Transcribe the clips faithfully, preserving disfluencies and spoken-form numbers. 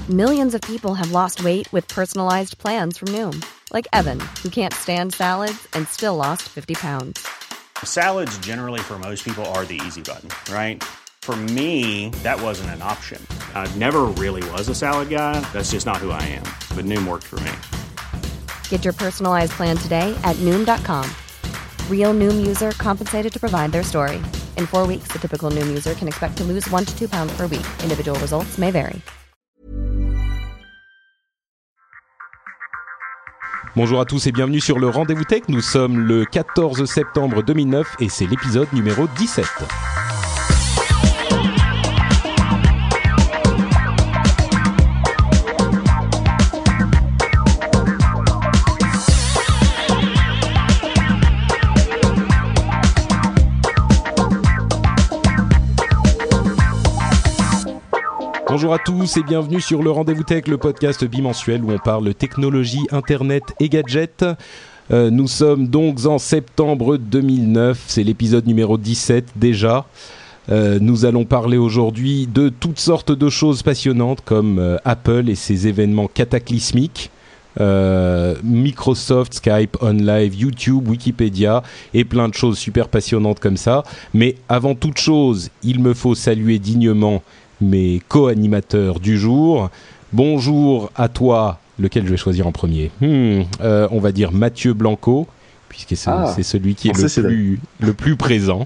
Millions of people have lost weight with personalized plans from Noom. Like Evan, who can't stand salads and still lost fifty pounds. Salads generally for most people are the easy button, right? For me, that wasn't an option. I never really was a salad guy. That's just not who I am. But Noom worked for me. Get your personalized plan today at Noom dot com. Real Noom user compensated to provide their story. In four weeks, the typical Noom user can expect to lose one to two pounds per week. Individual results may vary. Bonjour à tous et bienvenue sur le Rendez-vous Tech. Nous sommes le quatorze septembre deux mille neuf et c'est l'épisode numéro dix-sept. Bonjour à tous et bienvenue sur le Rendez-vous Tech, le podcast bimensuel où on parle technologie, internet et gadgets. Euh, nous sommes donc en septembre deux mille neuf, c'est l'épisode numéro dix-sept déjà. Euh, nous allons parler aujourd'hui de toutes sortes de choses passionnantes comme euh, Apple et ses événements cataclysmiques, euh, Microsoft, Skype, OnLive, YouTube, Wikipédia et plein de choses super passionnantes comme ça. Mais avant toute chose, il me faut saluer dignement mes co-animateurs du jour. Bonjour à toi, lequel je vais choisir en premier hmm, euh, On va dire Mathieu Blanco, puisque c'est, ah, c'est celui qui est le, c'est plus, le plus présent.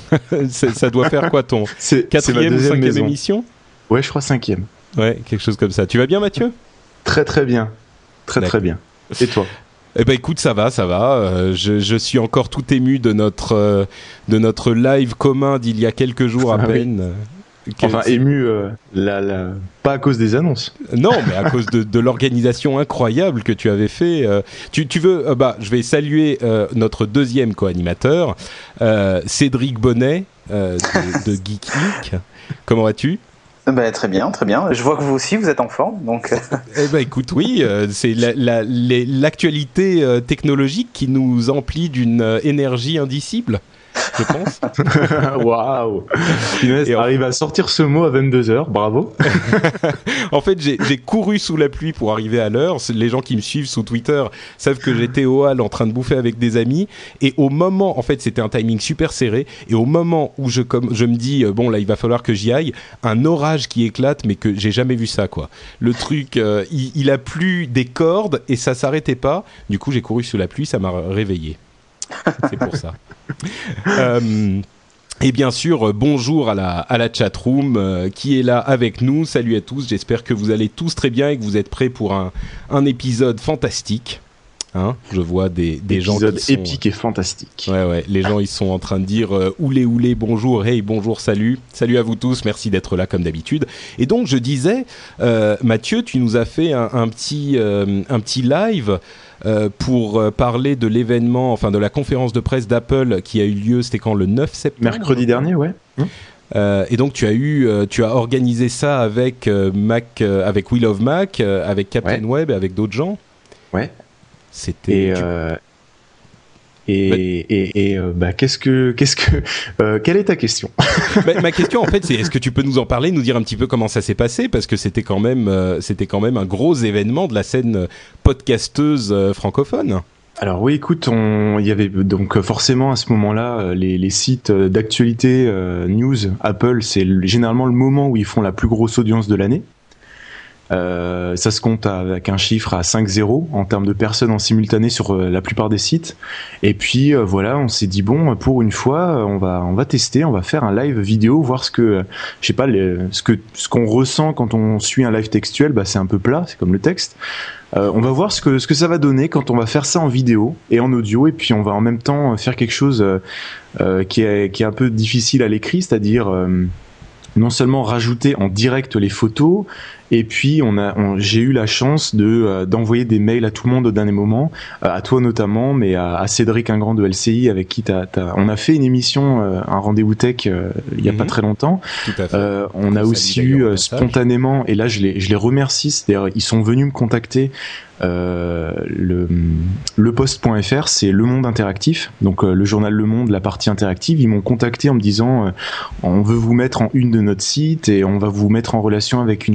Ça doit faire quoi ton c'est, quatrième ou cinquième maison. Émission Ouais, je crois cinquième. Ouais, quelque chose comme ça. Tu vas bien, Mathieu ? Très très bien, très D'accord. très bien. Et toi ? Eh ben écoute, ça va, ça va. Euh, je, je suis encore tout ému de notre euh, de notre live commun d'il y a quelques jours à ah, peine. Oui. Que enfin c'est... ému, euh, la, la... pas à cause des annonces. Non, mais à cause de, de l'organisation incroyable que tu avais fait. Euh, tu, tu veux, euh, bah, je vais saluer euh, notre deuxième co-animateur, euh, Cédric Bonnet euh, de, de Geek Inc. Comment vas-tu ? Ben, très bien, très bien. Je vois que vous aussi, vous êtes en forme, donc. Eh ben, écoute, oui, euh, c'est la, la, les, l'actualité euh, technologique qui nous emplit d'une euh, énergie indicible. Je pense. Waouh! Inès arrive à sortir ce mot à vingt-deux heures, bravo. En fait, j'ai, j'ai couru sous la pluie pour arriver à l'heure. Les gens qui me suivent sous Twitter savent que j'étais au hall en train de bouffer avec des amis. Et au moment, en fait, c'était un timing super serré. Et au moment où je, comme, je me dis, bon, là, il va falloir que j'y aille, un orage qui éclate, mais que j'ai jamais vu ça, quoi. Le truc, euh, il, il a plu des cordes et ça s'arrêtait pas. Du coup, j'ai couru sous la pluie, ça m'a réveillé. C'est pour ça. euh, et bien sûr, bonjour à la, à la chatroom euh, qui est là avec nous. Salut à tous, j'espère que vous allez tous très bien et que vous êtes prêts pour un, un épisode fantastique. Hein, je vois des, des gens qui sont... épique et fantastique. Ouais, ouais, les gens ils sont en train de dire euh, oulé oulé, bonjour, hey, bonjour, salut. Salut à vous tous, merci d'être là comme d'habitude. Et donc, je disais, euh, Mathieu, tu nous as fait un, un, petit, euh, un petit live Euh, pour euh, parler de l'événement, enfin de la conférence de presse d'Apple qui a eu lieu, c'était quand, le neuf septembre ? Mercredi dernier, ouais. Mmh. Euh, et donc tu as eu, euh, tu as organisé ça avec euh, Mac, euh, avec Will of Mac, euh, avec Captain ouais. Web et avec d'autres gens. Ouais. C'était. Et, euh, et, bah, et, et euh, bah qu'est-ce que, qu'est-ce que, euh, quelle est ta question ? bah, Ma question en fait, c'est est-ce que tu peux nous en parler, nous dire un petit peu comment ça s'est passé, parce que c'était quand même, euh, c'était quand même un gros événement de la scène podcasteuse euh, francophone. Alors oui, écoute, on, il y avait donc forcément à ce moment-là les, les sites d'actualité euh, news Apple, c'est le, généralement le moment où ils font la plus grosse audience de l'année. Euh, ça se compte avec un chiffre à cinq zéro en termes de personnes en simultané sur euh, la plupart des sites. Et puis euh, voilà, on s'est dit bon, pour une fois, on va on va tester, on va faire un live vidéo, voir ce que je sais pas les, ce que ce qu'on ressent quand on suit un live textuel. Bah c'est un peu plat, c'est comme le texte. Euh, on va voir ce que ce que ça va donner quand on va faire ça en vidéo et en audio, et puis on va en même temps faire quelque chose euh, euh, qui est qui est un peu difficile à l'écrit, c'est-à-dire euh, non seulement rajouter en direct les photos, et puis on a, on, j'ai eu la chance de euh, d'envoyer des mails à tout le monde au dernier moment, euh, à toi notamment, mais à, à Cédric Ingrand de L C I avec qui t'as, t'as, on a fait une émission, euh, un rendez-vous tech euh, il y a mmh. pas très longtemps. Tout à fait. Euh, on a aussi eu euh, spontanément, et là je les je les remercie, c'est-à-dire ils sont venus me contacter. Euh, le le post.fr, c'est Le Monde Interactif, donc euh, le journal Le Monde, la partie interactive. Ils m'ont contacté en me disant euh, on veut vous mettre en une de notre site et on va vous mettre en relation avec une journaliste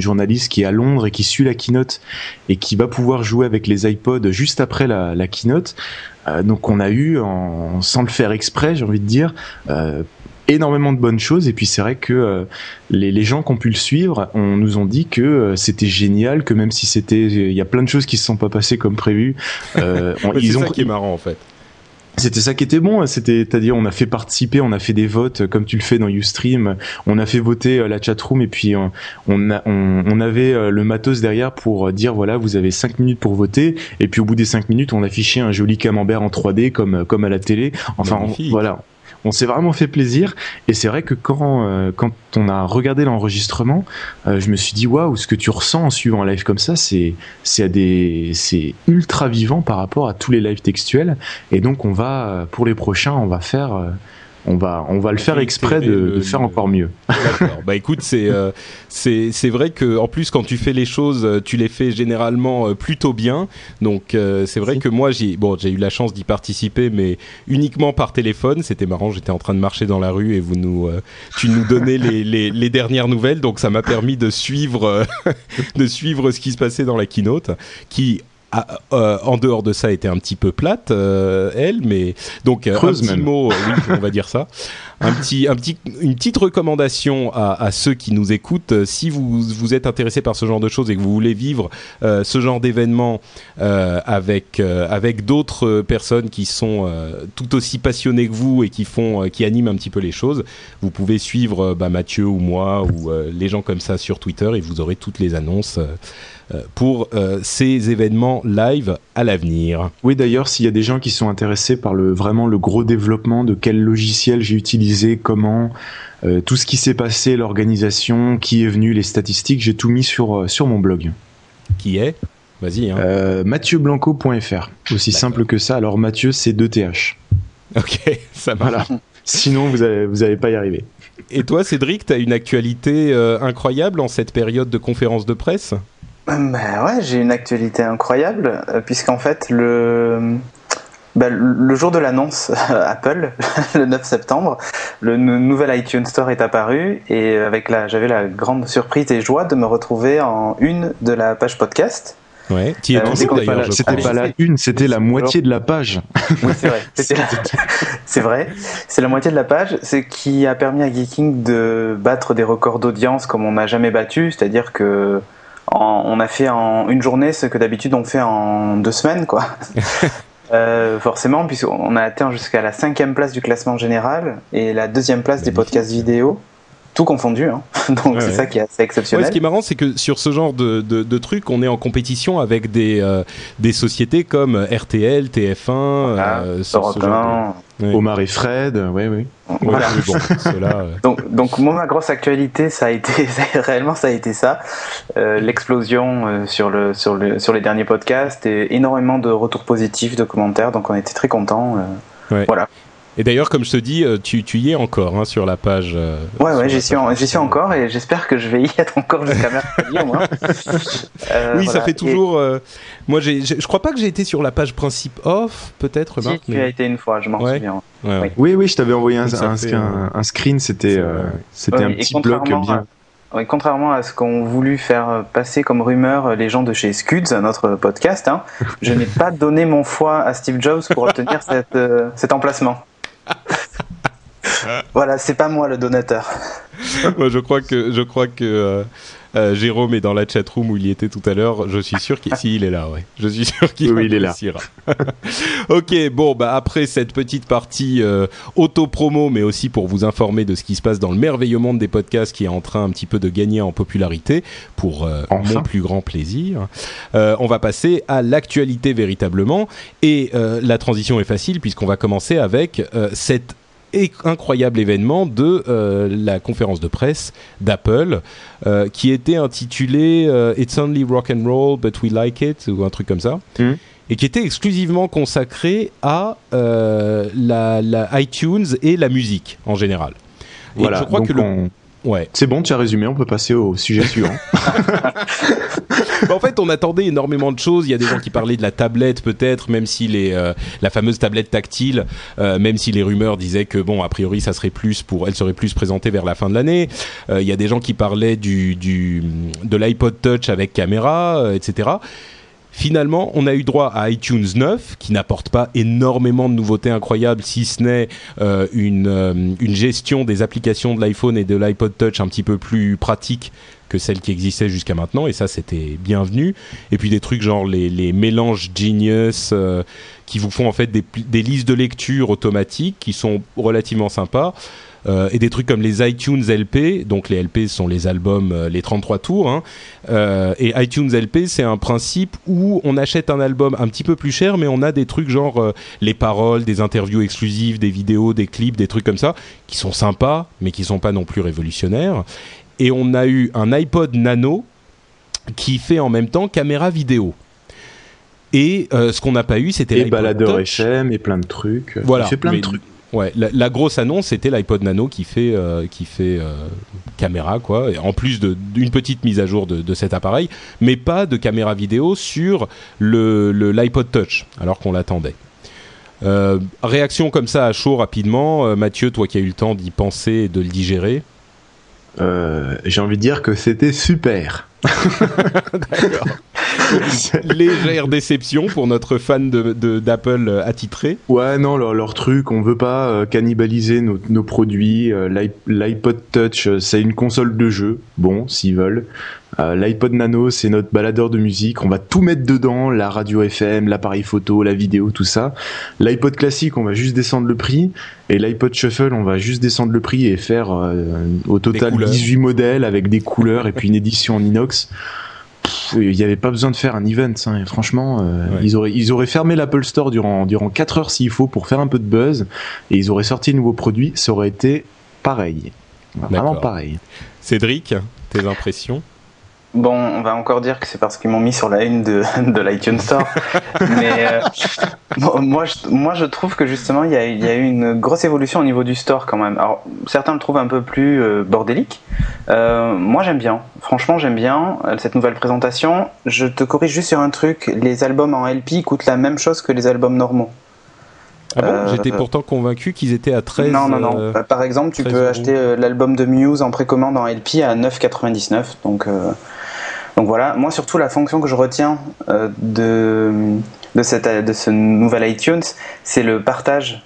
Days qui est à Londres et qui suit la keynote et qui va pouvoir jouer avec les iPods juste après la, la keynote. Euh, donc on a eu, en, sans le faire exprès, j'ai envie de dire, euh, énormément de bonnes choses. Et puis c'est vrai que euh, les, les gens qui ont pu le suivre, on nous ont dit que euh, c'était génial, que même si c'était, il y a plein de choses qui se sont pas passées comme prévu. Euh, on, ils ils c'est ont ça qui est marrant en fait. C'était ça qui était bon, c'était, c'est-à-dire on a fait participer, on a fait des votes comme tu le fais dans Ustream, on a fait voter euh, la chatroom et puis on, on, a, on, on avait euh, le matos derrière pour dire voilà vous avez cinq minutes pour voter et puis au bout des cinq minutes on affichait un joli camembert en trois D comme comme à la télé. Enfin on, voilà. On s'est vraiment fait plaisir et c'est vrai que quand euh, quand on a regardé l'enregistrement, euh, je me suis dit waouh, ce que tu ressens en suivant un live comme ça, c'est c'est à des c'est ultra vivant par rapport à tous les lives textuels et donc on va pour les prochains, on va faire euh, on va on va le faire exprès de, le, de faire le... encore mieux. D'accord. Bah écoute, c'est euh, c'est c'est vrai que en plus quand tu fais les choses, tu les fais généralement euh, plutôt bien. Donc euh, c'est vrai si. que moi j'ai bon j'ai eu la chance d'y participer, mais uniquement par téléphone. C'était marrant. J'étais en train de marcher dans la rue et vous nous euh, tu nous donnais les, les les dernières nouvelles. Donc ça m'a permis de suivre euh, de suivre ce qui se passait dans la keynote, qui Ah, euh, en dehors de ça était un petit peu plate euh, elle, mais donc euh, un petit même. mot, euh, oui, on va dire ça, un petit, un petit, une petite recommandation à, à ceux qui nous écoutent. Euh, si vous vous êtes intéressé par ce genre de choses et que vous voulez vivre euh, ce genre d'événement euh, avec euh, avec d'autres personnes qui sont euh, tout aussi passionnées que vous et qui font, euh, qui animent un petit peu les choses, vous pouvez suivre euh, bah, Mathieu ou moi ou euh, les gens comme ça sur Twitter et vous aurez toutes les annonces. Euh, pour euh, ces événements live à l'avenir. Oui, d'ailleurs, s'il y a des gens qui sont intéressés par le vraiment le gros développement de quel logiciel j'ai utilisé, comment, euh, tout ce qui s'est passé, l'organisation, qui est venu, les statistiques, j'ai tout mis sur euh, sur mon blog. Qui est ? Vas-y. Hein. Euh, mathieu blanco point f r. Aussi D'accord. Simple que ça. Alors Mathieu, c'est deux T H. Ok, ça marche. Voilà. Sinon, vous allez vous allez pas y arriver. Et toi, Cédric, t'as une actualité euh, incroyable en cette période de conférence de presse ? Ben ouais, j'ai une actualité incroyable, euh, puisqu'en fait, le, ben, le jour de l'annonce Apple, le neuf septembre, le n- nouvel iTunes Store est apparu, et avec la, j'avais la grande surprise et joie de me retrouver en une de la page podcast. Ouais, qui est euh, toujours d'ailleurs. Pas la, c'était pas la une, c'était la moitié de la page. Oui, c'est vrai. C'était la... c'est vrai. C'est la moitié de la page, ce qui a permis à Geeking de battre des records d'audience comme on n'a jamais battu, c'est-à-dire que En, on a fait en une journée ce que d'habitude on fait en deux semaines, quoi. euh, forcément, puisqu'on a atteint jusqu'à la cinquième place du classement général et la deuxième place des podcasts vidéo, tout confondu, hein. Donc ouais, c'est ouais. ça qui est assez exceptionnel. Ouais, ce qui est marrant, c'est que sur ce genre de, de, de trucs, on est en compétition avec des, euh, des sociétés comme R T L, T F un, voilà, euh, ce, ce genre de... ouais. Omar et Fred, oui, oui. Voilà. Ouais, bon, ceux-là, euh... donc, donc moi, ma grosse actualité, ça a été réellement, ça a été ça, euh, l'explosion euh, sur le sur le sur les derniers podcasts et énormément de retours positifs, de commentaires. Donc on était très contents. Euh, ouais. Voilà. Et d'ailleurs, comme je te dis, tu, tu y es encore hein, sur la page. Euh, ouais, ouais, j'y suis, en, j'y suis encore et j'espère que je vais y être encore jusqu'à mercredi au moins. euh, oui, voilà. Ça fait toujours. Et... Euh, moi, j'ai, j'ai, je crois pas que j'ai été sur la page principe off, peut-être. Si, Marc, tu mais... as été une fois, je m'en ouais. souviens. Ouais, ouais. Oui, oui, je t'avais envoyé un, un, fait, un, un screen, c'était, euh, c'était ouais, un petit bloc bien. À... Oui, contrairement à ce qu'ont voulu faire passer comme rumeur les gens de chez Scuds, notre podcast, hein, je n'ai pas donné mon foie à Steve Jobs pour obtenir cette, euh, cet emplacement. Voilà, c'est pas moi le donateur. Moi, je crois que je crois que euh, euh, Jérôme est dans la chatroom où il y était tout à l'heure. Je suis sûr qu'il si il est là, ouais. Je suis sûr qu'il oui, il est là. Ok, bon, bah après cette petite partie euh, auto-promo, mais aussi pour vous informer de ce qui se passe dans le merveilleux monde des podcasts qui est en train un petit peu de gagner en popularité, pour euh, enfin. mon plus grand plaisir. Euh, on va passer à l'actualité véritablement, et euh, la transition est facile puisqu'on va commencer avec euh, cette incroyable événement de euh, la conférence de presse d'Apple euh, qui était intitulé euh, It's Only Rock and Roll But We Like It ou un truc comme ça mm. et qui était exclusivement consacré à euh, la, la iTunes et la musique en général. Et voilà, je crois donc que le... on, Ouais. C'est bon, tu as résumé, on peut passer au sujet suivant. En fait, on attendait énormément de choses. Il y a des gens qui parlaient de la tablette, peut-être, même si les, euh, la fameuse tablette tactile, euh, même si les rumeurs disaient que, bon, a priori, ça serait plus pour, elle serait plus présentée vers la fin de l'année. Euh, il y a des gens qui parlaient du, du, de l'iPod Touch avec caméra, euh, et cetera. Finalement, on a eu droit à iTunes neuf, qui n'apporte pas énormément de nouveautés incroyables, si ce n'est euh, une, euh, une gestion des applications de l'iPhone et de l'iPod Touch un petit peu plus pratique que celle qui existait jusqu'à maintenant, et ça, c'était bienvenu. Et puis des trucs genre les, les mélanges Genius, euh, qui vous font en fait des, des listes de lecture automatiques, qui sont relativement sympas. Euh, et des trucs comme les iTunes L P, donc les L P sont les albums, euh, les trente-trois tours, hein. euh, et iTunes L P, c'est un principe où on achète un album un petit peu plus cher, mais on a des trucs genre euh, les paroles, des interviews exclusives, des vidéos, des clips, des trucs comme ça, qui sont sympas, mais qui sont pas non plus révolutionnaires. Et on a eu un iPod Nano qui fait en même temps caméra vidéo. Et euh, ce qu'on n'a pas eu, c'était et l'iPod baladeur Touch. F M et plein de trucs. Voilà, Il fait plein mais, de trucs. Ouais, la, la grosse annonce, c'était l'iPod Nano qui fait, euh, qui fait euh, caméra, quoi. Et en plus de, d'une petite mise à jour de, de cet appareil, mais pas de caméra vidéo sur le, le, l'iPod Touch, alors qu'on l'attendait. Euh, réaction comme ça à chaud rapidement. Euh, Mathieu, toi qui as eu le temps d'y penser et de le digérer. Euh, j'ai envie de dire que c'était super. D'accord. Légère déception pour notre fan de, de, d'Apple attitré. Ouais, non, leur, leur truc, on veut pas euh, cannibaliser nos, nos produits. Euh, l'iP- L'iPod Touch, euh, c'est une console de jeu. Bon, s'ils veulent. Euh, L'iPod Nano, c'est notre baladeur de musique. On va tout mettre dedans, la radio F M, l'appareil photo, la vidéo, tout ça. L'iPod classique, on va juste descendre le prix. Et l'iPod Shuffle, on va juste descendre le prix et faire euh, au total dix-huit modèles avec des couleurs et puis une édition en inox. Il n'y avait pas besoin de faire un event, hein. Franchement, euh, ouais. ils, auraient, ils auraient fermé l'Apple Store durant, durant quatre heures s'il faut pour faire un peu de buzz, et ils auraient sorti de nouveaux produits, ça aurait été pareil. Vraiment D'accord. pareil. Cédric, tes impressions ? Bon, on va encore dire que c'est parce qu'ils m'ont mis sur la une de, de l'iTunes Store. Mais euh, bon, moi, je, moi, je trouve que justement, il y a, il y a eu une grosse évolution au niveau du store quand même. Alors, certains le trouvent un peu plus euh, bordélique. Euh, moi, j'aime bien. Franchement, j'aime bien euh, cette nouvelle présentation. Je te corrige juste sur un truc. Les albums en L P coûtent la même chose que les albums normaux. Ah bon, euh, j'étais pourtant convaincu qu'ils étaient à treize. Non, non, non. Euh, Par exemple, tu peux euros. acheter euh, l'album de Muse en précommande en L P à neuf quatre-vingt-dix-neuf. Donc... Euh, Donc voilà, moi surtout la fonction que je retiens euh, de, de, cette, de ce nouvel iTunes, c'est le partage,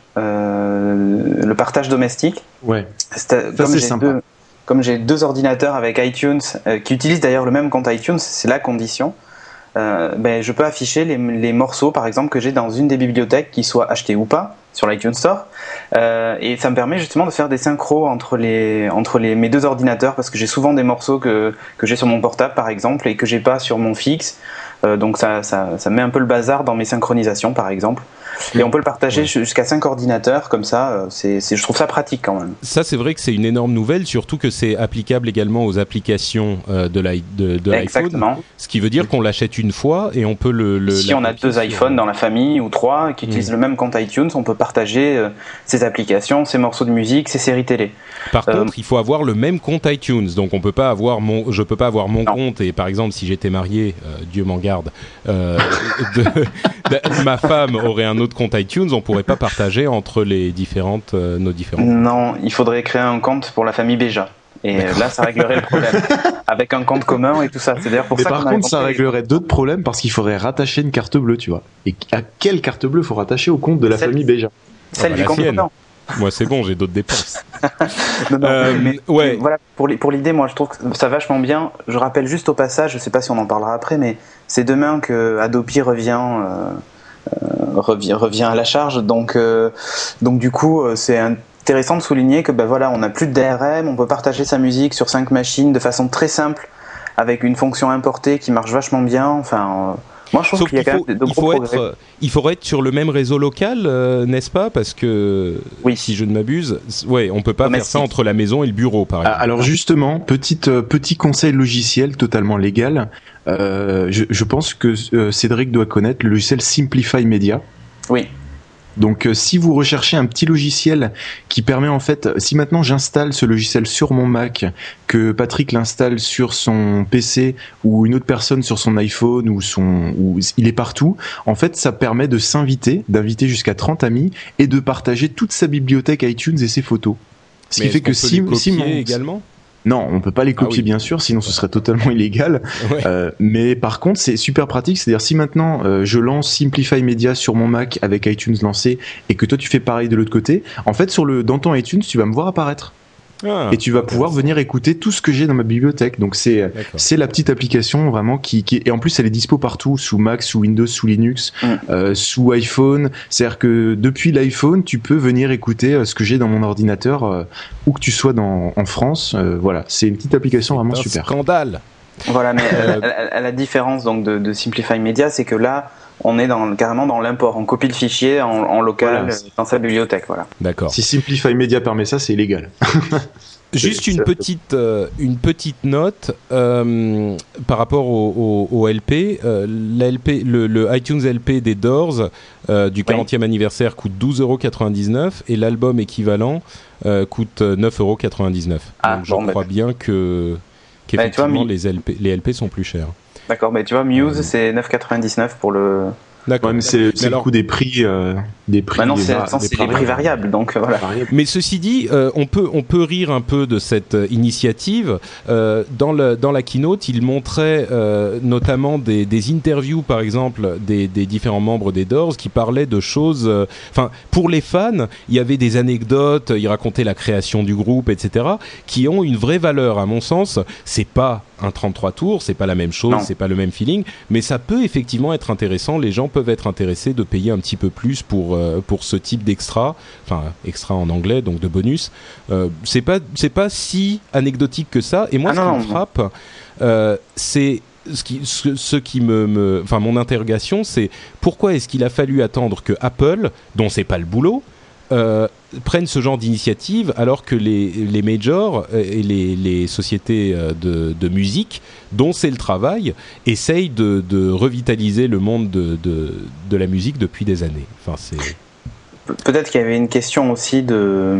euh, le partage domestique. Ouais. C'est, Ça, comme, c'est j'ai sympa. deux, comme j'ai deux ordinateurs avec iTunes, euh, qui utilisent d'ailleurs le même compte iTunes, c'est la condition, euh, ben, je peux afficher les, les morceaux par exemple que j'ai dans une des bibliothèques, qui soient achetés ou pas, sur l'iTunes Store, euh, et ça me permet justement de faire des synchros entre les entre les mes deux ordinateurs, parce que j'ai souvent des morceaux que que j'ai sur mon portable par exemple et que j'ai pas sur mon fixe, euh, donc ça ça ça met un peu le bazar dans mes synchronisations par exemple. Et on peut le partager ouais. jusqu'à cinq ordinateurs, comme ça, c'est, c'est, je trouve ça pratique quand même. Ça, c'est vrai que c'est une énorme nouvelle, surtout que c'est applicable également aux applications euh, de, l'i- de, de Exactement. l'iPhone. Ce qui veut dire qu'on l'achète une fois et on peut le... le si on a deux iPhones sur... dans la famille ou trois qui utilisent mmh. le même compte iTunes, on peut partager euh, ces applications, ces morceaux de musique, ces séries télé. Par euh, contre, il faut avoir le même compte iTunes. Donc, on peut pas avoir mon, je peux pas avoir mon non. compte et, par exemple, si j'étais marié, euh, Dieu m'en garde, euh, de, de, ma femme aurait un autre compte iTunes, on pourrait pas partager entre les différentes, euh, nos différentes. Non, il faudrait créer un compte pour la famille Béja. Et D'accord. là, ça réglerait le problème. Avec un compte commun et tout ça. C'est d'ailleurs pour Mais ça par qu'on contre, ça réglerait d'autres problèmes parce qu'il faudrait rattacher une carte bleue, tu vois. Et à quelle carte bleue faut rattacher au compte de la Celle, famille Béja ? Celle ah, du compte commun. Moi, c'est bon, j'ai d'autres dépenses. non, non, euh, mais, ouais. mais voilà, pour, pour l'idée, moi, je trouve que ça vachement bien. Je rappelle juste au passage, je sais pas si on en parlera après, mais c'est demain que Adopi revient. Euh, Euh, revient, revient à la charge, donc, euh, donc du coup euh, c'est intéressant de souligner que ben voilà, on n'a plus de D R M, on peut partager sa musique sur cinq machines de façon très simple avec une fonction importée qui marche vachement bien. Enfin, euh, moi je trouve Sauf qu'il y a qu'il quand faut, même de, de il gros faut progrès. être, il faudrait être sur le même réseau local, euh, n'est-ce pas ? Parce que oui. si je ne m'abuse, ouais, on peut pas Domestique. faire ça entre la maison et le bureau, par exemple. Alors justement, petite, euh, petit conseil logiciel totalement légal. Euh, je, je pense que euh, Cédric doit connaître le logiciel Simplify Media. Oui. Donc, euh, si vous recherchez un petit logiciel qui permet en fait, si maintenant j'installe ce logiciel sur mon Mac, que Patrick l'installe sur son P C ou une autre personne sur son iPhone ou son, ou il est partout, en fait, ça permet de s'inviter, d'inviter jusqu'à trente amis et de partager toute sa bibliothèque iTunes et ses photos. Ce Mais qui fait que si, si, si mon... également. Non, on peut pas les copier, ah oui. bien sûr, sinon ce serait totalement illégal. Ouais. Euh, mais par contre, c'est super pratique. C'est-à-dire, si maintenant euh, je lance Simplify Media sur mon Mac avec iTunes lancé et que toi tu fais pareil de l'autre côté, en fait, sur le dans ton iTunes, tu vas me voir apparaître. Ah, et tu vas pouvoir venir écouter tout ce que j'ai dans ma bibliothèque. Donc c'est D'accord. c'est la petite application vraiment qui, qui et en plus elle est dispo partout, sous Mac, sous Windows, sous Linux, mm. euh, sous iPhone. C'est-à-dire que depuis l'iPhone, tu peux venir écouter euh, ce que j'ai dans mon ordinateur, euh, où que tu sois dans en France. Euh, voilà, c'est une petite application c'est vraiment un super. Scandale. Voilà, mais euh, la, la différence donc de, de Simplify Media, c'est que là, on est dans, carrément dans l'import. On copie le fichier en, en local voilà. dans sa bibliothèque. Voilà. D'accord. Si Simplify Media permet ça, c'est illégal. Juste une petite, euh, une petite note euh, par rapport au, au, au L P. Euh, la L P le, le iTunes L P des Doors euh, du quarantième oui. anniversaire coûte douze euros quatre-vingt-dix-neuf et l'album équivalent euh, coûte neuf euros quatre-vingt-dix-neuf. Ah, Donc bon, je crois bah... bien que, qu'effectivement bah, vois, les, L P, les L P sont plus chers. D'accord, mais tu vois, Muse, euh... c'est neuf euros quatre-vingt-dix-neuf pour le... D'accord. Ouais, mais c'est, c'est alors... le coût des prix, euh, des prix. Bah non, c'est, va- c'est des prix variables, donc voilà. Mais ceci dit, euh, on peut on peut rire un peu de cette euh, initiative. Euh, dans le dans la keynote, il montrait euh, notamment des des interviews, par exemple, des des différents membres des Doors qui parlaient de choses. Enfin, euh, pour les fans, il y avait des anecdotes. Ils racontaient la création du groupe, et cetera, qui ont une vraie valeur, à mon sens. C'est pas un trente-trois tours, c'est pas la même chose, non. c'est pas le même feeling, mais ça peut effectivement être intéressant. Les gens peuvent être intéressés de payer un petit peu plus pour euh, pour ce type d'extra, enfin extra en anglais, donc de bonus. Euh, c'est pas c'est pas si anecdotique que ça. Et moi, ah ce non, qui me frappe, euh, c'est ce qui ce, ce qui me, me enfin mon interrogation, c'est pourquoi est-ce qu'il a fallu attendre que Apple, dont c'est pas le boulot, Euh, prennent ce genre d'initiative alors que les, les majors et les, les sociétés de, de musique dont c'est le travail essayent de, de revitaliser le monde de, de, de la musique depuis des années. Enfin, c'est... Pe- peut-être qu'il y avait une question aussi de,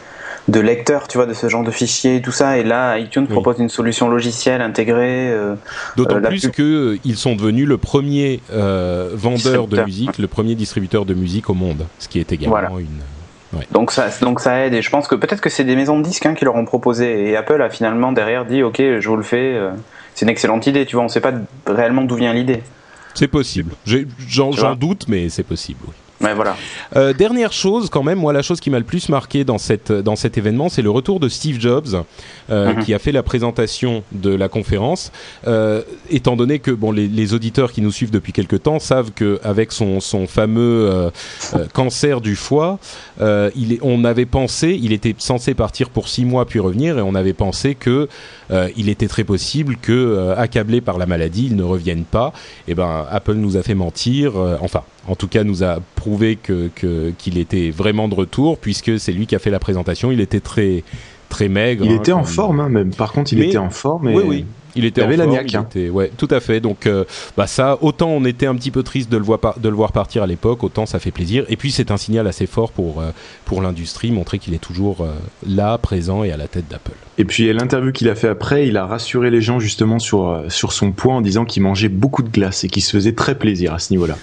de lecteur, tu vois, de ce genre de fichiers et tout ça, et là iTunes oui. propose une solution logicielle intégrée. Euh, D'autant euh, plus plus... qu'ils sont devenus le premier euh, vendeur de musique, le premier distributeur de musique au monde, ce qui est également voilà. une... Ouais. Donc ça, donc ça aide, et je pense que peut-être que c'est des maisons de disques hein, qui leur ont proposé, et Apple a finalement derrière dit ok, je vous le fais, euh, c'est une excellente idée, tu vois, on sait pas réellement d'où vient l'idée. C'est possible, J'ai, j'en, j'en doute, mais c'est possible, oui. Ouais, voilà. Euh, dernière chose, quand même, moi, la chose qui m'a le plus marqué dans, cette, dans cet événement, c'est le retour de Steve Jobs, euh, mm-hmm. qui a fait la présentation de la conférence. Euh, étant donné que bon, les, les auditeurs qui nous suivent depuis quelque temps savent qu'avec son, son fameux euh, euh, cancer du foie, euh, il est, on avait pensé, il était censé partir pour six mois puis revenir, et on avait pensé que euh, il était très possible que, euh, accablé par la maladie, il ne revienne pas. Et ben, Apple nous a fait mentir. Euh, enfin. En tout cas, nous a prouvé que, que, qu'il était vraiment de retour, puisque c'est lui qui a fait la présentation. Il était très, très maigre. Il hein, était en forme, hein, même. Par contre, il mais, était en forme. Et... Oui, oui. Il était il en avait forme. La niaque, il hein. était, ouais, tout à fait. Donc, euh, bah ça, autant on était un petit peu triste de le voir, par, de le voir partir à l'époque, autant ça fait plaisir. Et puis, c'est un signal assez fort pour, euh, pour l'industrie, montrer qu'il est toujours euh, là, présent et à la tête d'Apple. Et puis, l'interview qu'il a fait après, il a rassuré les gens justement sur, euh, sur son poids en disant qu'il mangeait beaucoup de glace et qu'il se faisait très plaisir à ce niveau-là.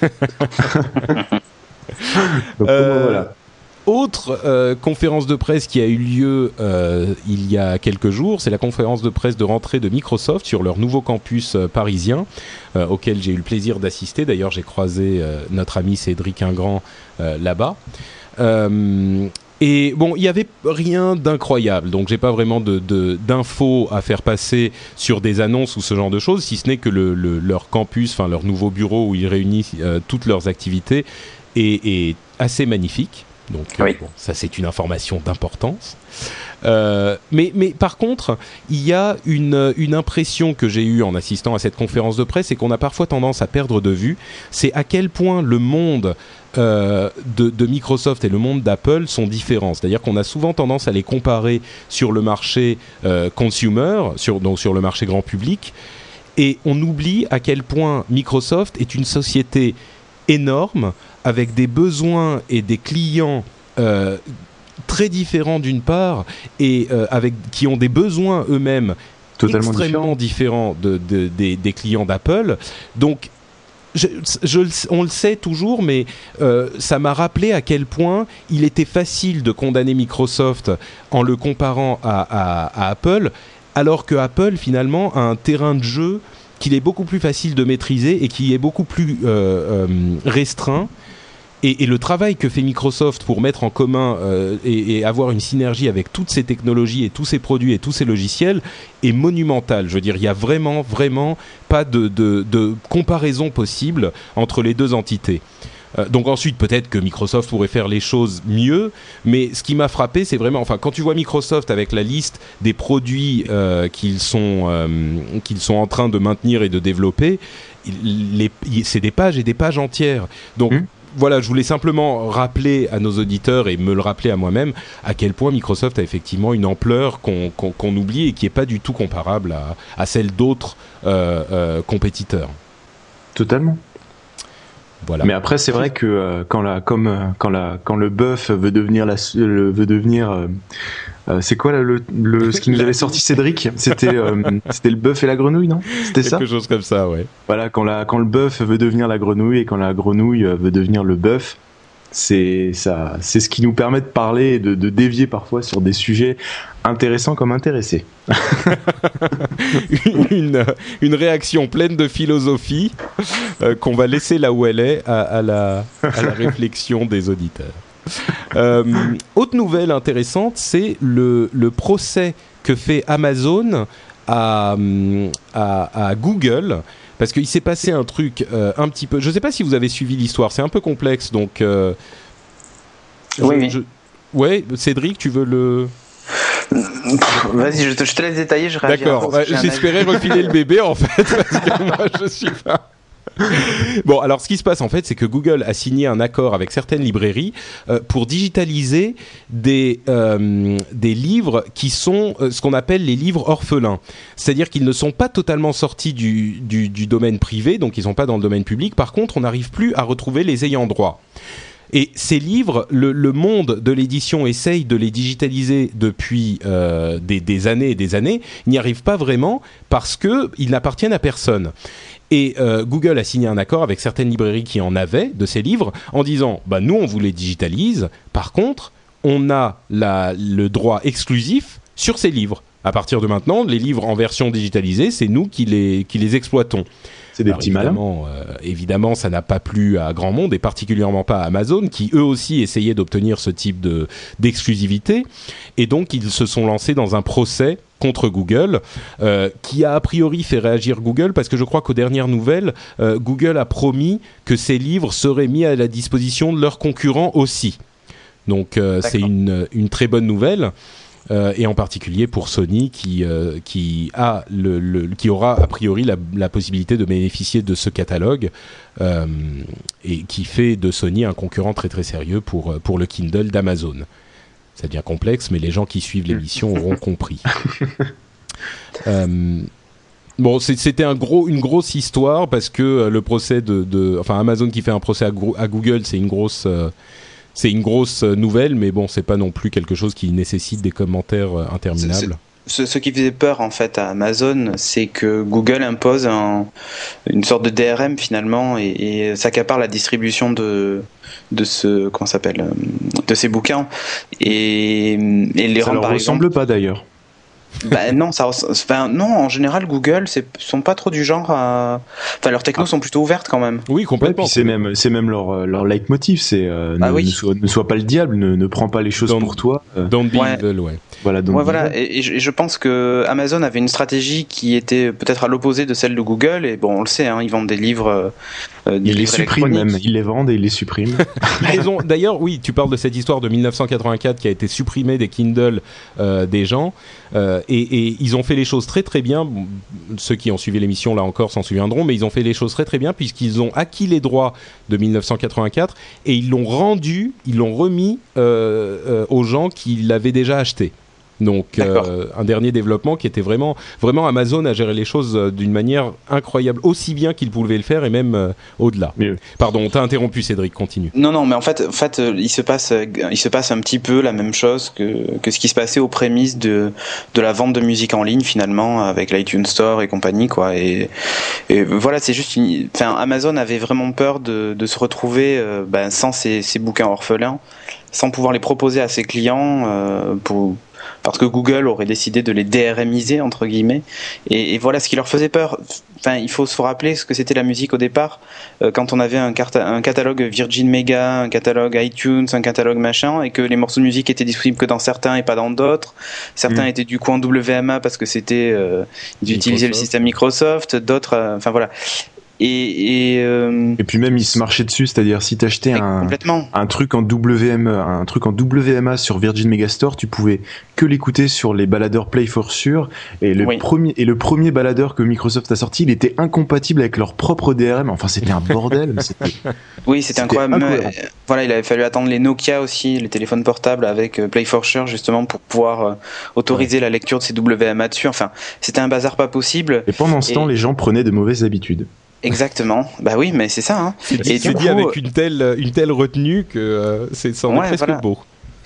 Donc, euh, voilà. Autre euh, conférence de presse qui a eu lieu euh, il y a quelques jours, c'est la conférence de presse de rentrée de Microsoft sur leur nouveau campus euh, parisien, euh, auquel j'ai eu le plaisir d'assister. D'ailleurs, j'ai croisé euh, notre ami Cédric Ingrand euh, là-bas. Euh, Et bon, il n'y avait rien d'incroyable, donc j'ai pas vraiment de, de, d'infos à faire passer sur des annonces ou ce genre de choses, si ce n'est que le, le, leur campus, enfin leur nouveau bureau où ils réunissent euh, toutes leurs activités est, est assez magnifique. Donc oui. euh, bon, ça c'est une information d'importance. Euh, mais, mais par contre, il y a une, une impression que j'ai eue en assistant à cette conférence de presse et qu'on a parfois tendance à perdre de vue, c'est à quel point le monde euh, de, de Microsoft et le monde d'Apple sont différents. C'est-à-dire qu'on a souvent tendance à les comparer sur le marché euh, consumer, sur, donc sur le marché grand public, et on oublie à quel point Microsoft est une société énorme, avec des besoins et des clients euh, très différents d'une part, et euh, avec, qui ont des besoins eux-mêmes totalement extrêmement différents, différents de, de, des, des clients d'Apple. Donc, je, je, on le sait toujours, mais euh, ça m'a rappelé à quel point il était facile de condamner Microsoft en le comparant à, à, à Apple, alors que Apple, finalement, a un terrain de jeu qu'il est beaucoup plus facile de maîtriser et qui est beaucoup plus euh, euh, restreint. Et, et le travail que fait Microsoft pour mettre en commun euh, et, et avoir une synergie avec toutes ces technologies et tous ces produits et tous ces logiciels est monumental. Je veux dire, il y a vraiment, vraiment pas de, de, de comparaison possible entre les deux entités. Euh, donc ensuite, peut-être que Microsoft pourrait faire les choses mieux, mais ce qui m'a frappé, c'est vraiment, enfin, quand tu vois Microsoft avec la liste des produits euh, qu'ils sont, euh, qu'ils sont en train de maintenir et de développer, les, c'est des pages et des pages entières. Donc, mmh. Voilà, je voulais simplement rappeler à nos auditeurs et me le rappeler à moi-même à quel point Microsoft a effectivement une ampleur qu'on, qu'on, qu'on oublie et qui n'est pas du tout comparable à, à celle d'autres euh, euh, compétiteurs. Totalement. Voilà. Mais après, c'est vrai que euh, quand la, comme euh, quand la, quand le bœuf veut devenir la, le, veut devenir, euh, euh, c'est quoi là, le, le, ce qui nous avait sorti Cédric, c'était, euh, c'était le bœuf et la grenouille, non ? C'était Quelque ça ? Quelque chose comme ça, ouais. Voilà, quand la, quand le bœuf veut devenir la grenouille et quand la grenouille veut devenir le bœuf, c'est ça, c'est ce qui nous permet de parler et de, de dévier parfois sur des sujets intéressants comme intéressés. une, une réaction pleine de philosophie euh, qu'on va laisser là où elle est à, à, la, à la réflexion des auditeurs. Euh, autre nouvelle intéressante, c'est le, le procès que fait Amazon à, à, à Google. Parce qu'il s'est passé un truc euh, un petit peu... Je ne sais pas si vous avez suivi l'histoire, c'est un peu complexe, donc... Euh, oui, oui. Je... Ouais, Cédric, tu veux le... Vas-y, je te, je te laisse détailler, je réagis. D'accord, ouais, j'espérais refiler le bébé, en fait, parce que moi, je suis pas... Bon, alors ce qui se passe en fait, c'est que Google a signé un accord avec certaines librairies euh, pour digitaliser des, euh, des livres qui sont euh, ce qu'on appelle les livres orphelins. C'est-à-dire qu'ils ne sont pas totalement sortis du, du, du domaine privé, donc ils ne sont pas dans le domaine public. Par contre, on n'arrive plus à retrouver les ayants droit. Et ces livres, le, le monde de l'édition essaye de les digitaliser depuis euh, des, des années et des années, n'y arrive pas vraiment parce qu'ils n'appartiennent à personne. Et euh, Google a signé un accord avec certaines librairies qui en avaient de ces livres en disant bah, « nous, on vous les digitalise, par contre, on a la, le droit exclusif sur ces livres. À partir de maintenant, les livres en version digitalisée, c'est nous qui les, qui les exploitons. » C'est des Alors, petits évidemment, malins. Euh, évidemment, ça n'a pas plu à grand monde et particulièrement pas à Amazon qui eux aussi essayaient d'obtenir ce type de, d'exclusivité. Et donc, ils se sont lancés dans un procès contre Google, euh, qui a a priori fait réagir Google parce que je crois qu'aux dernières nouvelles, euh, Google a promis que ces livres seraient mis à la disposition de leurs concurrents aussi. Donc, euh, c'est une, une très bonne nouvelle. Euh, et en particulier pour Sony qui, euh, qui, a le, le, qui aura a priori la, la possibilité de bénéficier de ce catalogue euh, et qui fait de Sony un concurrent très très sérieux pour, pour le Kindle d'Amazon. Ça devient complexe, mais les gens qui suivent l'émission auront compris. euh, bon, c'est, c'était un gros, une grosse histoire parce que le procès de, de... Enfin, Amazon qui fait un procès à, à Google, c'est une grosse... Euh, C'est une grosse nouvelle, mais bon, c'est pas non plus quelque chose qui nécessite des commentaires euh, interminables. Ce, ce qui faisait peur en fait à Amazon, c'est que Google impose un, une sorte de D R M finalement et, et s'accapare la distribution de de ce comment ça s'appelle de ces bouquins et, et les ça rend leur par ressemble exemple, pas d'ailleurs. Bah non, ça, enfin non, en général Google, c'est sont pas trop du genre à, enfin leurs technos ah. sont plutôt ouvertes quand même. Oui, complètement. Ouais, puis c'est même, c'est même leur leur leitmotiv, c'est euh, ah ne, oui. ne, sois, ne sois pas le diable, ne, ne prends pas les choses don't, pour toi. Euh. Don't be ouais. evil, ouais. Voilà, donc ouais, voilà. Et, et, je, et je pense que Amazon avait une stratégie qui était peut-être à l'opposé de celle de Google. Et bon, on le sait, hein, ils vendent des livres. Euh, des ils livres les suppriment même. Ils les vendent et ils les suppriment. Ils ont, d'ailleurs, oui, tu parles de cette histoire de dix-neuf cent quatre-vingt-quatre qui a été supprimée des Kindle euh, des gens. Euh, et, et ils ont fait les choses très très bien. Ceux qui ont suivi l'émission là encore s'en souviendront, mais ils ont fait les choses très très bien puisqu'ils ont acquis les droits de dix-neuf cent quatre-vingt-quatre et ils l'ont rendu, ils l'ont remis euh, euh, aux gens qui l'avaient déjà acheté. Donc euh, un dernier développement qui était vraiment, vraiment Amazon a géré les choses d'une manière incroyable, aussi bien qu'il pouvait le faire et même euh, au-delà. Oui. Pardon, on t'a interrompu, Cédric, continue. Non, non, mais en fait, en fait, il se passe, il se passe un petit peu la même chose que que ce qui se passait aux prémices de de la vente de musique en ligne finalement avec l'iTunes Store et compagnie quoi. Et, et voilà, c'est juste une, enfin Amazon avait vraiment peur de de se retrouver euh, ben, sans ses, ses bouquins orphelins, sans pouvoir les proposer à ses clients euh, pour parce que Google aurait décidé de les D R M iser entre guillemets, et, et voilà ce qui leur faisait peur. Enfin, il faut se rappeler ce que c'était la musique au départ, euh, quand on avait un, carta- un catalogue Virgin Mega, un catalogue iTunes, un catalogue machin, et que les morceaux de musique étaient disponibles que dans certains et pas dans d'autres. Certains mmh. étaient du coup en W M A parce que c'était euh, ils utilisaient le système Microsoft, d'autres, euh, enfin voilà. Et, et, euh... et puis même ils se marchaient dessus, c'est-à-dire si t'achetais un, un truc en W M A, un truc en W M A sur Virgin Megastore, tu pouvais que l'écouter sur les baladeurs Play for Sure, et le oui. premier et le premier baladeur que Microsoft a sorti, il était incompatible avec leur propre D R M. Enfin, c'était un bordel. Mais c'était... Oui, c'était, c'était incroyable. incroyable. Mais, voilà, il avait fallu attendre les Nokia aussi, les téléphones portables avec Play for Sure justement pour pouvoir euh, autoriser ouais. la lecture de ces W M A dessus. Enfin, c'était un bazar pas possible. Et pendant ce et... temps, les gens prenaient de mauvaises habitudes. Exactement. Bah oui, mais c'est ça. Hein. C'est dit, et c'est dit coup, avec une telle, une telle retenue que euh, c'est ça en ouais, est presque voilà. beau.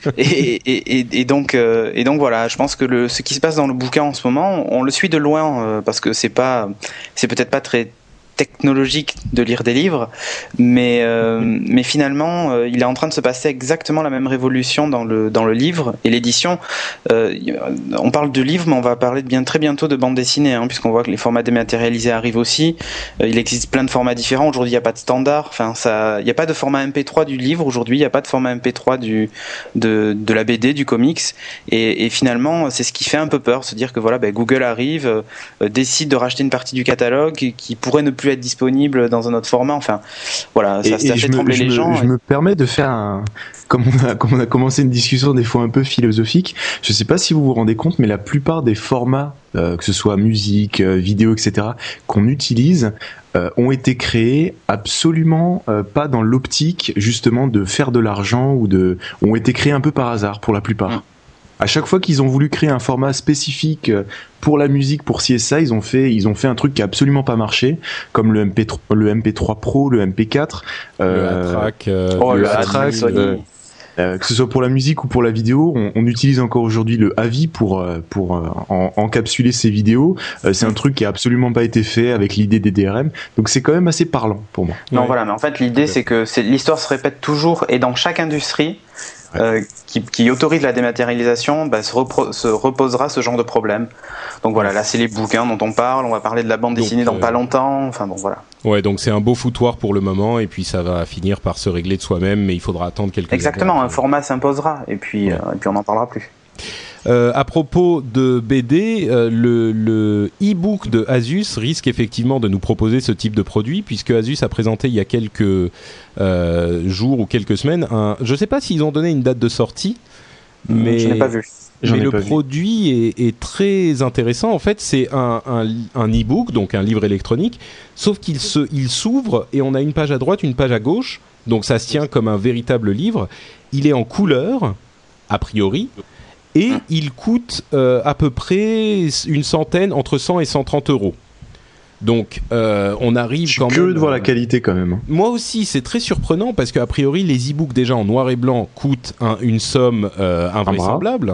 et, et, et, et donc, euh, et donc voilà. Je pense que le, ce qui se passe dans le bouquin en ce moment, on le suit de loin euh, parce que c'est pas, c'est peut-être pas très technologique de lire des livres, mais euh, mais finalement euh, il est en train de se passer exactement la même révolution dans le dans le livre et l'édition. Euh, on parle de livres, mais on va parler de bien très bientôt de bande dessinée, hein, puisqu'on voit que les formats dématérialisés arrivent aussi. Euh, il existe plein de formats différents. Aujourd'hui, il n'y a pas de standard. Enfin, ça, il n'y a pas de format M P trois du livre. Aujourd'hui, il n'y a pas de format M P trois du de de la B D, du comics. Et, et finalement, c'est ce qui fait un peu peur, se dire que voilà, ben, Google arrive, euh, décide de racheter une partie du catalogue qui, qui pourrait ne plus être disponible dans un autre format. Enfin, voilà, ça, ça fait trembler les me, gens. Je et... me permets de faire un, comme on a, comme on a commencé une discussion des fois un peu philosophique. Je sais pas si vous vous rendez compte, mais la plupart des formats, euh, que ce soit musique, euh, vidéo, et cetera, qu'on utilise, euh, ont été créés absolument euh, pas dans l'optique justement de faire de l'argent ou de, ont été créés un peu par hasard pour la plupart. Mmh. À chaque fois qu'ils ont voulu créer un format spécifique pour la musique, pour ci et ça, ils ont fait, ils ont fait un truc qui a absolument pas marché, comme le M P trois, le M P trois Pro, le M P quatre, euh, le A-Track, euh, oh, le le A-Track, euh, euh, que ce soit pour la musique ou pour la vidéo, on, on utilise encore aujourd'hui le A V I pour pour en, encapsuler ces vidéos. Euh, c'est un truc qui a absolument pas été fait avec l'idée des D R M, donc c'est quand même assez parlant pour moi. Non, ouais. voilà, mais en fait l'idée ouais. c'est que c'est, l'histoire se répète toujours et dans chaque industrie. Ouais. Euh, qui, qui autorise la dématérialisation, bah, se, repro- se reposera ce genre de problème. Donc voilà, là c'est les bouquins dont on parle, on va parler de la bande dessinée donc, dans euh... pas longtemps, enfin bon voilà. Ouais, donc c'est un beau foutoir pour le moment et puis ça va finir par se régler de soi-même, mais il faudra attendre quelques années. Exactement, un format s'imposera et puis, ouais. euh, et puis on n'en parlera plus. Euh, à propos de B D, euh, le, le e-book de Asus risque effectivement de nous proposer ce type de produit, puisque Asus a présenté il y a quelques euh, jours ou quelques semaines, un, je ne sais pas s'ils ont donné une date de sortie, mais, je n'ai pas vu. mais le produit est, est très intéressant. En fait, c'est un, un, un e-book, donc un livre électronique, sauf qu'il se, il s'ouvre et on a une page à droite, une page à gauche, donc ça se tient comme un véritable livre. Il est en couleur, a priori, et il coûte euh, à peu près une centaine, entre cent et cent trente euros. Donc, euh, on arrive quand même... Je suis curieux de voir la qualité quand même. Moi aussi, c'est très surprenant parce qu'a priori, les e-books déjà en noir et blanc coûtent un, une somme euh, invraisemblable.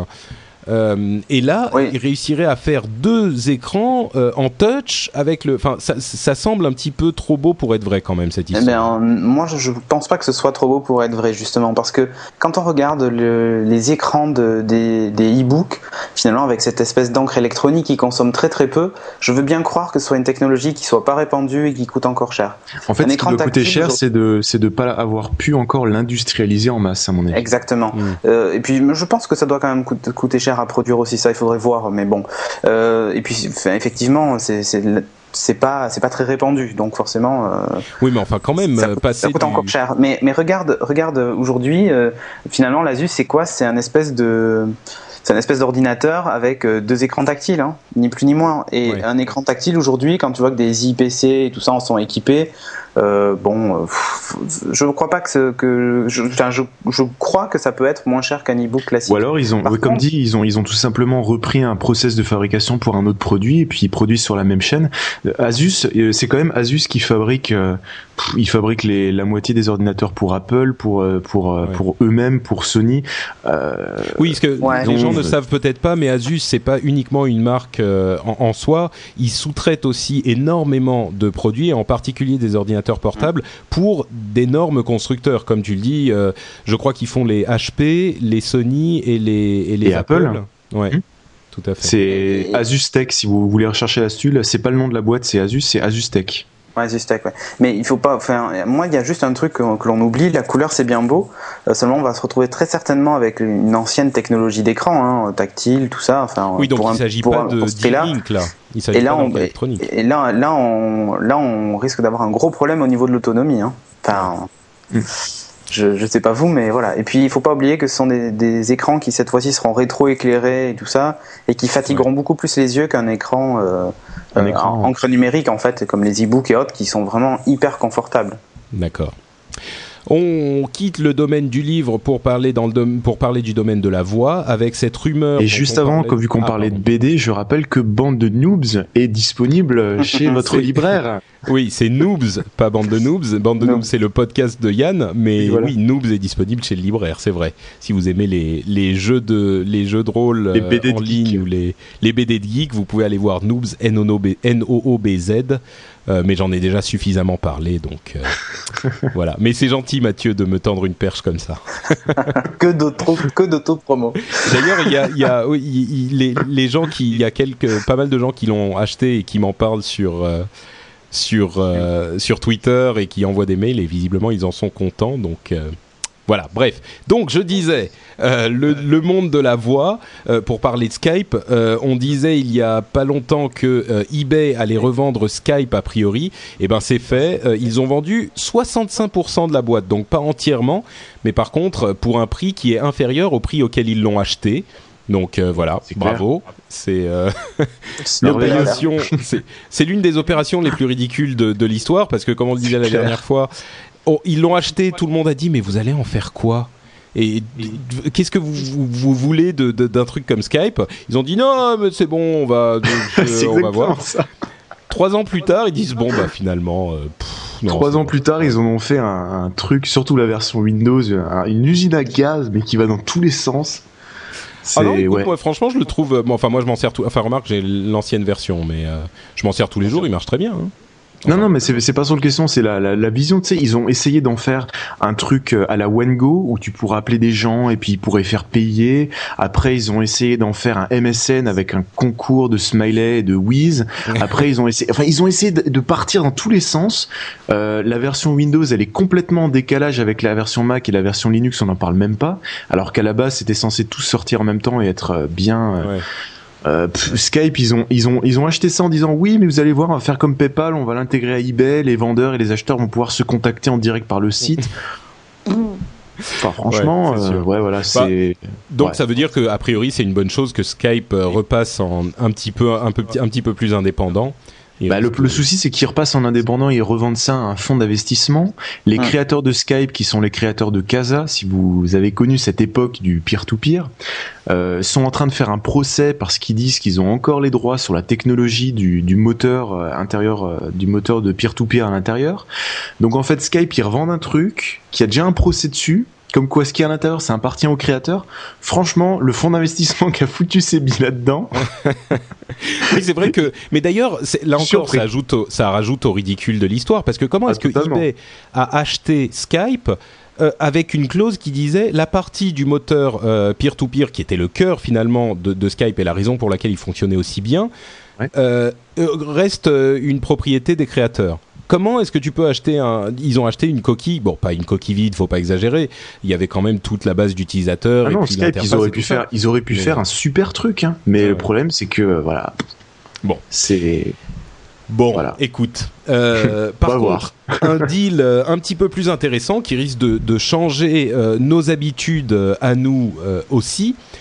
Euh, et là, oui. il réussirait à faire deux écrans euh, en touch avec le. Enfin, ça, ça semble un petit peu trop beau pour être vrai quand même cette histoire. Eh bien, moi, je ne pense pas que ce soit trop beau pour être vrai justement, parce que quand on regarde le, les écrans de, des, des e-books, finalement, avec cette espèce d'encre électronique qui consomme très très peu, je veux bien croire que ce soit une technologie qui soit pas répandue et qui coûte encore cher. En fait, un ce qui doit coûter cher, c'est de c'est de pas avoir pu encore l'industrialiser en masse, à mon avis. Exactement. Mmh. Euh, et puis, je pense que ça doit quand même coûter, coûter cher à produire aussi, ça il faudrait voir, mais bon. Euh, et puis effectivement, c'est, c'est, c'est pas c'est pas très répandu, donc forcément. Euh, oui, mais enfin quand même, ça coûte, passer ça coûte du... encore cher. Mais mais regarde regarde aujourd'hui, euh, finalement l'Asus c'est quoi ? C'est un espèce de C'est un espèce d'ordinateur avec deux écrans tactiles, hein, ni plus ni moins. Et ouais. un écran tactile aujourd'hui, quand tu vois que des I P C et tout ça en sont équipés, Euh, bon, pff, je ne crois pas que, ce, que je, je, je crois que ça peut être moins cher qu'un e-book classique. Ou alors ils ont, oui, comme contre, dit, ils ont ils ont tout simplement repris un process de fabrication pour un autre produit et puis ils produisent sur la même chaîne. Asus, c'est quand même Asus qui fabrique, euh, ils fabriquent les la moitié des ordinateurs pour Apple, pour pour ouais. pour eux-mêmes, pour Sony. Euh, oui, parce que ouais. les donc, gens ne savent peut-être pas, mais Asus c'est pas uniquement une marque euh, en, en soi. Ils sous-traitent aussi énormément de produits, en particulier des ordinateurs portables, pour d'énormes constructeurs, comme tu le dis. Euh, je crois qu'ils font les H P, les Sony et les et les et Apple. Apple. Ouais, mmh. Tout à fait. C'est Asus Tech. Si vous voulez rechercher la stule, c'est pas le nom de la boîte, c'est Asus, c'est Asus Tech. Ouais, Asus Tech, ouais. Mais il faut pas. Enfin, moi, il y a juste un truc que, que l'on oublie. La couleur, c'est bien beau. Euh, seulement, on va se retrouver très certainement avec une ancienne technologie d'écran, hein, tactile, tout ça. Enfin, oui, donc pour il ne s'agit pas de D-Link là. Il s'agit et là, pas on, d'électronique. Et là, là, on, là, on risque d'avoir un gros problème au niveau de l'autonomie. Hein. Enfin, mm. je, je sais pas vous, mais voilà. Et puis, il faut pas oublier que ce sont des, des écrans qui cette fois-ci seront rétro-éclairés et tout ça, et qui fatigueront ouais. beaucoup plus les yeux qu'un écran. Euh, Un écran euh, encre numérique en fait, comme les e-books et autres qui sont vraiment hyper confortables. D'accord. On quitte le domaine du livre pour parler, dans le dom- pour parler du domaine de la voix avec cette rumeur. Et juste avant, parlait... vu qu'on ah, parlait pardon. de B D, je rappelle que Bande de Noobs est disponible chez votre libraire. Oui, c'est Noobs, pas Bande de Noobs. Bande de Noobs, Noobs c'est le podcast de Yann, mais voilà. Oui, Noobs est disponible chez le libraire, c'est vrai. Si vous aimez les, les, jeux, de, les jeux de rôle les B D en ligne geek. ou les, les B D de geek, vous pouvez aller voir Noobs, N O O B Z. Euh, mais j'en ai déjà suffisamment parlé, donc euh, voilà. Mais c'est gentil, Mathieu, de me tendre une perche comme ça. que d'auto, que d'auto-promo. D'ailleurs, il y a, il y a, oui, il, il, les, les gens qui, il y a quelques, pas mal de gens qui l'ont acheté et qui m'en parlent sur euh, sur euh, sur Twitter et qui envoient des mails et visiblement ils en sont contents, donc. Euh, Voilà, bref. Donc, je disais, euh, le, le monde de la voix, euh, pour parler de Skype, euh, on disait il y a pas longtemps que euh, eBay allait revendre Skype a priori. Eh ben, c'est fait. Euh, ils ont vendu soixante-cinq pour cent de la boîte, donc pas entièrement, mais par contre, pour un prix qui est inférieur au prix auquel ils l'ont acheté. Donc euh, voilà, c'est bravo. Clair. C'est euh, l'opération. c'est, c'est l'une des opérations les plus ridicules de, de l'histoire parce que, comme on le disait la clair. dernière fois. Oh, ils l'ont acheté, tout le monde a dit mais vous allez en faire quoi ? Et qu'est-ce que vous, vous, vous voulez de, de, d'un truc comme Skype ? Ils ont dit non mais c'est bon, on va, donc, euh, on va voir. Ça. Trois ans plus tard, ils disent bon bah finalement. Euh, pff, non, Trois ans bon. plus tard, ils en ont fait un, un truc, surtout la version Windows, un, une usine à gaz mais qui va dans tous les sens. C'est, ah non, écoute, ouais. moi, franchement, je le trouve. Euh, bon, enfin, moi, je m'en sers tout. Enfin, remarque, j'ai l'ancienne version, mais euh, je m'en sers tous les jours. Il marche très bien. Hein. Non, non, mais c'est, c'est pas sur le question, c'est la, la, la vision, tu sais, ils ont essayé d'en faire un truc à la Wengo, où tu pourras appeler des gens et puis ils pourraient faire payer. Après, ils ont essayé d'en faire un M S N avec un concours de smiley et de whiz. Après, ils ont essayé, enfin, ils ont essayé de, de partir dans tous les sens. Euh, la version Windows, elle est complètement en décalage avec la version Mac et la version Linux, on n'en parle même pas. Alors qu'à la base, c'était censé tous sortir en même temps et être bien, euh, ouais. Euh, pff, Skype, ils ont, ils ont, ils ont acheté ça en disant oui, mais vous allez voir, on va faire comme PayPal, on va l'intégrer à eBay, les vendeurs et les acheteurs vont pouvoir se contacter en direct par le site. Enfin, franchement, ouais, euh, ouais voilà, c'est. Bah, donc ouais. ça veut dire que a priori c'est une bonne chose que Skype euh, repasse en un petit peu, un peu, un petit peu plus indépendant. Bah, le, le souci, c'est qu'ils repassent en indépendant et ils revendent ça à un fonds d'investissement. Les ouais. créateurs de Skype, qui sont les créateurs de Casa, si vous avez connu cette époque du peer-to-peer, euh, sont en train de faire un procès parce qu'ils disent qu'ils ont encore les droits sur la technologie du, du moteur euh, intérieur, euh, du moteur de peer-to-peer à l'intérieur. Donc en fait, Skype, ils revendent un truc qui a déjà un procès dessus. Comme quoi, ce qui est à l'intérieur, ça appartient au créateur. Franchement, le fonds d'investissement qui a foutu ses billes là-dedans. Oui, c'est vrai que. Mais d'ailleurs, c'est, là encore, ça, ajoute au, ça rajoute au ridicule de l'histoire. Parce que comment ah, est-ce totalement. que eBay a acheté Skype euh, avec une clause qui disait la partie du moteur euh, peer-to-peer, qui était le cœur finalement de, de Skype et la raison pour laquelle il fonctionnait aussi bien, ouais. euh, reste une propriété des créateurs. Comment est-ce que tu peux acheter un... Ils ont acheté une coquille, bon, pas une coquille vide, faut pas exagérer. Il y avait quand même toute la base d'utilisateurs. Ah et non, puis Skype, ils auraient pu faire, ils auraient pu mais... faire un super truc, hein. Mais ouais. le problème, c'est que voilà. Bon, c'est bon. Voilà. Écoute, euh, par contre, un deal euh, un petit peu plus intéressant qui risque de, de changer euh, nos habitudes euh, à nous euh, aussi.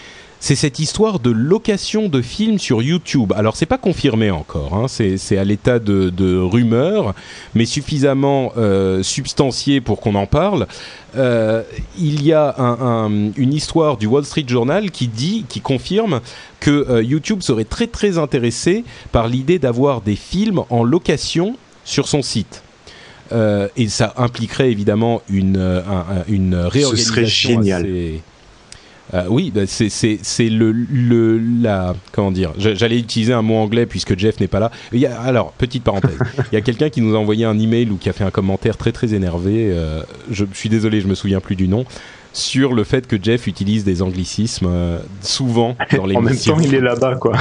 c'est cette histoire de location de films sur YouTube. Alors c'est pas confirmé encore, hein, c'est, c'est à l'état de, de rumeur, mais suffisamment euh, substantié pour qu'on en parle. Euh, il y a un, un, une histoire du Wall Street Journal qui dit, qui confirme que euh, YouTube serait très très intéressé par l'idée d'avoir des films en location sur son site. Euh, et ça impliquerait évidemment une, un, une réorganisation. Ce serait génial. Assez... Euh, oui, bah c'est c'est c'est le le la comment dire. J'allais utiliser un mot anglais puisque Jeff n'est pas là. Il y a, alors petite parenthèse. Il y a quelqu'un qui nous a envoyé un email ou qui a fait un commentaire très très énervé. Euh, je, je suis désolé, je me souviens plus du nom. Sur le fait que Jeff utilise des anglicismes euh, souvent dans les. En même temps, il est là-bas, quoi.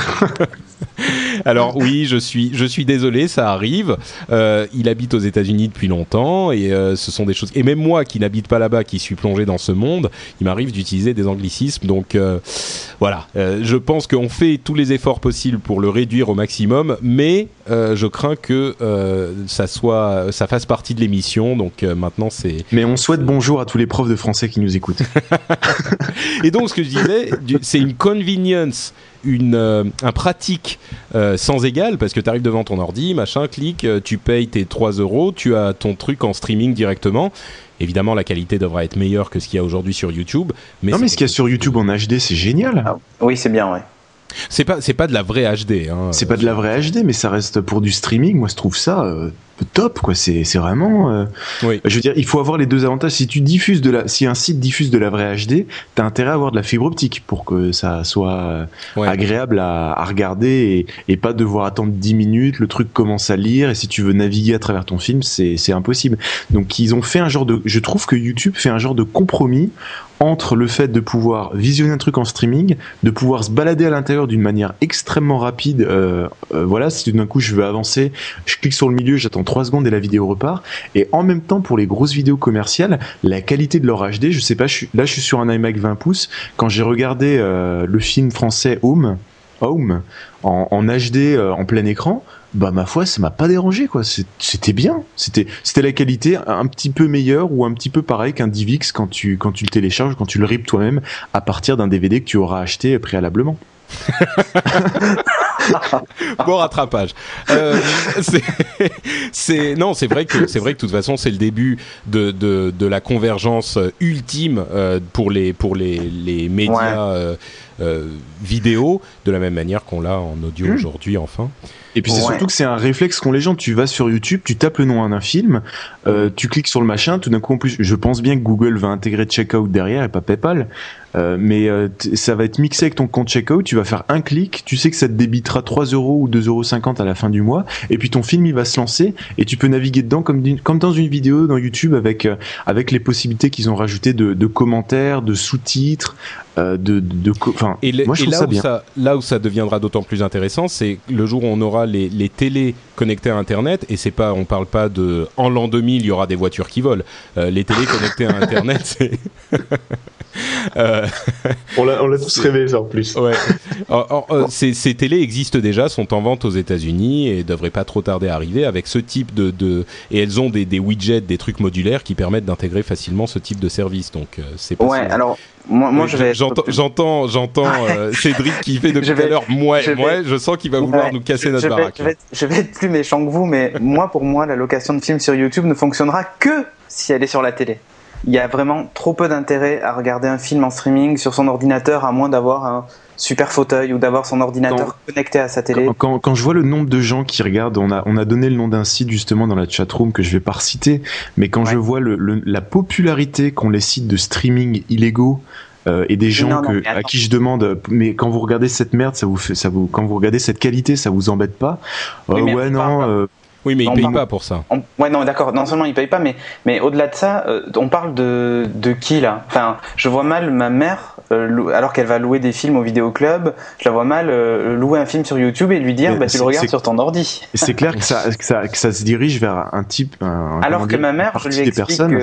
Alors oui, je suis, je suis désolé, ça arrive. Euh, il habite aux États-Unis depuis longtemps et euh, ce sont des choses. Et même moi, qui n'habite pas là-bas, qui suis plongé dans ce monde, il m'arrive d'utiliser des anglicismes. Donc euh, voilà, euh, je pense qu'on fait tous les efforts possibles pour le réduire au maximum, mais euh, je crains que euh, ça soit, ça fasse partie de l'émission. Donc euh, maintenant, c'est. Mais on souhaite bonjour à tous les profs de français qui nous écoutent. Et donc, ce que je disais, c'est une convenience. Une, euh, un pratique euh, sans égal, parce que tu arrives devant ton ordi, machin, clique, euh, tu payes tes trois euros, tu as ton truc en streaming directement. Évidemment, la qualité devra être meilleure que ce qu'il y a aujourd'hui sur YouTube. Mais non, mais ce qu'il y a sur YouTube en H D, c'est génial. Ah, oui, c'est bien, ouais. C'est pas, c'est pas de la vraie H D. Hein, c'est pas de la vraie H D, mais ça reste pour du streaming. Moi, je trouve ça euh, top, quoi. C'est, c'est vraiment. Euh, oui. Je veux dire, il faut avoir les deux avantages. Si tu diffuses de la, si un site diffuse de la vraie H D, t'as intérêt à avoir de la fibre optique pour que ça soit euh, ouais. agréable à, à regarder et, et pas devoir attendre dix minutes. Le truc commence à lire et si tu veux naviguer à travers ton film, c'est, c'est impossible. Donc, ils ont fait un genre de. Je trouve que YouTube fait un genre de compromis entre le fait de pouvoir visionner un truc en streaming, de pouvoir se balader à l'intérieur d'une manière extrêmement rapide. Euh, euh, voilà, si d'un coup je veux avancer, je clique sur le milieu, j'attends trois secondes et la vidéo repart. Et en même temps, pour les grosses vidéos commerciales, la qualité de leur H D, je sais pas, je suis, là je suis sur un iMac vingt pouces. Quand j'ai regardé euh, le film français Home, Home en, en H D euh, en plein écran, bah ma foi, ça m'a pas dérangé, quoi. C'était bien. C'était c'était la qualité un petit peu meilleure ou un petit peu pareil qu'un DivX quand tu quand tu le télécharges, quand tu le rips toi-même à partir d'un D V D que tu auras acheté préalablement. Bon rattrapage. Euh, c'est, c'est non, c'est vrai que c'est vrai que de toute façon c'est le début de de de la convergence ultime euh, pour les pour les les médias ouais. euh, euh, vidéo de la même manière qu'on l'a en audio mmh. aujourd'hui enfin. Et puis c'est ouais. surtout que c'est un réflexe qu'ont les gens. Tu vas sur YouTube, tu tapes le nom d'un film, euh, tu cliques sur le machin, tout d'un coup en plus, je pense bien que Google va intégrer Checkout derrière et pas PayPal, euh, mais euh, t- ça va être mixé avec ton compte Checkout, tu vas faire un clic, tu sais que ça te débitera trois euros ou deux euros cinquante à la fin du mois, et puis ton film il va se lancer et tu peux naviguer dedans comme, comme dans une vidéo dans YouTube avec, euh, avec les possibilités qu'ils ont rajoutées de, de commentaires, de sous-titres, euh, de, de, enfin, et, le, moi je et trouve là ça où bien. Ça, là où ça deviendra d'autant plus intéressant, c'est le jour où on aura les, les télés connectées à Internet, et c'est pas, on parle pas de en l'an deux mille il y aura des voitures qui volent. Euh, les télés connectées à Internet, c'est euh... on l'a, on l'a tous rêvé ça en plus. Ouais. Alors, alors, euh, ces, ces télés existent déjà, sont en vente aux États-Unis et devraient pas trop tarder à arriver avec ce type de, de... et elles ont des, des widgets, des trucs modulaires qui permettent d'intégrer facilement ce type de service. Donc euh, c'est pas. Ouais. Alors moi, moi oui, je vais. J'entends, être... j'entends, j'entends euh, Cédric qui fait depuis tout à l'heure. Moi, je, moi, je sens qu'il va vouloir ouais, nous casser je, notre je baraque. Vais, je, vais être, je vais être plus méchant que vous, mais moi, pour moi, la location de films sur YouTube ne fonctionnera que si elle est sur la télé. Il y a vraiment trop peu d'intérêt à regarder un film en streaming sur son ordinateur, à moins d'avoir un super fauteuil ou d'avoir son ordinateur quand, connecté à sa télé. Quand, quand, quand je vois le nombre de gens qui regardent, on a, on a donné le nom d'un site justement dans la chatroom que je vais pas reciter, mais quand ouais. je vois le, le, la popularité qu'ont les sites de streaming illégaux, Euh, et des gens non, que, non, à qui je demande, mais quand vous regardez cette merde, ça vous fait, ça vous, quand vous regardez cette qualité, ça vous embête pas? Oui, euh, ouais, non. Euh, oui, mais ils payent pas pour ça. On, ouais, non, d'accord. Non seulement ils payent pas, mais, mais au-delà de ça, euh, on parle de, de qui là? Enfin, je vois mal ma mère, euh, lou- alors qu'elle va louer des films au vidéoclub, je la vois mal euh, louer un film sur YouTube et lui dire, bah tu le regardes sur ton ordi. C'est clair que ça, que ça, que ça se dirige vers un type. Un, alors que dire, ma mère, je lui explique que.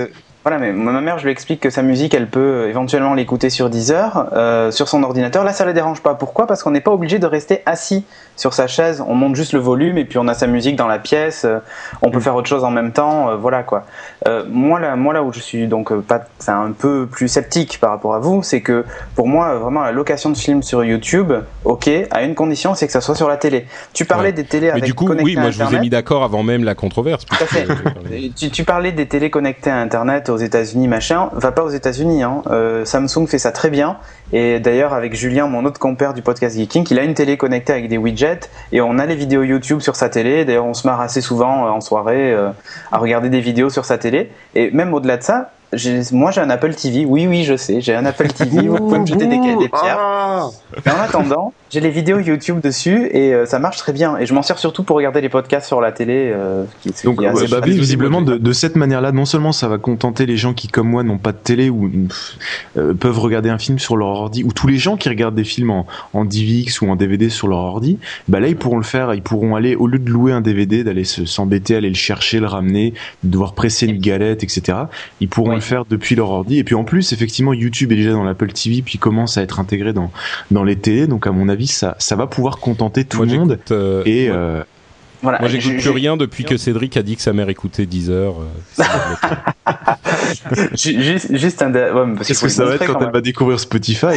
Voilà, mais ma mère, je lui explique que sa musique, elle peut éventuellement l'écouter sur Deezer, euh, sur son ordinateur. Là, ça la dérange pas. Pourquoi ? Parce qu'on n'est pas obligé de rester assis sur sa chaise. On monte juste le volume et puis on a sa musique dans la pièce. Euh, on peut faire autre chose en même temps. Euh, voilà quoi. Euh, moi, là, moi, là où je suis donc euh, pas, c'est un peu plus sceptique par rapport à vous, c'est que pour moi, euh, vraiment, la location de films sur YouTube, ok, à une condition, c'est que ça soit sur la télé. Tu parlais ouais. des télés avec Mais du coup, oui, moi, je vous ai mis d'accord avant même la controverse. Tout à fait. tu, tu parlais des télés connectées à Internet aux États-Unis, machin. Va pas aux États-Unis. Hein. Euh, Samsung fait ça très bien. Et d'ailleurs, avec Julien, mon autre compère du podcast Geeking, il a une télé connectée avec des widgets et on a les vidéos YouTube sur sa télé. D'ailleurs, on se marre assez souvent euh, en soirée euh, à regarder des vidéos sur sa télé. Et même au-delà de ça, j'ai, moi j'ai un Apple T V. Oui, oui, je sais, j'ai un Apple T V. Vous pouvez me jeter des, des pierres. Ah Mais en attendant, j'ai les vidéos YouTube dessus et euh, ça marche très bien. Et je m'en sers surtout pour regarder les podcasts sur la télé. Euh, qui, Donc, qui ouais, bah, visiblement, de, de cette manière-là, non seulement ça va contenter les gens qui, comme moi, n'ont pas de télé ou euh, peuvent regarder un film sur leur ordi, ou tous les gens qui regardent des films en, en D V X ou en D V D sur leur ordi, bah là, ils pourront le faire. Ils pourront aller, au lieu de louer un D V D, d'aller se, s'embêter, aller le chercher, le ramener, de devoir presser une galette, et cetera. Ils pourront oui. le faire depuis leur ordi. Et puis en plus, effectivement, YouTube est déjà dans l'Apple T V, puis commence à être intégré dans dans les télés. Donc à mon avis, ça ça va pouvoir contenter tout Moi, le monde. Euh, et ouais. euh, voilà. Moi, j'écoute plus rien depuis que Cédric a dit que sa mère écoutait Deezer. Euh, juste, juste un. Ouais, parce Qu'est-ce que ça va être quand, quand elle va découvrir Spotify?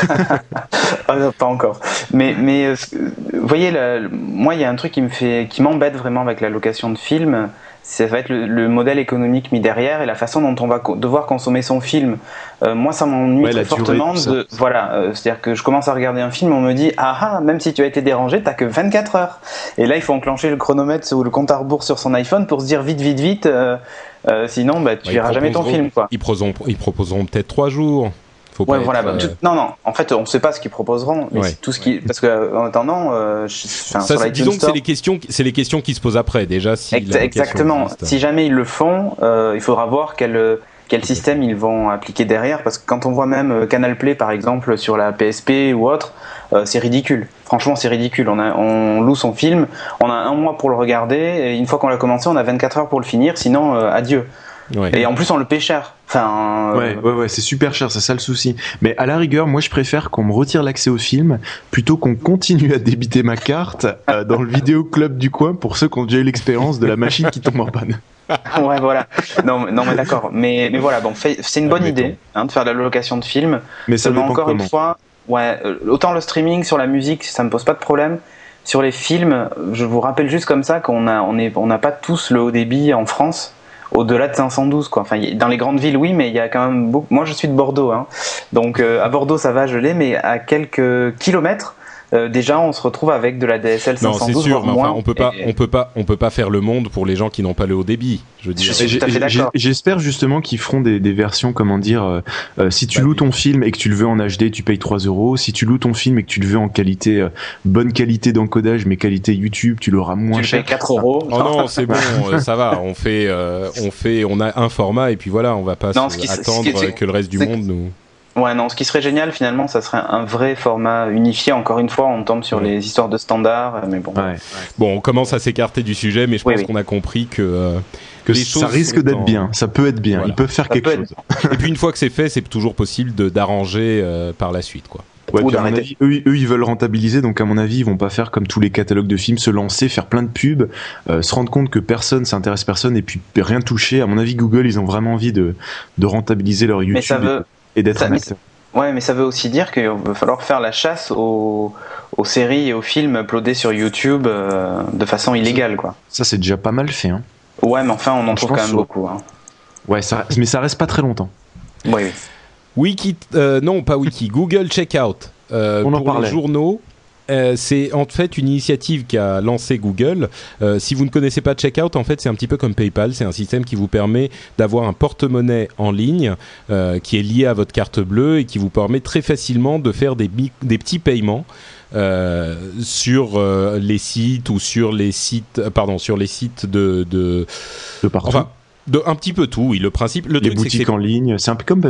Ah, non, pas encore. Mais, mais, euh, vous voyez, là, moi, il y a un truc qui me fait, qui m'embête vraiment avec la location de films. Ça va être le, le modèle économique mis derrière et la façon dont on va co- devoir consommer son film. Euh, moi, ça m'ennuie ouais, très fortement. De, voilà, euh, c'est-à-dire que je commence à regarder un film, on me dit ah ah, même si tu as été dérangé, t'as que vingt-quatre heures. Et là, il faut enclencher le chronomètre ou le compte à rebours sur son iPhone pour se dire vite, vite, vite. Euh, euh, sinon, bah, tu ouais, verras jamais ton film, quoi. Ils proposeront, ils proposeront peut-être trois jours. Faut ouais, pas voilà. être, Bah, euh... tout, non, non. En fait, on ne sait pas ce qu'ils proposeront, mais ouais. c'est tout ce qui, parce que en attendant, euh, je, ça, c'est, disons que c'est les questions, c'est les questions qui se posent après déjà. Si Ex- exactement. Existe. Si jamais ils le font, euh, il faudra voir quel quel système ils vont appliquer derrière, parce que quand on voit même Canal Play par exemple sur la P S P ou autre, euh, c'est ridicule. Franchement, c'est ridicule. On a, on loue son film, on a un mois pour le regarder, et une fois qu'on l'a commencé, on a vingt-quatre heures pour le finir. Sinon, euh, adieu. Ouais. Et en plus on le paie cher. Enfin, euh... ouais, ouais, ouais, c'est super cher, c'est ça le souci. Mais à la rigueur, moi je préfère qu'on me retire l'accès au film plutôt qu'on continue à débiter ma carte euh, dans le vidéo club du coin pour ceux qui ont déjà eu l'expérience de la machine qui tombe en panne. Ouais, voilà. Non, non, mais d'accord. Mais, mais voilà, bon, fait, c'est une bonne ah, idée hein, de faire de la location de films. Mais ça dépend encore comment. Une fois, ouais, autant le streaming sur la musique, ça me pose pas de problème. Sur les films, je vous rappelle juste comme ça qu'on a, on est, on n'a pas tous le haut débit en France. Au-delà de cinq cent douze, quoi. Enfin, dans les grandes villes, oui, mais il y a quand même beaucoup. Moi, je suis de Bordeaux, hein. Donc euh, à Bordeaux, ça va, je l'ai, mais à quelques kilomètres, euh, déjà, on se retrouve avec de la D S L cinq cent douze. Non, c'est sûr, mais moins, enfin, on peut pas, et... on peut pas, on peut pas faire le monde pour les gens qui n'ont pas le haut débit. Je veux dire. Je suis tout à fait d'accord. J'espère justement qu'ils feront des, des versions, comment dire, euh, euh, si tu bah, loues ton film et que tu le veux en H D, tu payes trois euros. Si tu loues ton film et que tu le veux en qualité, euh, bonne qualité d'encodage, mais qualité YouTube, tu l'auras moins tu cher. Tu payes quatre euros. Oh non, c'est bon, euh, ça va. On fait, euh, on fait, on a un format et puis voilà, on va pas non, attendre ce qui, que le reste du monde nous. Ouais, non, ce qui serait génial finalement, ça serait un vrai format unifié. Encore une fois, on tombe sur ouais. les histoires de standards, mais bon. Ouais. Bon, on commence à s'écarter du sujet, mais je oui, pense oui. qu'on a compris que, euh, que les ça risque d'être en... bien. Ça peut être bien. Voilà. Ils peuvent faire ça quelque chose. Être... Et puis une fois que c'est fait, c'est toujours possible de, d'arranger euh, par la suite, quoi. Ouais, puis à mon avis, eux, eux, ils veulent rentabiliser, donc à mon avis, ils vont pas faire comme tous les catalogues de films, se lancer, faire plein de pubs, euh, se rendre compte que personne, ça intéresse personne, et puis rien toucher. À mon avis, Google, ils ont vraiment envie de, de rentabiliser leur YouTube mais ça veut... et, et d'être ça, un acteur. Ouais, mais ça veut aussi dire qu'il va falloir faire la chasse aux, aux séries et aux films uploadés sur YouTube euh, de façon illégale, quoi. Ça, c'est déjà pas mal fait, hein. Ouais, mais enfin, on en trouve quand même sur... beaucoup, hein. Ouais, ça, mais ça reste pas très longtemps. Oui, oui. Wiki, euh, non, pas Wiki, Google Checkout. Euh, on en pour parlait. Les journaux. Euh, c'est en fait une initiative qu'a lancée Google. Euh, si vous ne connaissez pas Checkout, en fait, c'est un petit peu comme PayPal. C'est un système qui vous permet d'avoir un porte-monnaie en ligne euh, qui est lié à votre carte bleue et qui vous permet très facilement de faire des, bi- des petits paiements euh, sur euh, les sites ou sur les sites, euh, pardon, sur les sites de de, de partout. Enfin, de un petit peu tout. Oui, le principe. Le les truc, boutiques c'est que c'est... en ligne, c'est un peu comme PayPal.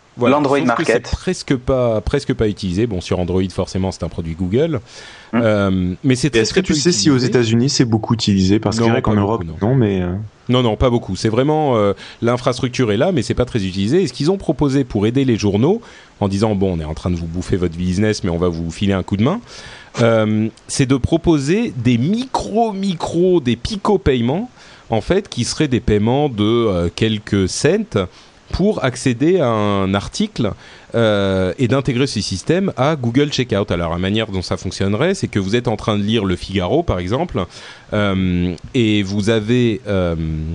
Voilà, L'Android sauf Market. Que c'est presque pas, presque pas utilisé. Bon, sur Android, forcément, c'est un produit Google. Hum. Euh, mais c'est très, Est-ce que très tu sais utilisé. si aux États-Unis c'est beaucoup utilisé? Parce que non, je dirais qu'en Europe, beaucoup, non. non, mais. Euh... Non, non, pas beaucoup. C'est vraiment euh, l'infrastructure est là, mais c'est pas très utilisé. Et ce qu'ils ont proposé pour aider les journaux, en disant bon, on est en train de vous bouffer votre business, mais on va vous filer un coup de main, euh, c'est de proposer des micro, micro, des pico-paiements, en fait, qui seraient des paiements de euh, quelques cents pour accéder à un article euh, et d'intégrer ce système à Google Checkout. Alors, la manière dont ça fonctionnerait, c'est que vous êtes en train de lire Le Figaro, par exemple, euh, et vous avez... Euh,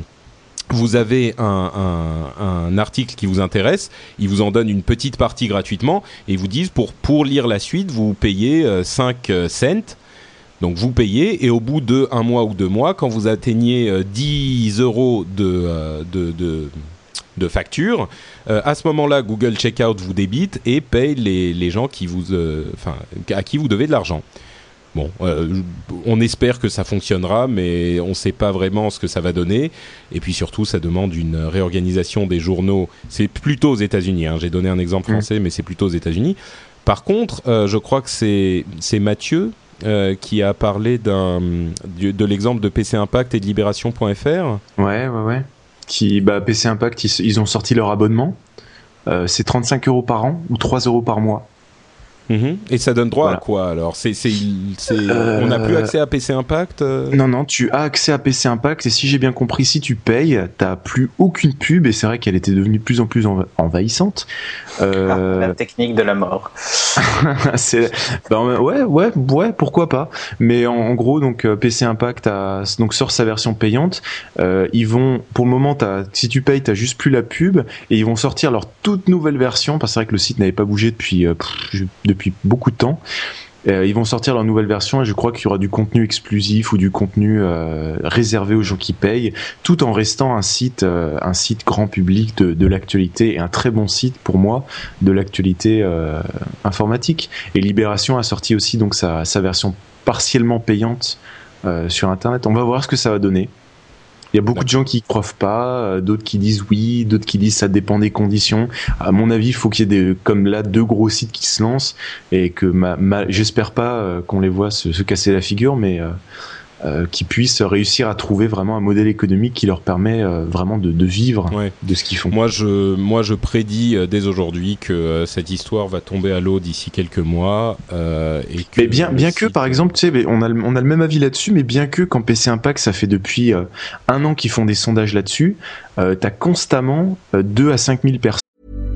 vous avez un, un, un article qui vous intéresse, ils vous en donnent une petite partie gratuitement, et ils vous disent, pour, pour lire la suite, vous payez euh, cinq cents. Donc vous payez, et au bout de un mois ou deux mois, quand vous atteignez euh, dix euros de... Euh, de, de de facture, euh, à ce moment-là, Google Checkout vous débite et paye les, les gens qui vous, enfin, euh, à qui vous devez de l'argent. Bon, euh, on espère que ça fonctionnera, mais on ne sait pas vraiment ce que ça va donner. Et puis surtout, ça demande une réorganisation des journaux. C'est plutôt aux États-Unis. Hein. J'ai donné un exemple français, mmh. mais c'est plutôt aux États-Unis. Par contre, euh, je crois que c'est, c'est Mathieu euh, qui a parlé d'un, de, de l'exemple de P C Impact et de Libération point F R. Ouais, ouais, ouais. Qui, bah, P C Impact, ils, ils ont sorti leur abonnement. Euh, c'est trente-cinq euros par an ou trois euros par mois. Mmh. Et ça donne droit voilà. à quoi alors c'est, c'est, c'est, euh... On n'a plus accès à P C Impact euh... Non, non, tu as accès à P C Impact et si j'ai bien compris, si tu payes, t'as plus aucune pub et c'est vrai qu'elle était devenue de plus en plus env- envahissante. Euh... La technique de la mort. c'est... Ben, ouais, ouais, ouais, pourquoi pas. Mais en, en gros, donc P C Impact a, donc, sort sa version payante. Euh, ils vont, pour le moment, t'as, si tu payes, t'as juste plus la pub et ils vont sortir leur toute nouvelle version parce que c'est vrai que le site n'avait pas bougé depuis, euh, pff, depuis depuis beaucoup de temps. Euh, ils vont sortir leur nouvelle version et je crois qu'il y aura du contenu exclusif ou du contenu euh, réservé aux gens qui payent, tout en restant un site, euh, un site grand public de, de l'actualité et un très bon site pour moi de l'actualité euh, informatique. Et Libération a sorti aussi donc sa, sa version partiellement payante euh, sur Internet. On va voir ce que ça va donner. Il y a beaucoup de gens qui y croient pas, d'autres qui disent oui, d'autres qui disent ça dépend des conditions. À mon avis, il faut qu'il y ait des, comme là, deux gros sites qui se lancent et que ma, ma, j'espère pas euh, qu'on les voit se, se casser la figure, mais euh, euh, qu'ils puissent réussir à trouver vraiment un modèle économique qui leur permet euh, vraiment de, de vivre ouais. de ce qu'ils font. Moi, je, moi, je prédis euh, dès aujourd'hui que euh, cette histoire va tomber à l'eau d'ici quelques mois. Euh, et que mais bien, bien site... que, par exemple, tu sais, on a, on a le même avis là-dessus, mais bien que quand P C Impact, ça fait depuis euh, un an qu'ils font des sondages là-dessus, euh, t'as constamment euh, deux à cinq mille personnes.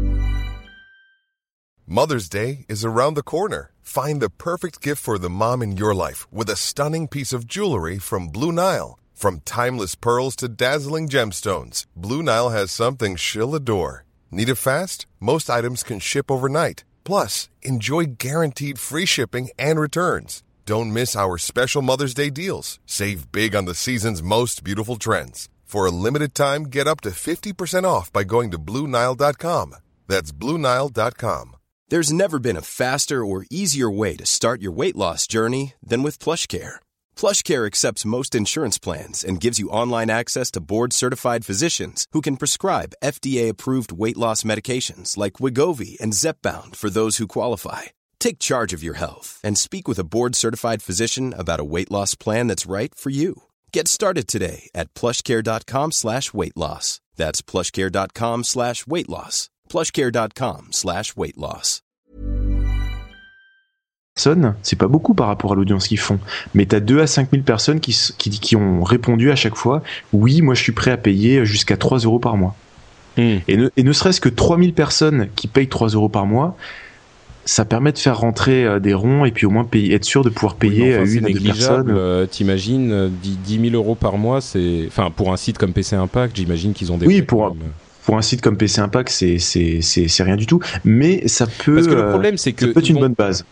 Mother's Day is around the corner. Find the perfect gift for the mom in your life with a stunning piece of jewelry from Blue Nile. From timeless pearls to dazzling gemstones, Blue Nile has something she'll adore. Need it fast? Most items can ship overnight. Plus, enjoy guaranteed free shipping and returns. Don't miss our special Mother's Day deals. Save big on the season's most beautiful trends. For a limited time, get up to fifty percent off by going to Blue Nile dot com. That's Blue Nile dot com. There's never been a faster or easier way to start your weight loss journey than with PlushCare. PlushCare accepts most insurance plans and gives you online access to board-certified physicians who can prescribe F D A-approved weight loss medications like Wegovy and Zepbound for those who qualify. Take charge of your health and speak with a board-certified physician about a weight loss plan that's right for you. Get started today at plushcare.com slash weight loss. That's plushcare.com slash weight loss. plushcare.com slash weight loss. C'est pas beaucoup par rapport à l'audience qu'ils font, mais t'as deux à cinq mille personnes qui, qui, qui ont répondu à chaque fois oui, moi je suis prêt à payer jusqu'à trois euros par mois. Mmh. Et, ne, et ne serait-ce que trois mille personnes qui payent trois euros par mois, ça permet de faire rentrer euh, des ronds et puis au moins payer, être sûr de pouvoir payer oui, enfin, une à deux personnes. Euh, t'imagines euh, dix mille euros par mois, c'est, enfin pour un site comme P C Impact, j'imagine qu'ils ont des. Oui, pour. Comme... Pour un site comme P C Impact, c'est, c'est, c'est, c'est rien du tout, mais ça peut, Parce que le problème, c'est que ça peut être une vont... bonne base.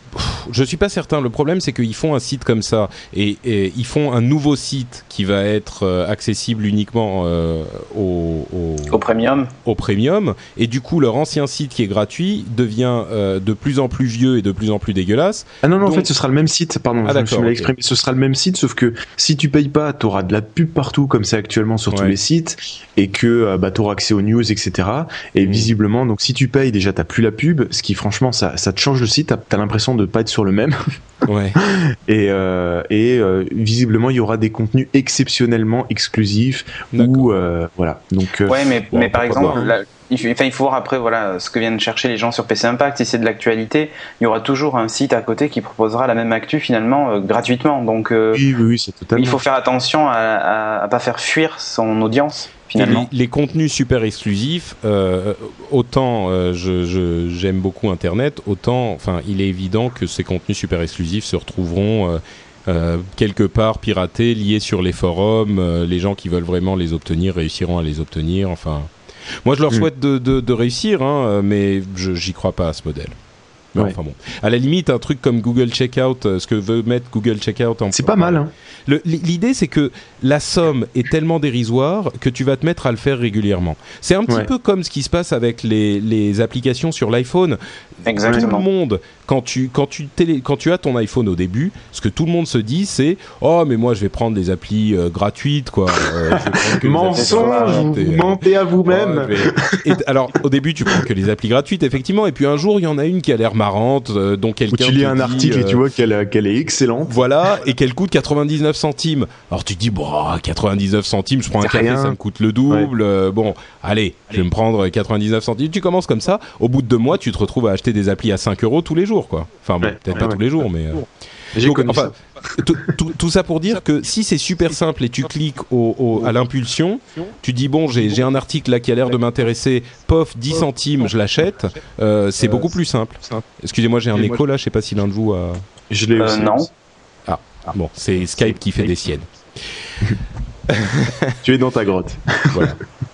je suis pas certain. Le problème, c'est qu'ils font un site comme ça et, et ils font un nouveau site qui va être euh, accessible uniquement euh, au, au, au premium. Au premium. Et du coup, leur ancien site qui est gratuit devient euh, de plus en plus vieux et de plus en plus dégueulasse. Ah non, non, Donc... en fait, ce sera le même site. Pardon, ah, je me suis mal okay. exprimé. Ce sera le même site, sauf que si tu payes pas, t'auras de la pub partout, comme c'est actuellement sur ouais. tous les sites, et que bah, t'auras accès aux news, et cetera. Et mmh. visiblement, donc si tu payes, déjà, t'as plus la pub, ce qui, franchement, ça, ça te change le site. T'as, t'as l'impression de pas être sur le même. Ouais. et euh, et euh, visiblement il y aura des contenus exceptionnellement exclusifs ou euh, voilà donc euh, ouais mais bon, mais par exemple là, il, faut, enfin, il faut voir après voilà ce que viennent chercher les gens sur P C Impact. Si c'est de l'actualité, il y aura toujours un site à côté qui proposera la même actu finalement euh, gratuitement, donc euh, oui, oui, oui, c'est totalement... il faut faire attention à, à, à pas faire fuir son audience. Finalement. Les, les contenus super exclusifs, euh, autant euh, je, je, j'aime beaucoup Internet, autant enfin, il est évident que ces contenus super exclusifs se retrouveront euh, euh, quelque part piratés, liés sur les forums. Euh, les gens qui veulent vraiment les obtenir réussiront à les obtenir. Enfin, moi, je leur souhaite mmh. de, de, de réussir, hein, mais je, j'y crois pas à ce modèle. Mais ouais. Enfin bon, à la limite, un truc comme Google Checkout, ce que veut mettre Google Checkout en c'est pas mal. Hein. Le, l'idée, c'est que la somme est tellement dérisoire que tu vas te mettre à le faire régulièrement. C'est un petit ouais. peu comme ce qui se passe avec les, les applications sur l'iPhone. Exactement. Tout le monde, quand tu, quand, tu télé, quand tu as ton iPhone au début, ce que tout le monde se dit, c'est « Oh, mais moi, je vais prendre des applis euh, gratuites, quoi. Euh, Mensonge, vous mentez à vous-même. Ouais, et, alors, au début, tu prends que les applis gratuites, effectivement, et puis un jour, il y en a une qui a l'air marrante, euh, dont quelqu'un... Où tu lis un dit, article euh, et tu vois qu'elle, qu'elle est excellente. Voilà, et qu'elle coûte quatre-vingt-dix-neuf centimes. Alors, tu te dis, bon, quatre-vingt-dix-neuf centimes, je prends c'est un café, rien. ça me coûte le double. Ouais. Euh, bon, allez, je vais me prendre quatre-vingt-dix-neuf centimes. Tu commences comme ça, au bout de deux mois, tu te retrouves à acheter des applis à cinq euros tous les jours, quoi. Enfin, bon, ouais, peut-être ouais, pas ouais. tous les jours, mais... Euh... J'ai Donc, connu enfin, ça. Tout, tout, tout ça pour dire que si c'est super simple et tu cliques au, au, à l'impulsion, tu dis bon j'ai, j'ai un article là qui a l'air de m'intéresser, pof dix centimes je l'achète, euh, c'est beaucoup plus simple. Excusez-moi j'ai un écho là, je sais pas si l'un de vous a... Je l'ai aussi. Euh, non. Ah bon, c'est Skype qui fait des siennes. Tu es dans ta grotte. Voilà.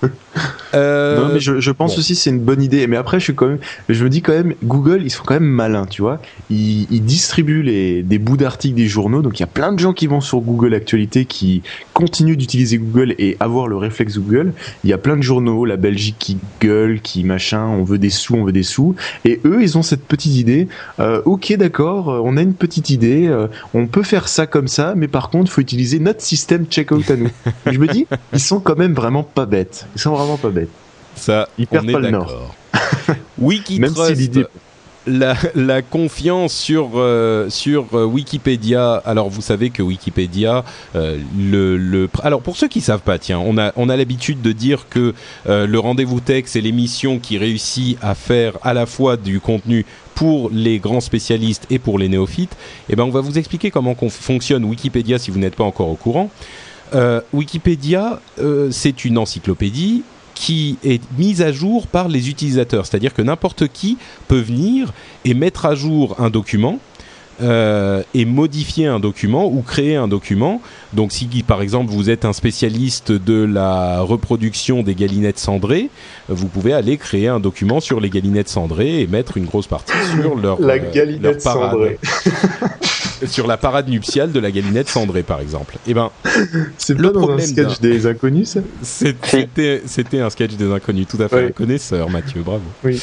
Euh, non mais je, je pense bon. aussi c'est une bonne idée, mais après je suis quand même, je me dis quand même Google ils sont quand même malins, tu vois, ils, ils distribuent les, des bouts d'articles des journaux, donc il y a plein de gens qui vont sur Google Actualité qui continuent d'utiliser Google et avoir le réflexe Google. Il y a plein de journaux, la Belgique qui gueule, qui machin, on veut des sous, on veut des sous, et eux ils ont cette petite idée, euh, ok d'accord, on a une petite idée, euh, on peut faire ça comme ça, mais par contre faut utiliser notre système checkout à nous. Je me dis ils sont quand même vraiment pas bêtes, ils sont vraiment pas bêtes. Ça, ils on est pas le d'accord. Wikitrust, si l'idée... la, la confiance sur, euh, sur euh, Wikipédia. Alors, vous savez que Wikipédia, euh, le, le... Alors, pour ceux qui ne savent pas, tiens, on a, on a l'habitude de dire que euh, le Rendez-vous Tech, c'est l'émission qui réussit à faire à la fois du contenu pour les grands spécialistes et pour les néophytes. Eh ben, on va vous expliquer comment qu'on fonctionne Wikipédia si vous n'êtes pas encore au courant. Euh, Wikipédia, euh, c'est une encyclopédie qui est mise à jour par les utilisateurs. C'est-à-dire que n'importe qui peut venir et mettre à jour un document euh, et modifier un document ou créer un document. Donc si par exemple vous êtes un spécialiste de la reproduction des galinettes cendrées, vous pouvez aller créer un document sur les galinettes cendrées et mettre une grosse partie sur leur, la euh, galinette leur parade. Cendrée. Sur la parade nuptiale de la galinette cendrée, par exemple. Eh ben, c'est pas dans un sketch d'un... des Inconnus, ça c'était, c'était un sketch des Inconnus, tout à fait. Oui. Un connaisseur, Mathieu, bravo. Oui.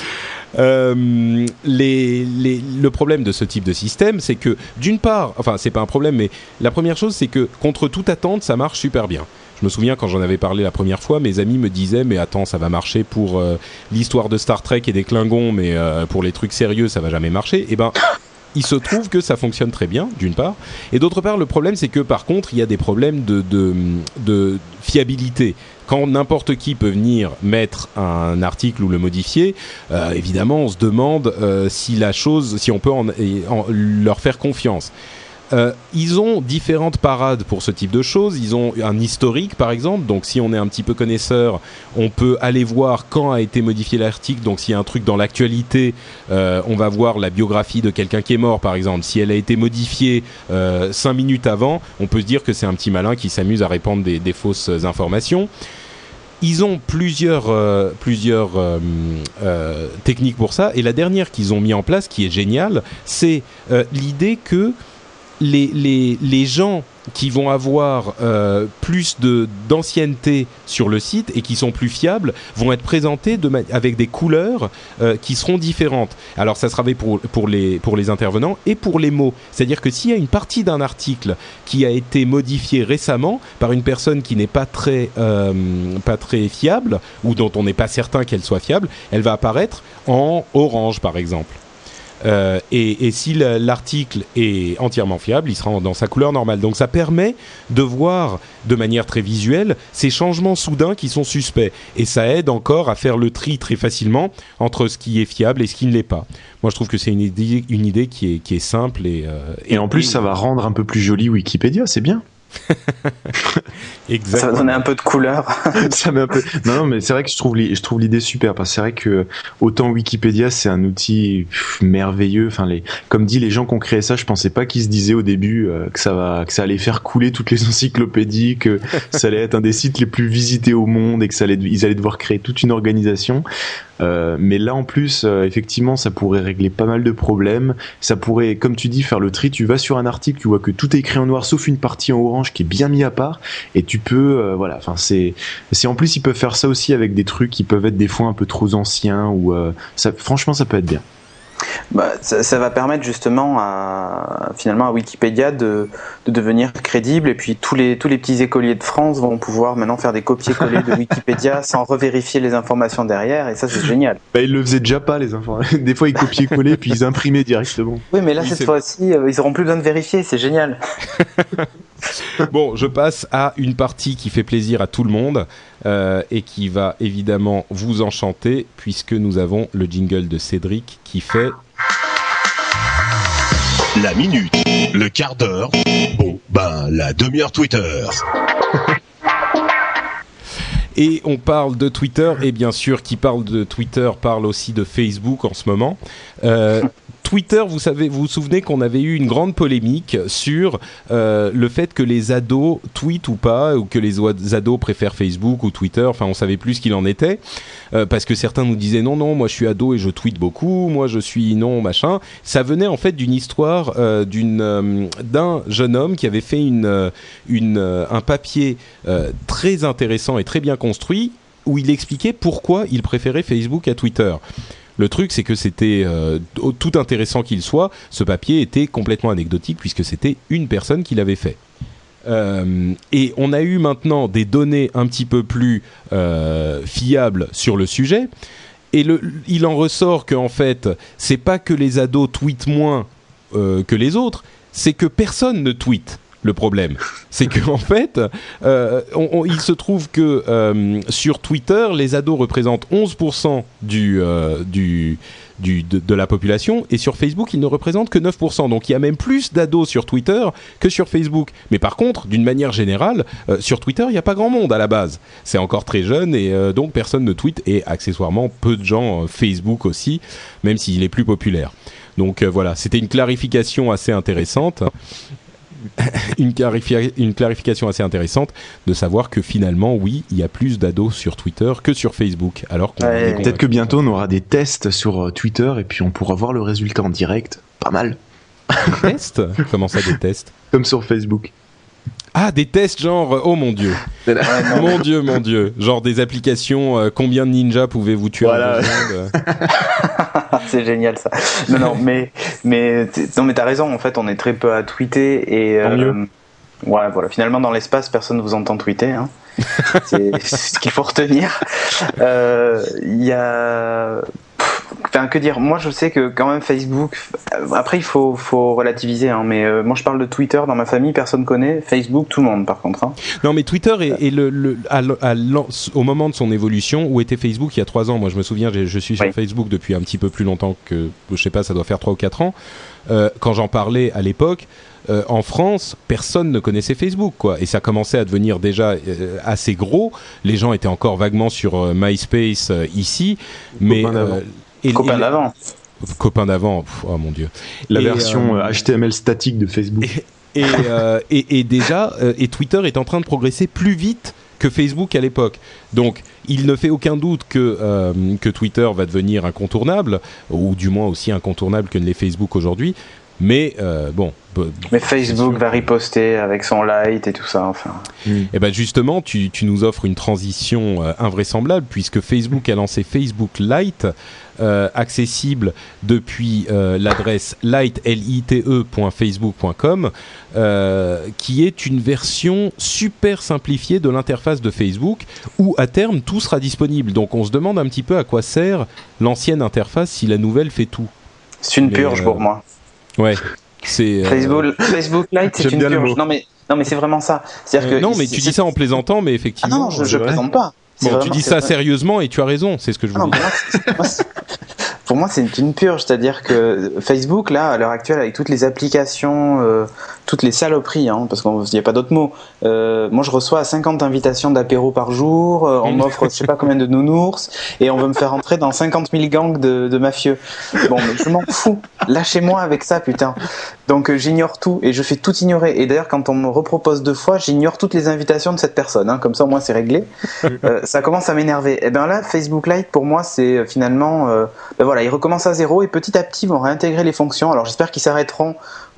Euh, les, les, le problème de ce type de système, c'est que, d'une part, enfin, c'est pas un problème, mais la première chose, c'est que, contre toute attente, ça marche super bien. Je me souviens, quand j'en avais parlé la première fois, mes amis me disaient « Mais attends, ça va marcher pour euh, l'histoire de Star Trek et des Klingons, mais euh, pour les trucs sérieux, ça va jamais marcher. » Eh ben... il se trouve que ça fonctionne très bien, d'une part. Et d'autre part, le problème, c'est que, par contre, il y a des problèmes de, de, de fiabilité. Quand n'importe qui peut venir mettre un article ou le modifier, euh, évidemment, on se demande euh, si la chose, si on peut en, en, leur faire confiance. Euh, ils ont différentes parades pour ce type de choses. Ils ont un historique, par exemple. Donc, si on est un petit peu connaisseur, on peut aller voir quand a été modifié l'article. Donc, s'il y a un truc dans l'actualité, euh, on va voir la biographie de quelqu'un qui est mort, par exemple. Si elle a été modifiée euh, cinq minutes avant, on peut se dire que c'est un petit malin qui s'amuse à répandre des, des fausses informations. ils ont plusieurs, euh, plusieurs euh, euh, techniques pour ça, et la dernière qu'ils ont mis en place, qui est géniale, c'est euh, l'idée que les, les, les gens qui vont avoir euh, plus de, d'ancienneté sur le site et qui sont plus fiables vont être présentés de ma- avec des couleurs euh, qui seront différentes. Alors ça sera vrai pour, pour, les, pour les intervenants et pour les mots. C'est-à-dire que s'il y a une partie d'un article qui a été modifiée récemment par une personne qui n'est pas très, euh, pas très fiable ou dont on n'est pas certain qu'elle soit fiable, elle va apparaître en orange par exemple. Euh, et, et si l'article est entièrement fiable, il sera dans sa couleur normale. Donc ça permet de voir de manière très visuelle ces changements soudains qui sont suspects. Et ça aide encore à faire le tri très facilement entre ce qui est fiable et ce qui ne l'est pas. Moi je trouve que c'est une idée, une idée qui, est, qui est simple. Et, euh, et en plus ça va rendre un peu plus joli Wikipédia, c'est bien. Ça va donner un peu de couleur. Ça met un peu. Non, non, mais c'est vrai que je trouve, je trouve l'idée super parce que c'est vrai que autant Wikipédia c'est un outil pff, merveilleux. Enfin, les, comme dit les gens qui ont créé ça, je pensais pas qu'ils se disaient au début euh, que ça va, que ça allait faire couler toutes les encyclopédies, que ça allait être un des sites les plus visités au monde et que ça allait, ils allaient devoir créer toute une organisation. Euh, mais là en plus euh, effectivement ça pourrait régler pas mal de problèmes, ça pourrait comme tu dis faire le tri, tu vas sur un article, tu vois que tout est écrit en noir sauf une partie en orange qui est bien mis à part et tu peux euh, voilà, enfin c'est c'est en plus ils peuvent faire ça aussi avec des trucs qui peuvent être des fois un peu trop anciens ou euh, ça, franchement ça peut être bien. Bah, ça, ça va permettre justement à, finalement à Wikipédia de, de devenir crédible et puis tous les, tous les petits écoliers de France vont pouvoir maintenant faire des copier-coller de Wikipédia sans revérifier les informations derrière et ça c'est génial. Bah, ils le faisaient déjà pas les informations. Des fois ils copiaient-collaient puis ils imprimaient directement. Oui mais là oui, cette c'est... fois-ci euh, ils auront plus besoin de vérifier, c'est génial. Bon, je passe à une partie qui fait plaisir à tout le monde euh, et qui va évidemment vous enchanter puisque nous avons le jingle de Cédric qui fait... La minute, le quart d'heure, bon, ben, la demi-heure Twitter. Et on parle de Twitter, et bien sûr, qui parle de Twitter parle aussi de Facebook en ce moment. Euh, Twitter, vous savez, vous vous souvenez qu'on avait eu une grande polémique sur euh, le fait que les ados tweetent ou pas, ou que les ados préfèrent Facebook ou Twitter, enfin on savait plus ce qu'il en était, euh, parce que certains nous disaient non, non, moi je suis ado et je tweete beaucoup, moi je suis non, machin. Ça venait en fait d'une histoire euh, d'une, euh, d'un jeune homme qui avait fait une, une, euh, un papier euh, très intéressant et très bien construit, où il expliquait pourquoi il préférait Facebook à Twitter. Le truc, c'est que c'était, euh, tout intéressant qu'il soit, ce papier était complètement anecdotique puisque c'était une personne qui l'avait fait. Euh, et on a eu maintenant des données un petit peu plus euh, fiables sur le sujet. Et le, il en ressort qu'en fait, c'est pas que les ados tweetent moins euh, que les autres, c'est que personne ne tweete. Le problème, c'est qu'en fait, euh, on, on, il se trouve que euh, sur Twitter, les ados représentent onze pour cent du, euh, du, du, de, de la population, et sur Facebook, ils ne représentent que neuf pour cent. Donc il y a même plus d'ados sur Twitter que sur Facebook. Mais par contre, d'une manière générale, euh, sur Twitter, il n'y a pas grand monde à la base. C'est encore très jeune, et euh, donc personne ne tweet, et accessoirement, peu de gens euh, Facebook aussi, même s'il est plus populaire. Donc euh, voilà, c'était une clarification assez intéressante. Une, clarifia- une clarification assez intéressante de savoir que finalement, oui, il y a plus d'ados sur Twitter que sur Facebook. Alors qu'on ouais, peut-être que bientôt on aura des tests sur Twitter et puis on pourra voir le résultat en direct. Pas mal. Des tests ? Comment ça, des tests ? Comme sur Facebook. Ah, des tests genre, oh mon dieu, mon dieu, mon dieu, genre des applications, euh, combien de ninjas pouvez-vous tuer voilà. en deux secondes ? C'est génial ça. Non, non, mais, mais, non, mais t'as raison, en fait, on est très peu à tweeter et, euh, ouais, voilà, finalement, dans l'espace, personne ne vous entend tweeter, hein. C'est ce qu'il faut retenir. Il euh, y a, enfin, que dire, moi je sais que quand même Facebook, après il faut, faut relativiser, hein, mais euh, moi je parle de Twitter dans ma famille, personne connaît, Facebook tout le monde par contre. Hein. Non mais Twitter est, est le, le, à, à, au moment de son évolution, où était Facebook il y a trois ans, moi je me souviens, je, je suis sur oui. Facebook depuis un petit peu plus longtemps que, je sais pas, ça doit faire trois ou quatre ans, euh, quand j'en parlais à l'époque, Euh, en France, personne ne connaissait Facebook, quoi. Et ça commençait à devenir déjà euh, assez gros. Les gens étaient encore vaguement sur euh, MySpace euh, ici, mais copain d'avant. Euh, et, copain et, d'avant. Copain d'avant. Pff, oh mon dieu. La et, version euh, H T M L statique de Facebook. Et, et, euh, et, et déjà, euh, et Twitter est en train de progresser plus vite que Facebook à l'époque. Donc, il ne fait aucun doute que, euh, que Twitter va devenir incontournable, ou du moins aussi incontournable que ne l'est Facebook aujourd'hui. Mais euh, bon. Mais Facebook va riposter avec son Lite et tout ça, enfin. Et ben justement, tu, tu nous offres une transition euh, invraisemblable puisque Facebook a lancé Facebook Lite, euh, accessible depuis euh, l'adresse lite point facebook point com, euh, qui est une version super simplifiée de l'interface de Facebook, où à terme tout sera disponible. Donc on se demande un petit peu à quoi sert l'ancienne interface si la nouvelle fait tout. C'est une Mais, purge euh, pour moi. Ouais. C'est, euh... Facebook, Facebook Lite, c'est une purge. Non mais, non mais c'est vraiment ça. C'est-à-dire euh, que non mais tu dis ça en plaisantant, mais effectivement. Ah non, je, je plaisante pas. Bon, vraiment, tu dis ça vrai. Sérieusement et tu as raison, c'est ce que je voulais dire. Moi, pour moi, c'est une purge, c'est-à-dire que Facebook, là, à l'heure actuelle, avec toutes les applications, euh, toutes les saloperies, hein, parce qu'il n'y a pas d'autre mot, euh, moi je reçois cinquante invitations d'apéro par jour, euh, on m'offre je sais pas combien de nounours, et on veut me faire entrer dans cinquante mille gangs de, de mafieux. Bon, mais je m'en fous, lâchez-moi avec ça, putain. Donc euh, j'ignore tout, et je fais tout ignorer. Et d'ailleurs, quand on me repropose deux fois, j'ignore toutes les invitations de cette personne, hein, comme ça au moins c'est réglé. Euh, ça commence à m'énerver. Et bien là, Facebook Lite, pour moi, c'est euh, finalement... Euh, ben voilà, ils recommencent à zéro, et petit à petit, ils vont réintégrer les fonctions. Alors j'espère qu'ils s'arrêteront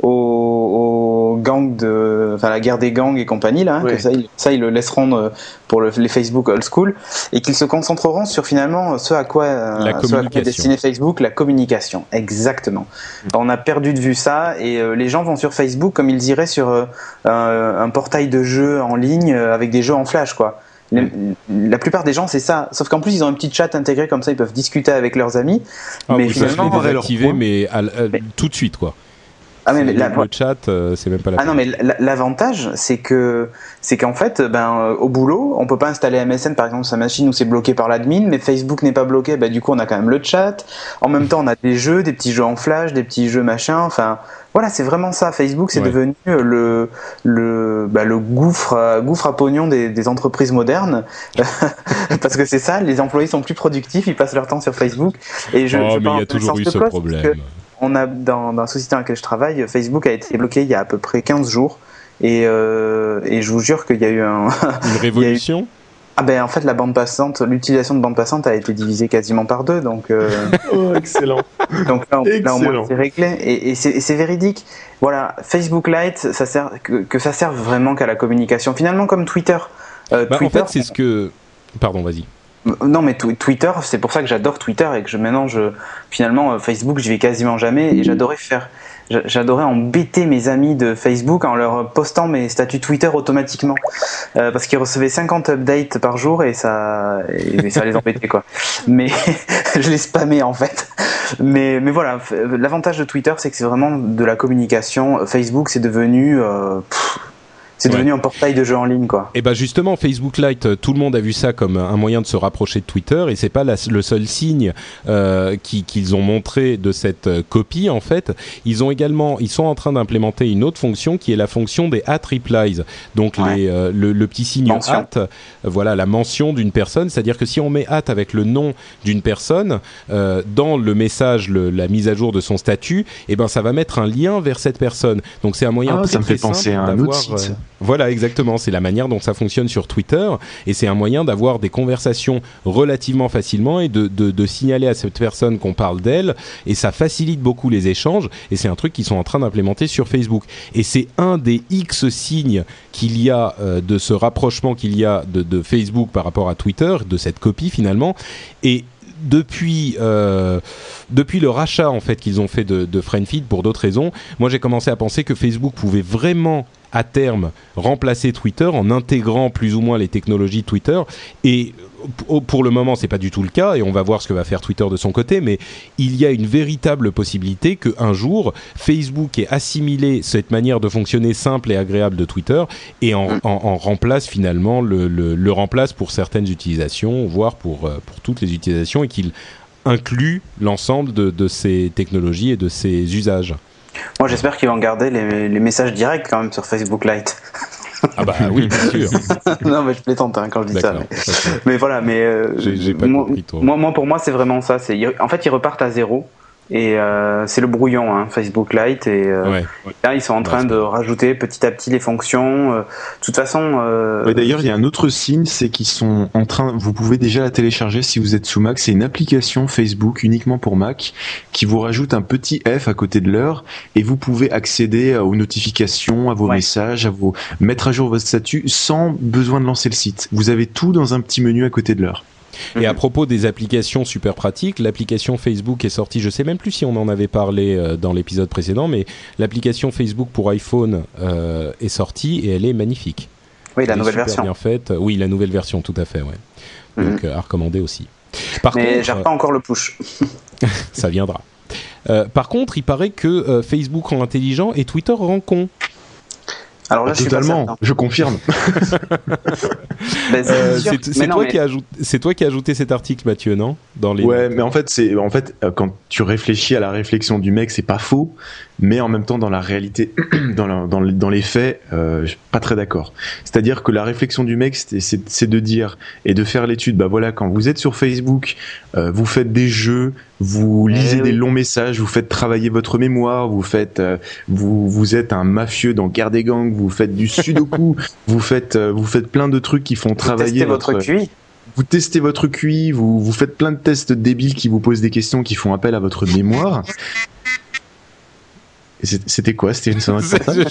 au, au gang de... Enfin, la guerre des gangs et compagnie, là, hein, oui. que ça ils, ça, ils le laisseront pour le, les Facebook old school, et qu'ils se concentreront sur finalement ce à quoi, la ce à quoi est destiné Facebook, la communication. Exactement. Mmh. On a perdu de vue ça, et euh, les gens vont sur Facebook comme ils iraient sur euh, un, un portail de jeux en ligne euh, avec des jeux en flash, quoi. Les, la plupart des gens, c'est ça. Sauf qu'en plus, ils ont un petit chat intégré, comme ça, ils peuvent discuter avec leurs amis. Ah, mais vous finalement, les désactiver, mais, à, à, mais tout de suite, quoi. Ah mais, mais la, le chat, euh, c'est même pas la. Ah non, mais l'avantage, c'est que c'est qu'en fait, ben euh, au boulot, on peut pas installer M S N par exemple sur sa machine où c'est bloqué par l'admin, mais Facebook n'est pas bloqué. Ben du coup, on a quand même le chat. En même temps, on a des jeux, des petits jeux en flash, des petits jeux machin. Enfin, voilà, c'est vraiment ça. Facebook, c'est ouais. devenu le le bah, le gouffre à, gouffre à pognon des, des entreprises modernes, parce que c'est ça. Les employés sont plus productifs, ils passent leur temps sur Facebook. Et je, oh, je mais il y a toujours eu ce problème. On a dans, dans la société dans laquelle je travaille, Facebook a été bloqué il y a à peu près quinze jours, et, euh, et je vous jure qu'il y a eu un une révolution. eu... Ah ben en fait la bande passante, l'utilisation de bande passante a été divisée quasiment par deux, donc. Euh... oh excellent. Donc là, on, là au moins c'est réglé, et, et, c'est, et c'est véridique. Voilà, Facebook Lite, ça sert que, que ça serve vraiment qu'à la communication. Finalement comme Twitter. Euh, bah, Twitter en fait c'est ce que. Pardon, vas-y. Non mais t- Twitter, c'est pour ça que j'adore Twitter et que je maintenant je finalement Facebook j'y vais quasiment jamais, et j'adorais faire j'adorais embêter mes amis de Facebook en leur postant mes statuts Twitter automatiquement, euh, parce qu'ils recevaient cinquante updates par jour et ça et ça les embêtait quoi. Mais je les spammais en fait. Mais mais voilà, l'avantage de Twitter, c'est que c'est vraiment de la communication. Facebook, c'est devenu euh, pff, c'est devenu ouais. un portail de jeux en ligne, quoi. Et ben justement, Facebook Lite, tout le monde a vu ça comme un moyen de se rapprocher de Twitter, et c'est pas la, le seul signe euh, qui, qu'ils ont montré de cette euh, copie. En fait, ils ont également, ils sont en train d'implémenter une autre fonction qui est la fonction des at replies. Donc ouais. les, euh, le, le petit signe mention. at, euh, voilà la mention d'une personne. C'est-à-dire que si on met at avec le nom d'une personne euh, dans le message, le, la mise à jour de son statut, et ben ça va mettre un lien vers cette personne. Donc c'est un moyen ah, très, ça me fait très penser à un autre site. Euh, Voilà, exactement. C'est la manière dont ça fonctionne sur Twitter, et c'est un moyen d'avoir des conversations relativement facilement et de, de, de signaler à cette personne qu'on parle d'elle, et ça facilite beaucoup les échanges, et c'est un truc qu'ils sont en train d'implémenter sur Facebook. Et c'est un des X signes qu'il y a euh, de ce rapprochement qu'il y a de, de Facebook par rapport à Twitter, de cette copie finalement. Et Depuis, euh, depuis le rachat en fait qu'ils ont fait de, de Friendfeed pour d'autres raisons, moi j'ai commencé à penser que Facebook pouvait vraiment à terme remplacer Twitter en intégrant plus ou moins les technologies de Twitter, et pour le moment c'est pas du tout le cas, et on va voir ce que va faire Twitter de son côté, mais il y a une véritable possibilité qu'un jour Facebook ait assimilé cette manière de fonctionner simple et agréable de Twitter et en, en, en remplace finalement le, le, le remplace pour certaines utilisations, voire pour, pour toutes les utilisations, et qu'il inclut l'ensemble de, de ces technologies et de ces usages. Moi j'espère qu'ils vont garder les, les messages directs quand même sur Facebook Lite. Ah bah oui, bien sûr. Non mais je plaisante hein, quand je dis D'accord, ça. Mais, mais voilà, mais euh, j'ai, j'ai pas moi, compris toi. Moi, moi pour moi c'est vraiment ça. C'est en fait ils repartent à zéro. Et euh, c'est le brouillon, hein, Facebook Lite. Et euh, ouais. là, ils sont en train ouais, de rajouter petit à petit les fonctions. Euh, de toute façon. Euh, ouais, d'ailleurs, il y a un autre signe, c'est qu'ils sont en train. Vous pouvez déjà la télécharger si vous êtes sous Mac. C'est une application Facebook uniquement pour Mac qui vous rajoute un petit F à côté de l'heure et vous pouvez accéder aux notifications, à vos ouais. messages, à vos mettre à jour votre statut sans besoin de lancer le site. Vous avez tout dans un petit menu à côté de l'heure. Et à propos des applications super pratiques, l'application Facebook est sortie, je sais même plus si on en avait parlé euh, dans l'épisode précédent, mais l'application Facebook pour iPhone euh, est sortie et elle est magnifique. Oui, la elle nouvelle est super version. Bien faite. Oui, la nouvelle version, tout à fait, ouais. Donc mm-hmm. euh, à recommander aussi. Par mais contre, j'ai pas encore le push. Ça viendra. Euh, par contre, il paraît que euh, Facebook rend intelligent et Twitter rend con. Alors là, je totalement, suis pas je confirme. ben, c'est, euh, c'est, c'est, non, toi mais... qui ajoute, c'est toi qui as ajouté cet article, Mathieu, non dans les... Ouais, mais en fait, c'est en fait quand tu réfléchis à la réflexion du mec, c'est pas faux, mais en même temps, dans la réalité, dans, la, dans, dans les faits, euh, je suis pas très d'accord. C'est-à-dire que la réflexion du mec, c'est, c'est, c'est de dire et de faire l'étude. Bah voilà, quand vous êtes sur Facebook, euh, vous faites des jeux, vous lisez eh des oui. longs messages, vous faites travailler votre mémoire, vous faites, euh, vous vous êtes un mafieux dans Guerre des gangs, vous faites du sudoku, vous faites, euh, vous faites plein de trucs qui font vous travailler votre, votre Q I. Vous testez votre Q I, vous vous faites plein de tests débiles qui vous posent des questions qui font appel à votre mémoire. C'était quoi? C'était une sonnerie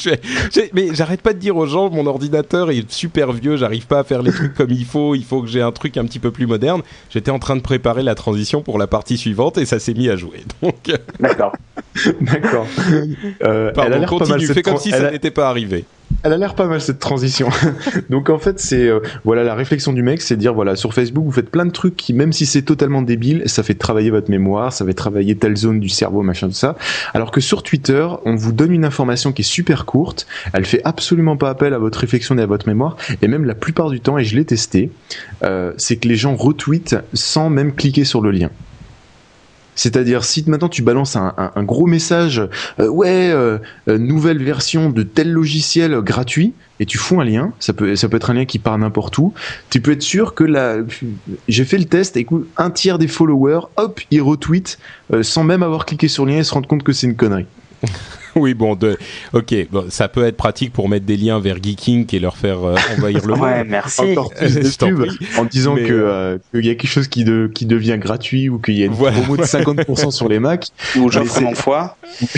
Mais j'arrête pas de dire aux gens, mon ordinateur est super vieux, j'arrive pas à faire les trucs comme il faut, il faut que j'ai un truc un petit peu plus moderne. J'étais en train de préparer la transition pour la partie suivante et ça s'est mis à jouer. Donc... D'accord. D'accord. Euh, Pardon, elle a l'air continue, pas mal, fais comme tra- si ça a... n'était pas arrivé. Elle a l'air pas mal cette transition. Donc en fait c'est euh, voilà la réflexion du mec, c'est de dire voilà sur Facebook vous faites plein de trucs qui même si c'est totalement débile, ça fait travailler votre mémoire, ça fait travailler telle zone du cerveau machin tout ça. Alors que sur Twitter on vous donne une information qui est super courte, elle fait absolument pas appel à votre réflexion et à votre mémoire et même la plupart du temps et je l'ai testé, euh, c'est que les gens retweetent sans même cliquer sur le lien. C'est-à-dire si maintenant tu balances un, un, un gros message euh, ouais euh, euh, nouvelle version de tel logiciel gratuit et tu fous un lien, ça peut ça peut être un lien qui part n'importe où, tu peux être sûr que la j'ai fait le test, écoute, un tiers des followers hop ils retweetent euh, sans même avoir cliqué sur le lien et se rendre compte que c'est une connerie. Oui, bon, de... ok, bon, ça peut être pratique pour mettre des liens vers Geeking et leur faire euh, envahir le monde. Ouais, merci. Encore plus de pub en disant mais que euh, qu'il y a quelque chose qui, de, qui devient gratuit ou qu'il y a une voilà, promo de cinquante pour cent sur les Macs. Ou j'offre mon foie.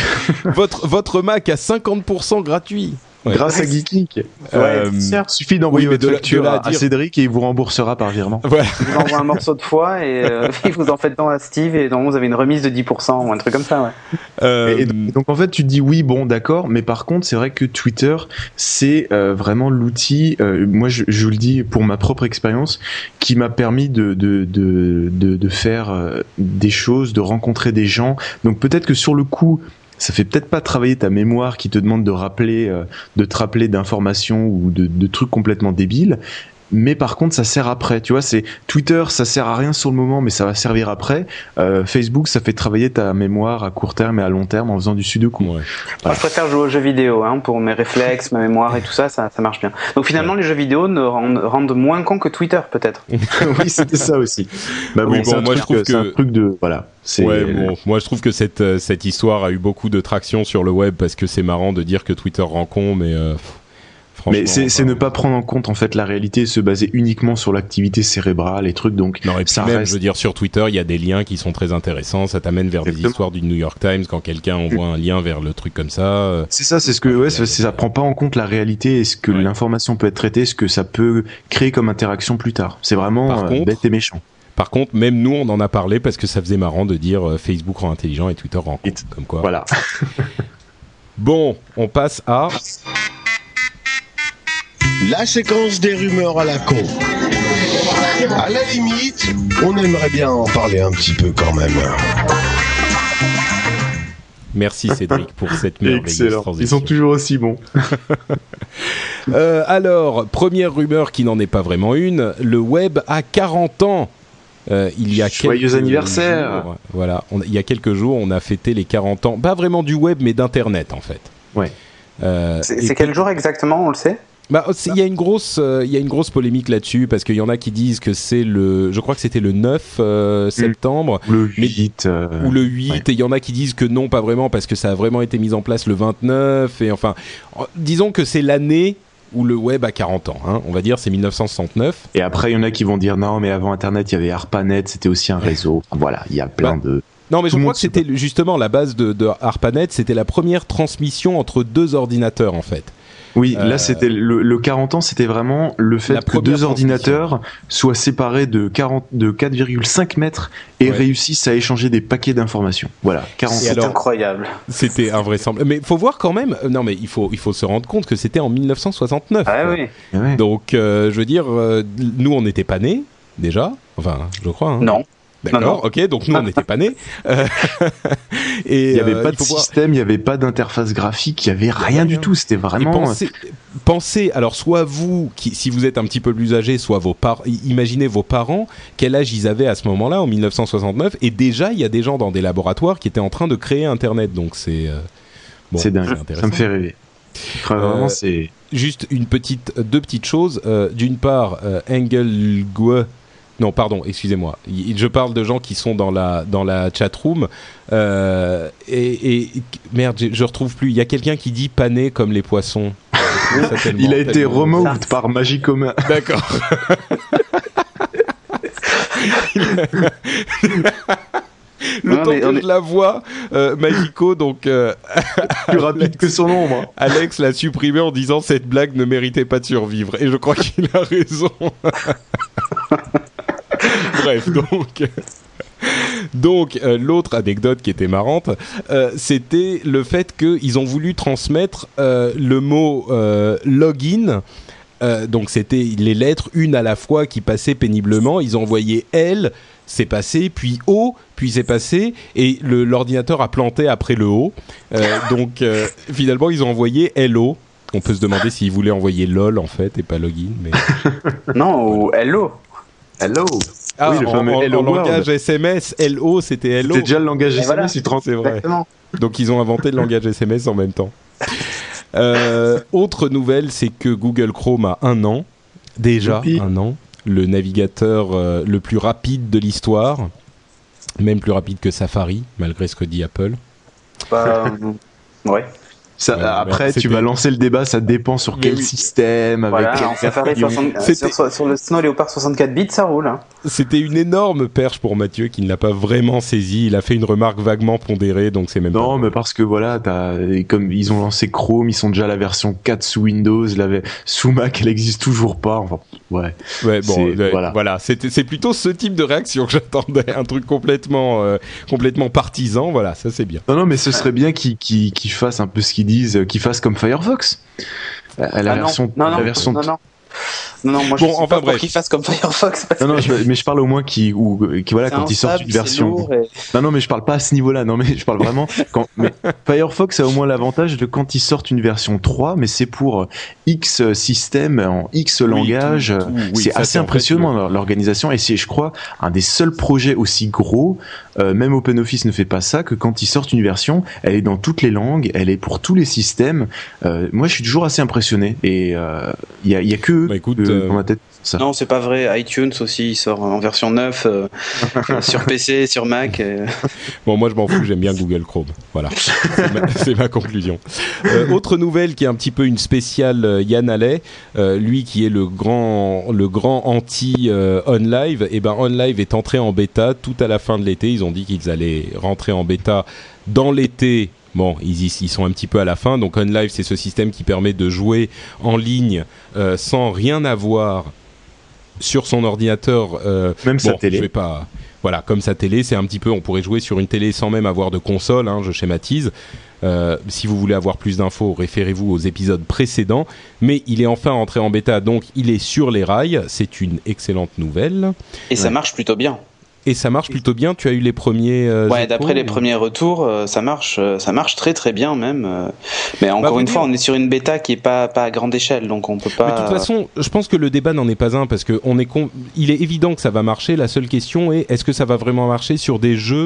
votre, votre Mac à cinquante pour cent gratuit. Ouais. Grâce à Geeking. Euh, ouais, suffit d'envoyer oui, votre facture de la, de à, à Cédric et il vous remboursera par virement. Voilà. Il vous envoie un morceau de foie et euh, vous en faites don à Steve et donc vous avez une remise de dix pour cent ou un truc comme ça. Ouais. Euh, et, et donc, donc en fait tu te dis oui bon d'accord, mais par contre c'est vrai que Twitter c'est euh, vraiment l'outil. Euh, moi je, je vous le dis pour ma propre expérience qui m'a permis de de de de, de faire euh, des choses, de rencontrer des gens. Donc peut-être que sur le coup ça fait peut-être pas travailler ta mémoire qui te demande de rappeler, euh, de te rappeler d'informations ou de, de trucs complètement débiles. Mais par contre, ça sert après. Tu vois, c'est Twitter, ça sert à rien sur le moment, mais ça va servir après. Euh, Facebook, ça fait travailler ta mémoire à court terme et à long terme en faisant du sudoku. Ouais. Voilà. Moi, je préfère jouer aux jeux vidéo, hein, pour mes réflexes, ma mémoire et tout ça, ça, ça marche bien. Donc finalement, ouais. les jeux vidéo ne rendent, rendent moins con que Twitter, peut-être. Oui, c'était ça aussi. Bah bon, oui, c'est, bon, un moi, truc, je trouve c'est que... un truc de voilà. C'est... Ouais, bon, moi je trouve que cette cette histoire a eu beaucoup de traction sur le web parce que c'est marrant de dire que Twitter rend con, mais euh, mais c'est, c'est ne pas prendre en compte en fait la réalité et se baser uniquement sur l'activité cérébrale et trucs. Donc non, et puis ça même, reste... je veux dire, sur Twitter, il y a des liens qui sont très intéressants. Ça t'amène vers Exactement. Des histoires du New York Times quand quelqu'un envoie un lien vers le truc comme ça. C'est ça, c'est ce que ouais, c'est, ça prend pas en compte la réalité et ce que ouais. l'information peut être traitée, ce que ça peut créer comme interaction plus tard. C'est vraiment Par euh, contre, bête et méchant. Par contre, même nous, on en a parlé parce que ça faisait marrant de dire euh, Facebook rend intelligent et Twitter rend con. Comme quoi. Voilà. Bon, on passe à... La séquence des rumeurs à la con. À la limite, on aimerait bien en parler un petit peu quand même. Merci Cédric pour cette merveilleuse Excellent. transition. Ils sont toujours aussi bons. euh, alors, première rumeur qui n'en est pas vraiment une, le web a quarante ans. Euh, il y a Joyeux anniversaire. Jours, voilà, on, il y a quelques jours, on a fêté les quarante ans, pas vraiment du web, mais d'internet en fait. Ouais. Euh, c'est c'est quel jour exactement, on le sait ? Bah, il y a une grosse, il euh, y a une grosse polémique là-dessus parce qu'il y en a qui disent que c'est le, je crois que c'était le neuf euh, septembre, mmh. le huit, mais, euh, ou le huit, ouais. et il y en a qui disent que non, pas vraiment parce que ça a vraiment été mis en place le vingt-neuf, et enfin, disons que c'est l'année où le web a quarante ans, hein, on va dire, c'est dix-neuf cent soixante-neuf. Et après, il y en a qui vont dire non, mais avant Internet, il y avait ARPANET, c'était aussi un réseau. Voilà, il y a plein bah, de. Non, mais Tout je crois que c'était pas. justement la base de, de ARPANET, c'était la première transmission entre deux ordinateurs en fait. Oui, euh, là c'était le, le quarante ans, c'était vraiment le fait que deux ordinateurs soient séparés de quarante, de quatre virgule cinq mètres et ouais. réussissent à échanger des paquets d'informations. Voilà, quarante. C'est alors, incroyable. C'était invraisemblable. Mais faut voir quand même. Non, mais il faut il faut se rendre compte que c'était en dix-neuf cent soixante-neuf. Ah oui. Ouais. Donc, euh, je veux dire, euh, nous on n'était pas nés déjà. Enfin, je crois. Hein. Non. D'accord, non, non. ok, donc nous on n'était pas nés. Et il n'y avait euh, pas de système, il n'y avait pas d'interface graphique, il n'y avait rien du tout, c'était vraiment... Pensez, pensez, alors soit vous, qui, si vous êtes un petit peu plus âgé, soit vos parents, imaginez vos parents, quel âge ils avaient à ce moment-là, en dix-neuf cent soixante-neuf, et déjà il y a des gens dans des laboratoires qui étaient en train de créer Internet, donc c'est... Euh, bon, c'est dingue, c'est ça me fait rêver. Vraiment, euh, c'est... Juste une petite, deux petites choses, euh, d'une part, euh, Engelgue... Non, pardon, excusez-moi. Je parle de gens qui sont dans la dans la chatroom. Euh, et, et merde, je, je retrouve plus. Il y a quelqu'un qui dit pané comme les poissons. Tellement, il a été removed par Magicoma. D'accord. Le non, temps que je est... la vois, euh, Magico, donc euh, plus rapide Alex, que son ombre. Alex l'a supprimé en disant cette blague ne méritait pas de survivre. Et je crois qu'il a raison. Bref, donc, donc euh, l'autre anecdote qui était marrante, euh, c'était le fait qu'ils ont voulu transmettre euh, le mot euh, login. Euh, donc c'était les lettres une à la fois qui passaient péniblement. Ils ont envoyé L, c'est passé, puis O, puis c'est passé, et le, l'ordinateur a planté après le O. Euh, donc euh, finalement ils ont envoyé L O. On peut se demander s'ils voulaient envoyer LOL en fait et pas login. Mais... non, ou Hello. Hello. Ah, oui, le fameux en, Hello en langage S M S, L O, c'était Hello. C'était déjà le langage et S M S, voilà. Il c'est vrai. Exactement. Donc ils ont inventé le langage S M S en même temps. Euh, autre nouvelle, c'est que Google Chrome a un an, déjà Youpi. un an, le navigateur euh, le plus rapide de l'histoire, même plus rapide que Safari, malgré ce que dit Apple. Bah, ouais. Ça, ouais, après, tu vas lancer le débat, ça dépend sur quel oui. système, voilà, avec quel Safari soixante... sur, sur le Snow Leopard soixante-quatre bits, ça roule. Hein. C'était une énorme perche pour Mathieu qui ne l'a pas vraiment saisi. Il a fait une remarque vaguement pondérée, donc c'est même non, pas... mais parce que voilà, t'as, comme ils ont lancé Chrome, ils sont déjà à la version quatre sous Windows, la, sous Mac, elle existe toujours pas. Enfin, ouais. Ouais, bon, c'est, voilà. voilà. C'était, c'est plutôt ce type de réaction que j'attendais, un truc complètement, euh, complètement partisan. Voilà, ça c'est bien. Non, non, mais ce serait bien qu'ils, qu'ils, qu'ils fassent un peu ce qu'ils disent, qu'ils fassent comme Firefox. À la ah version, non, non, la non, version. Non, non. Non, non, moi bon, je suis enfin, pas pour qu'ils fassent comme Firefox. Non, non, je, mais je parle au moins qui, ou, qui voilà, c'est quand ils sortent une version. Et... Non, non, mais je parle pas à ce niveau-là. Non, mais je parle vraiment. Quand, mais Firefox a au moins l'avantage de quand ils sortent une version trois, mais c'est pour X système en X oui, langage. Tout, tout, oui, c'est assez impressionnant en fait, l'organisation. Et c'est, je crois, un des seuls projets aussi gros. Euh, même OpenOffice ne fait pas ça, que quand ils sortent une version, elle est dans toutes les langues, elle est pour tous les systèmes. Euh, moi, je suis toujours assez impressionné. Et il euh, y a, y a que eux bah, écoute, euh, euh... dans ma tête. Ça. Non, c'est pas vrai. iTunes aussi, il sort en version neuf euh, sur P C, sur Mac. Et... Bon, moi je m'en fous, j'aime bien Google Chrome. Voilà, c'est ma, c'est ma conclusion. Euh, autre nouvelle qui est un petit peu une spéciale euh, Yann Allais, euh, lui qui est le grand, le grand anti euh, OnLive. Et ben OnLive est entré en bêta tout à la fin de l'été. Ils ont dit qu'ils allaient rentrer en bêta dans l'été. Bon, ils, y, ils sont un petit peu à la fin. Donc OnLive, c'est ce système qui permet de jouer en ligne euh, sans rien avoir sur son ordinateur, euh, même bon, sa télé. Je vais pas, voilà, comme sa télé, c'est un petit peu, on pourrait jouer sur une télé sans même avoir de console, hein, je schématise. Euh, si vous voulez avoir plus d'infos, référez-vous aux épisodes précédents. Mais il est enfin entré en bêta, donc il est sur les rails. C'est une excellente nouvelle. Et ouais. Ça marche plutôt bien. Et ça marche plutôt bien. Tu as eu les premiers. Euh, ouais, d'après les premiers retours, euh, ça marche, euh, ça marche très très bien même. Euh, mais encore bah, une fois, dire... on est sur une bêta qui est pas pas à grande échelle, donc on peut pas. Mais de toute façon, je pense que le débat n'en est pas un parce que on est con... il est évident que ça va marcher. La seule question est est-ce que ça va vraiment marcher sur des jeux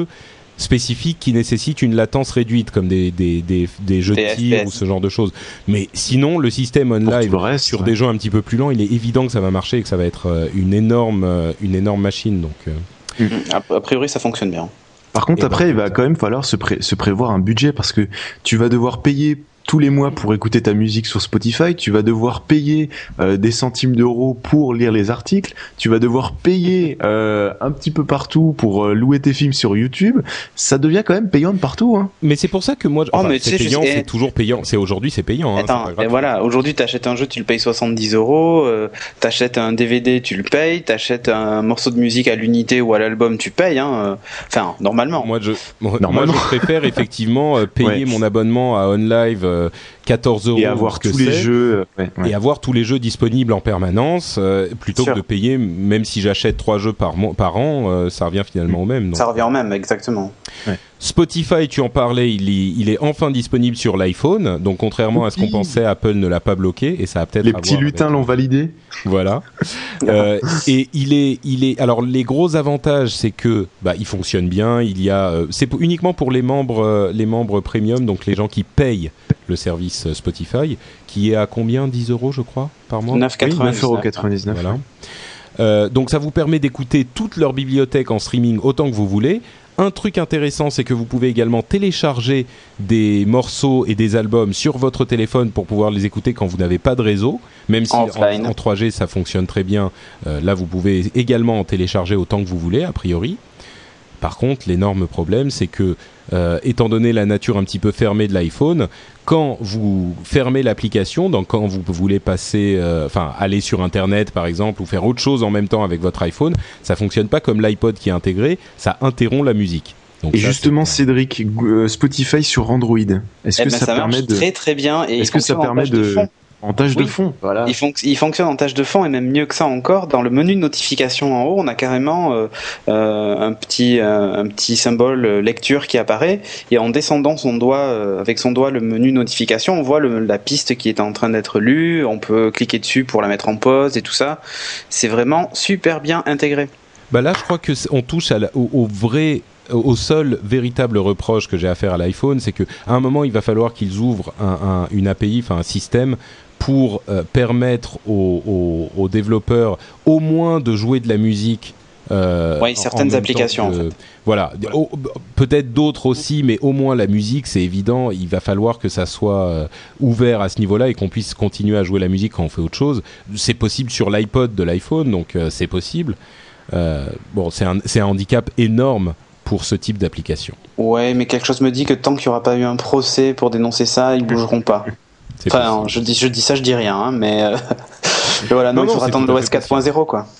spécifiques qui nécessitent une latence réduite, comme des, des, des, des jeux de tir ou ce genre de choses. Mais sinon, le système on-live reste, sur ouais. des jeux un petit peu plus lents, il est évident que ça va marcher et que ça va être une énorme, une énorme machine. Donc, euh... mmh. A priori, ça fonctionne bien. Par contre, et après, ben, il va quand même falloir se, pré- se prévoir un budget parce que tu vas devoir payer tous les mois pour écouter ta musique sur Spotify, tu vas devoir payer euh, des centimes d'euros pour lire les articles, tu vas devoir payer euh, un petit peu partout pour euh, louer tes films sur YouTube, ça devient quand même payant de partout. Hein. Mais c'est pour ça que moi, enfin, oh, mais c'est payant, c'est toujours payant. C'est aujourd'hui, c'est payant. Attends, hein, c'est et voilà, aujourd'hui, t'achètes un jeu, tu le payes soixante-dix euros, euh, t'achètes un D V D, tu le payes, t'achètes un morceau de musique à l'unité ou à l'album, tu payes. Hein. Enfin, normalement. Moi, je, moi, normalement. moi, je préfère effectivement euh, payer ouais. mon abonnement à OnLive. Euh, quatorze euros et avoir tous les jeux ouais, ouais. et avoir tous les jeux disponibles en permanence euh, plutôt Sûr. que de payer, même si j'achète trois jeux par mois, par an, euh, ça revient finalement au même. Donc. Ça revient au même, exactement. Ouais. Spotify, tu en parlais, il est, il est enfin disponible sur l'iPhone, donc contrairement oui. à ce qu'on pensait, Apple ne l'a pas bloqué et ça a peut-être les petits lutins avec... l'ont validé. Voilà. euh, et il est, il est. Alors les gros avantages, c'est que bah il fonctionne bien. Il y a, euh, c'est pour, uniquement pour les membres, euh, les membres premium, donc les gens qui payent le service Spotify, qui est à combien, dix euros je crois par mois. neuf euros quatre-vingt-dix-neuf. Voilà. Euh, donc ça vous permet d'écouter toute leur bibliothèque en streaming autant que vous voulez. Un truc intéressant, c'est que vous pouvez également télécharger des morceaux et des albums sur votre téléphone pour pouvoir les écouter quand vous n'avez pas de réseau. Même si en, en trois G ça fonctionne très bien, euh, là vous pouvez également en télécharger autant que vous voulez, a priori. Par contre, l'énorme problème, c'est que, euh, étant donné la nature un petit peu fermée de l'iPhone, quand vous fermez l'application, donc quand vous voulez passer, enfin euh, aller sur Internet par exemple, ou faire autre chose en même temps avec votre iPhone, ça fonctionne pas comme l'iPod qui est intégré, ça interrompt la musique. Donc et ça, justement, c'est... Cédric, euh, Spotify sur Android, est-ce eh que ben, ça, ça permet marche de très très bien et est-ce que ça permet de, de en tâche oui. de fond, voilà. Il, fonc- il fonctionne en tâche de fond et même mieux que ça encore. Dans le menu de notification en haut, on a carrément euh, euh, un petit euh, un petit symbole lecture qui apparaît et en descendant son doigt euh, avec son doigt le menu notification, on voit le, la piste qui est en train d'être lue. On peut cliquer dessus pour la mettre en pause et tout ça. C'est vraiment super bien intégré. Bah là, je crois que on touche à la, au, au vrai. Au seul véritable reproche que j'ai à faire à l'iPhone, c'est qu'à un moment, il va falloir qu'ils ouvrent un, un, une A P I, enfin un système, pour euh, permettre aux, aux, aux développeurs au moins de jouer de la musique. Euh, oui, certaines applications. Que, en fait. Voilà, oh, peut-être d'autres aussi, mais au moins la musique, c'est évident. Il va falloir que ça soit euh, ouvert à ce niveau-là et qu'on puisse continuer à jouer la musique quand on fait autre chose. C'est possible sur l'iPod de l'iPhone, donc euh, c'est possible. Euh, bon, c'est un, c'est un handicap énorme pour ce type d'application. Ouais, mais quelque chose me dit que tant qu'il n'y aura pas eu un procès pour dénoncer ça, ils bougeront pas. C'est enfin, je dis, je dis ça, je dis rien, hein, mais euh... voilà, non, non, il faudra attendre l'O S quatre point zéro, quoi.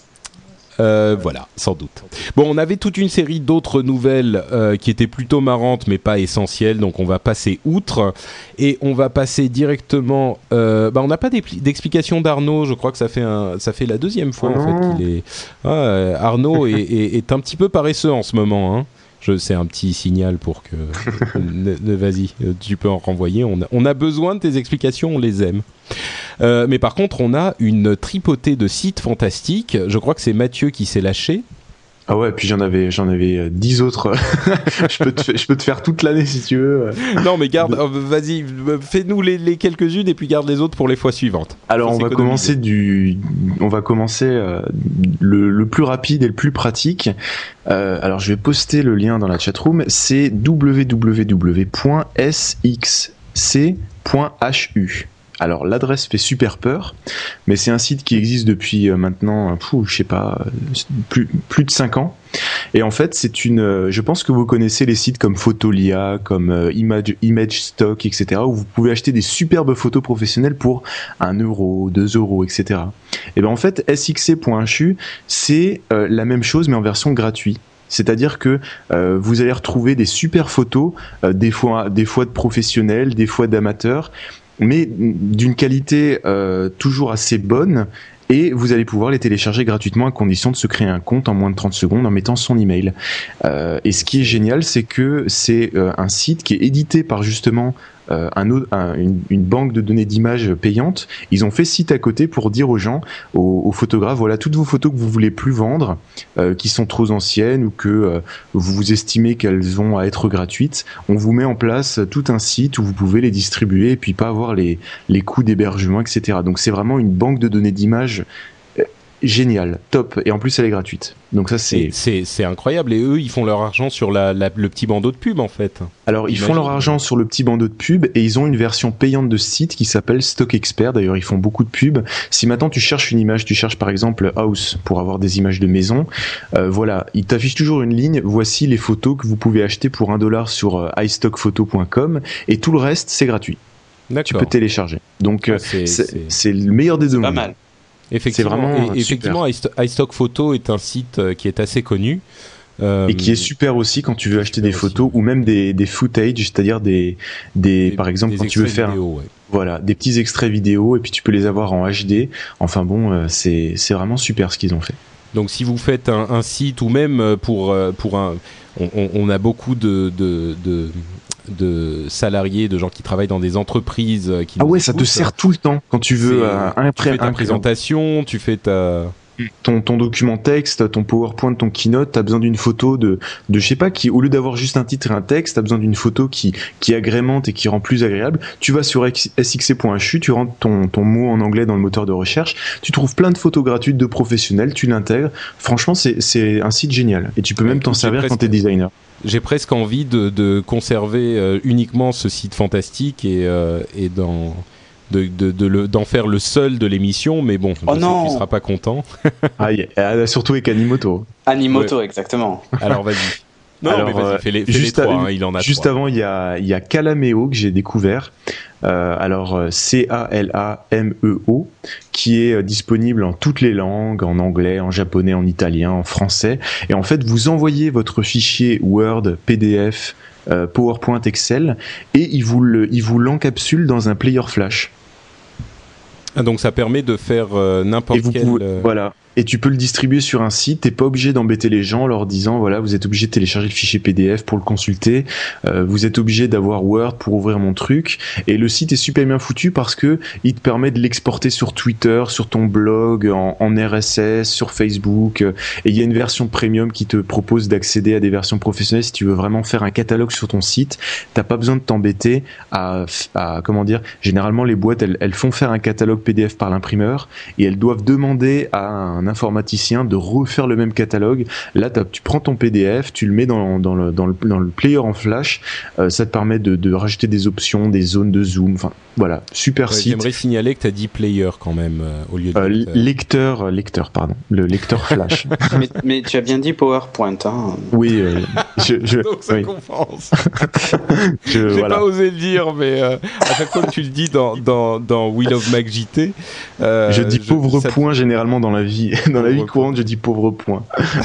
Euh, voilà, sans doute. Bon, on avait toute une série d'autres nouvelles euh, qui étaient plutôt marrantes, mais pas essentielles, donc on va passer outre et on va passer directement. Euh, bah, on n'a pas d'explication d'Arnaud. Je crois que ça fait un, ça fait la deuxième fois oh en fait qu'il est. Ah, Arnaud est, est, est un petit peu paresseux en ce moment. Hein. Je, c'est un petit signal pour que. ne, ne, vas-y, tu peux en renvoyer. On a, on a besoin de tes explications, on les aime. Euh, mais par contre, on a une tripotée de sites fantastiques. Je crois que c'est Mathieu qui s'est lâché. Ah ouais, puis j'en avais, j'en avais dix autres. je peux te, je peux te faire toute l'année si tu veux. Non, mais garde, euh, vas-y, fais-nous les, les quelques-unes et puis garde les autres pour les fois suivantes. Alors, on va commencer du, on va commencer euh, le, le plus rapide et le plus pratique. Euh, alors, je vais poster le lien dans la chatroom. C'est w w w point s x c point h u. Alors l'adresse fait super peur, mais c'est un site qui existe depuis euh, maintenant, pfou, je sais pas, plus plus de cinq ans. Et en fait, c'est une, euh, je pense que vous connaissez les sites comme Photolia, comme euh, Image Image Stock, et cetera, où vous pouvez acheter des superbes photos professionnelles pour un euro, deux euros, et cetera. Et ben en fait, s x c point h u, c'est euh, la même chose mais en version gratuite. C'est-à-dire que euh, vous allez retrouver des super photos, euh, des fois des fois de professionnels, des fois d'amateurs, mais d'une qualité euh, toujours assez bonne, et vous allez pouvoir les télécharger gratuitement à condition de se créer un compte en moins de trente secondes en mettant son email. Euh, et ce qui est génial, c'est que c'est euh, un site qui est édité par justement euh, un, un, une, une banque de données d'images payante. Ils ont fait site à côté pour dire aux gens, aux, aux photographes, voilà, toutes vos photos que vous voulez plus vendre, euh, qui sont trop anciennes ou que euh, vous vous estimez qu'elles vont à être gratuites, on vous met en place tout un site où vous pouvez les distribuer et puis pas avoir les, les coûts d'hébergement, et cetera. Donc c'est vraiment une banque de données d'images génial, top, et en plus elle est gratuite. Donc ça c'est c'est c'est incroyable. Et eux ils font leur argent sur la, la le petit bandeau de pub en fait. Alors ils Imagine. font leur argent sur le petit bandeau de pub et ils ont une version payante de ce site qui s'appelle Stock Expert. D'ailleurs ils font beaucoup de pubs. Si maintenant tu cherches une image, tu cherches par exemple house pour avoir des images de maison, euh, voilà, ils t'affichent toujours une ligne. Voici les photos que vous pouvez acheter pour un dollar sur euh, i stock photo point com et tout le reste c'est gratuit. D'accord. Tu peux télécharger. Donc ah, c'est, c'est, c'est... c'est le meilleur des deux mondes. Pas mal. Effectivement, c'est vraiment et, effectivement iStock Photo est un site qui est assez connu. Euh, et qui est super aussi quand tu veux acheter des photos aussi. Ou même des, des footage, c'est-à-dire des, des, des par exemple, des quand tu veux faire vidéo, ouais. Voilà, des petits extraits vidéo et puis tu peux les avoir en H D. Enfin bon, euh, c'est, c'est vraiment super ce qu'ils ont fait. Donc si vous faites un, un site ou même pour, pour un... On, on a beaucoup de... de, de de salariés, de gens qui travaillent dans des entreprises qui ah ouais ça te sert tout le temps quand tu veux euh, un tu fais ta présentation, tu fais ta ton ton document texte, ton PowerPoint, ton Keynote, t'as besoin d'une photo de de je sais pas qui, au lieu d'avoir juste un titre et un texte, t'as besoin d'une photo qui qui agrémente et qui rend plus agréable. Tu vas sur s x c point h u, tu rentres ton ton mot en anglais dans le moteur de recherche, tu trouves plein de photos gratuites de professionnels, tu l'intègres. Franchement c'est c'est un site génial et tu peux ouais, même t'en servir presque... quand t'es designer. J'ai presque envie de, de conserver euh, uniquement ce site fantastique et, euh, et d'en, de, de, de le, d'en faire le seul de l'émission, mais bon, oh je non. sais que tu seras pas content. Ah, yeah. Surtout avec Animoto. Animoto, ouais. Exactement. Alors vas-y. Non, alors, mais vas-y, fais les, fais juste les trois, à, hein, il en a Juste trois. avant, il y a, il y a Calameo que j'ai découvert. Euh, alors, C A L A M E O, qui est disponible en toutes les langues, en anglais, en japonais, en italien, en français. Et en fait, vous envoyez votre fichier Word, P D F, euh, PowerPoint, Excel, et il vous, le, il vous l'encapsule dans un player flash. Ah, donc ça permet de faire euh, n'importe et vous quel... Pouvez, euh... Voilà. Et tu peux le distribuer sur un site, t'es pas obligé d'embêter les gens en leur disant voilà, vous êtes obligé de télécharger le fichier P D F pour le consulter, euh, vous êtes obligé d'avoir Word pour ouvrir mon truc, et le site est super bien foutu parce que il te permet de l'exporter sur Twitter, sur ton blog, en, en R S S, sur Facebook, et il y a une version premium qui te propose d'accéder à des versions professionnelles si tu veux vraiment faire un catalogue sur ton site. T'as pas besoin de t'embêter à, à comment dire, généralement les boîtes elles, elles font faire un catalogue P D F par l'imprimeur et elles doivent demander à un un informaticien de refaire le même catalogue. Là, tu prends ton P D F, tu le mets dans, dans, le, dans, le, dans le player en flash, euh, ça te permet de, de rajouter des options, des zones de zoom, enfin voilà, super ouais, site. J'aimerais signaler que tu as dit player quand même euh, au lieu de euh, lecteur. Lecteur, pardon, le lecteur flash. mais, mais tu as bien dit PowerPoint, hein. Oui, euh, je, je, donc ça oui. compense. je, J'ai voilà. pas osé le dire, mais euh, à chaque fois que tu le dis dans, dans, dans Wheel of Mac J T, euh, je dis pauvre je, point généralement dans la vie. Dans la vie courante, je dis pauvre point.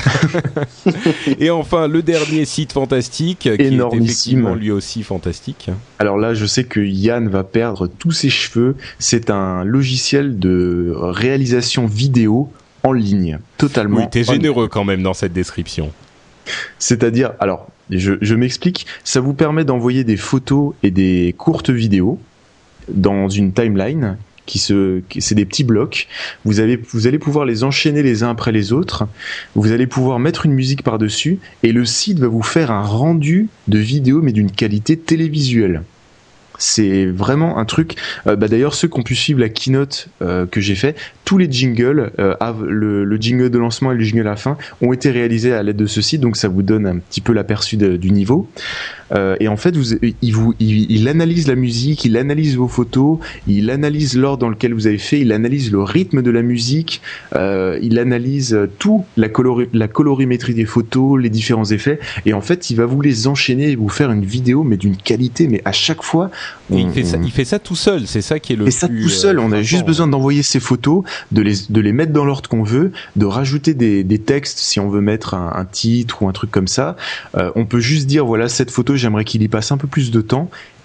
Et enfin, le dernier site fantastique, qui est effectivement lui aussi fantastique. Alors là, je sais que Yann va perdre tous ses cheveux. C'est un logiciel de réalisation vidéo en ligne, totalement. Oui, t'es généreux quand même dans cette description. C'est-à-dire, alors, je, je m'explique, ça vous permet d'envoyer des photos et des courtes vidéos dans une timeline qui se, c'est des petits blocs. Vous avez, vous allez pouvoir les enchaîner les uns après les autres. Vous allez pouvoir mettre une musique par-dessus et le site va vous faire un rendu de vidéo mais d'une qualité télévisuelle. C'est vraiment un truc. Euh, bah d'ailleurs, ceux qui ont pu suivre la keynote euh, que j'ai fait, tous les jingles, euh, le, le jingle de lancement et le jingle à la fin, ont été réalisés à l'aide de ce site. Donc ça vous donne un petit peu l'aperçu de, du niveau. Euh, et en fait, vous, il, vous, il, il analyse la musique, il analyse vos photos, il analyse l'ordre dans lequel vous avez fait, il analyse le rythme de la musique, euh, il analyse tout, la, colori, la colorimétrie des photos, les différents effets. Et en fait, il va vous les enchaîner et vous faire une vidéo, mais d'une qualité, mais à chaque fois. On, et il fait ça, il fait ça tout seul. C'est ça qui est le. Et ça plus, tout seul. Euh, on a juste important. besoin d'envoyer ces photos, de les de les mettre dans l'ordre qu'on veut, de rajouter des des textes si on veut mettre un, un titre ou un truc comme ça. Euh, on peut juste dire voilà cette photo, j'aimerais qu'il y passe un peu plus de temps.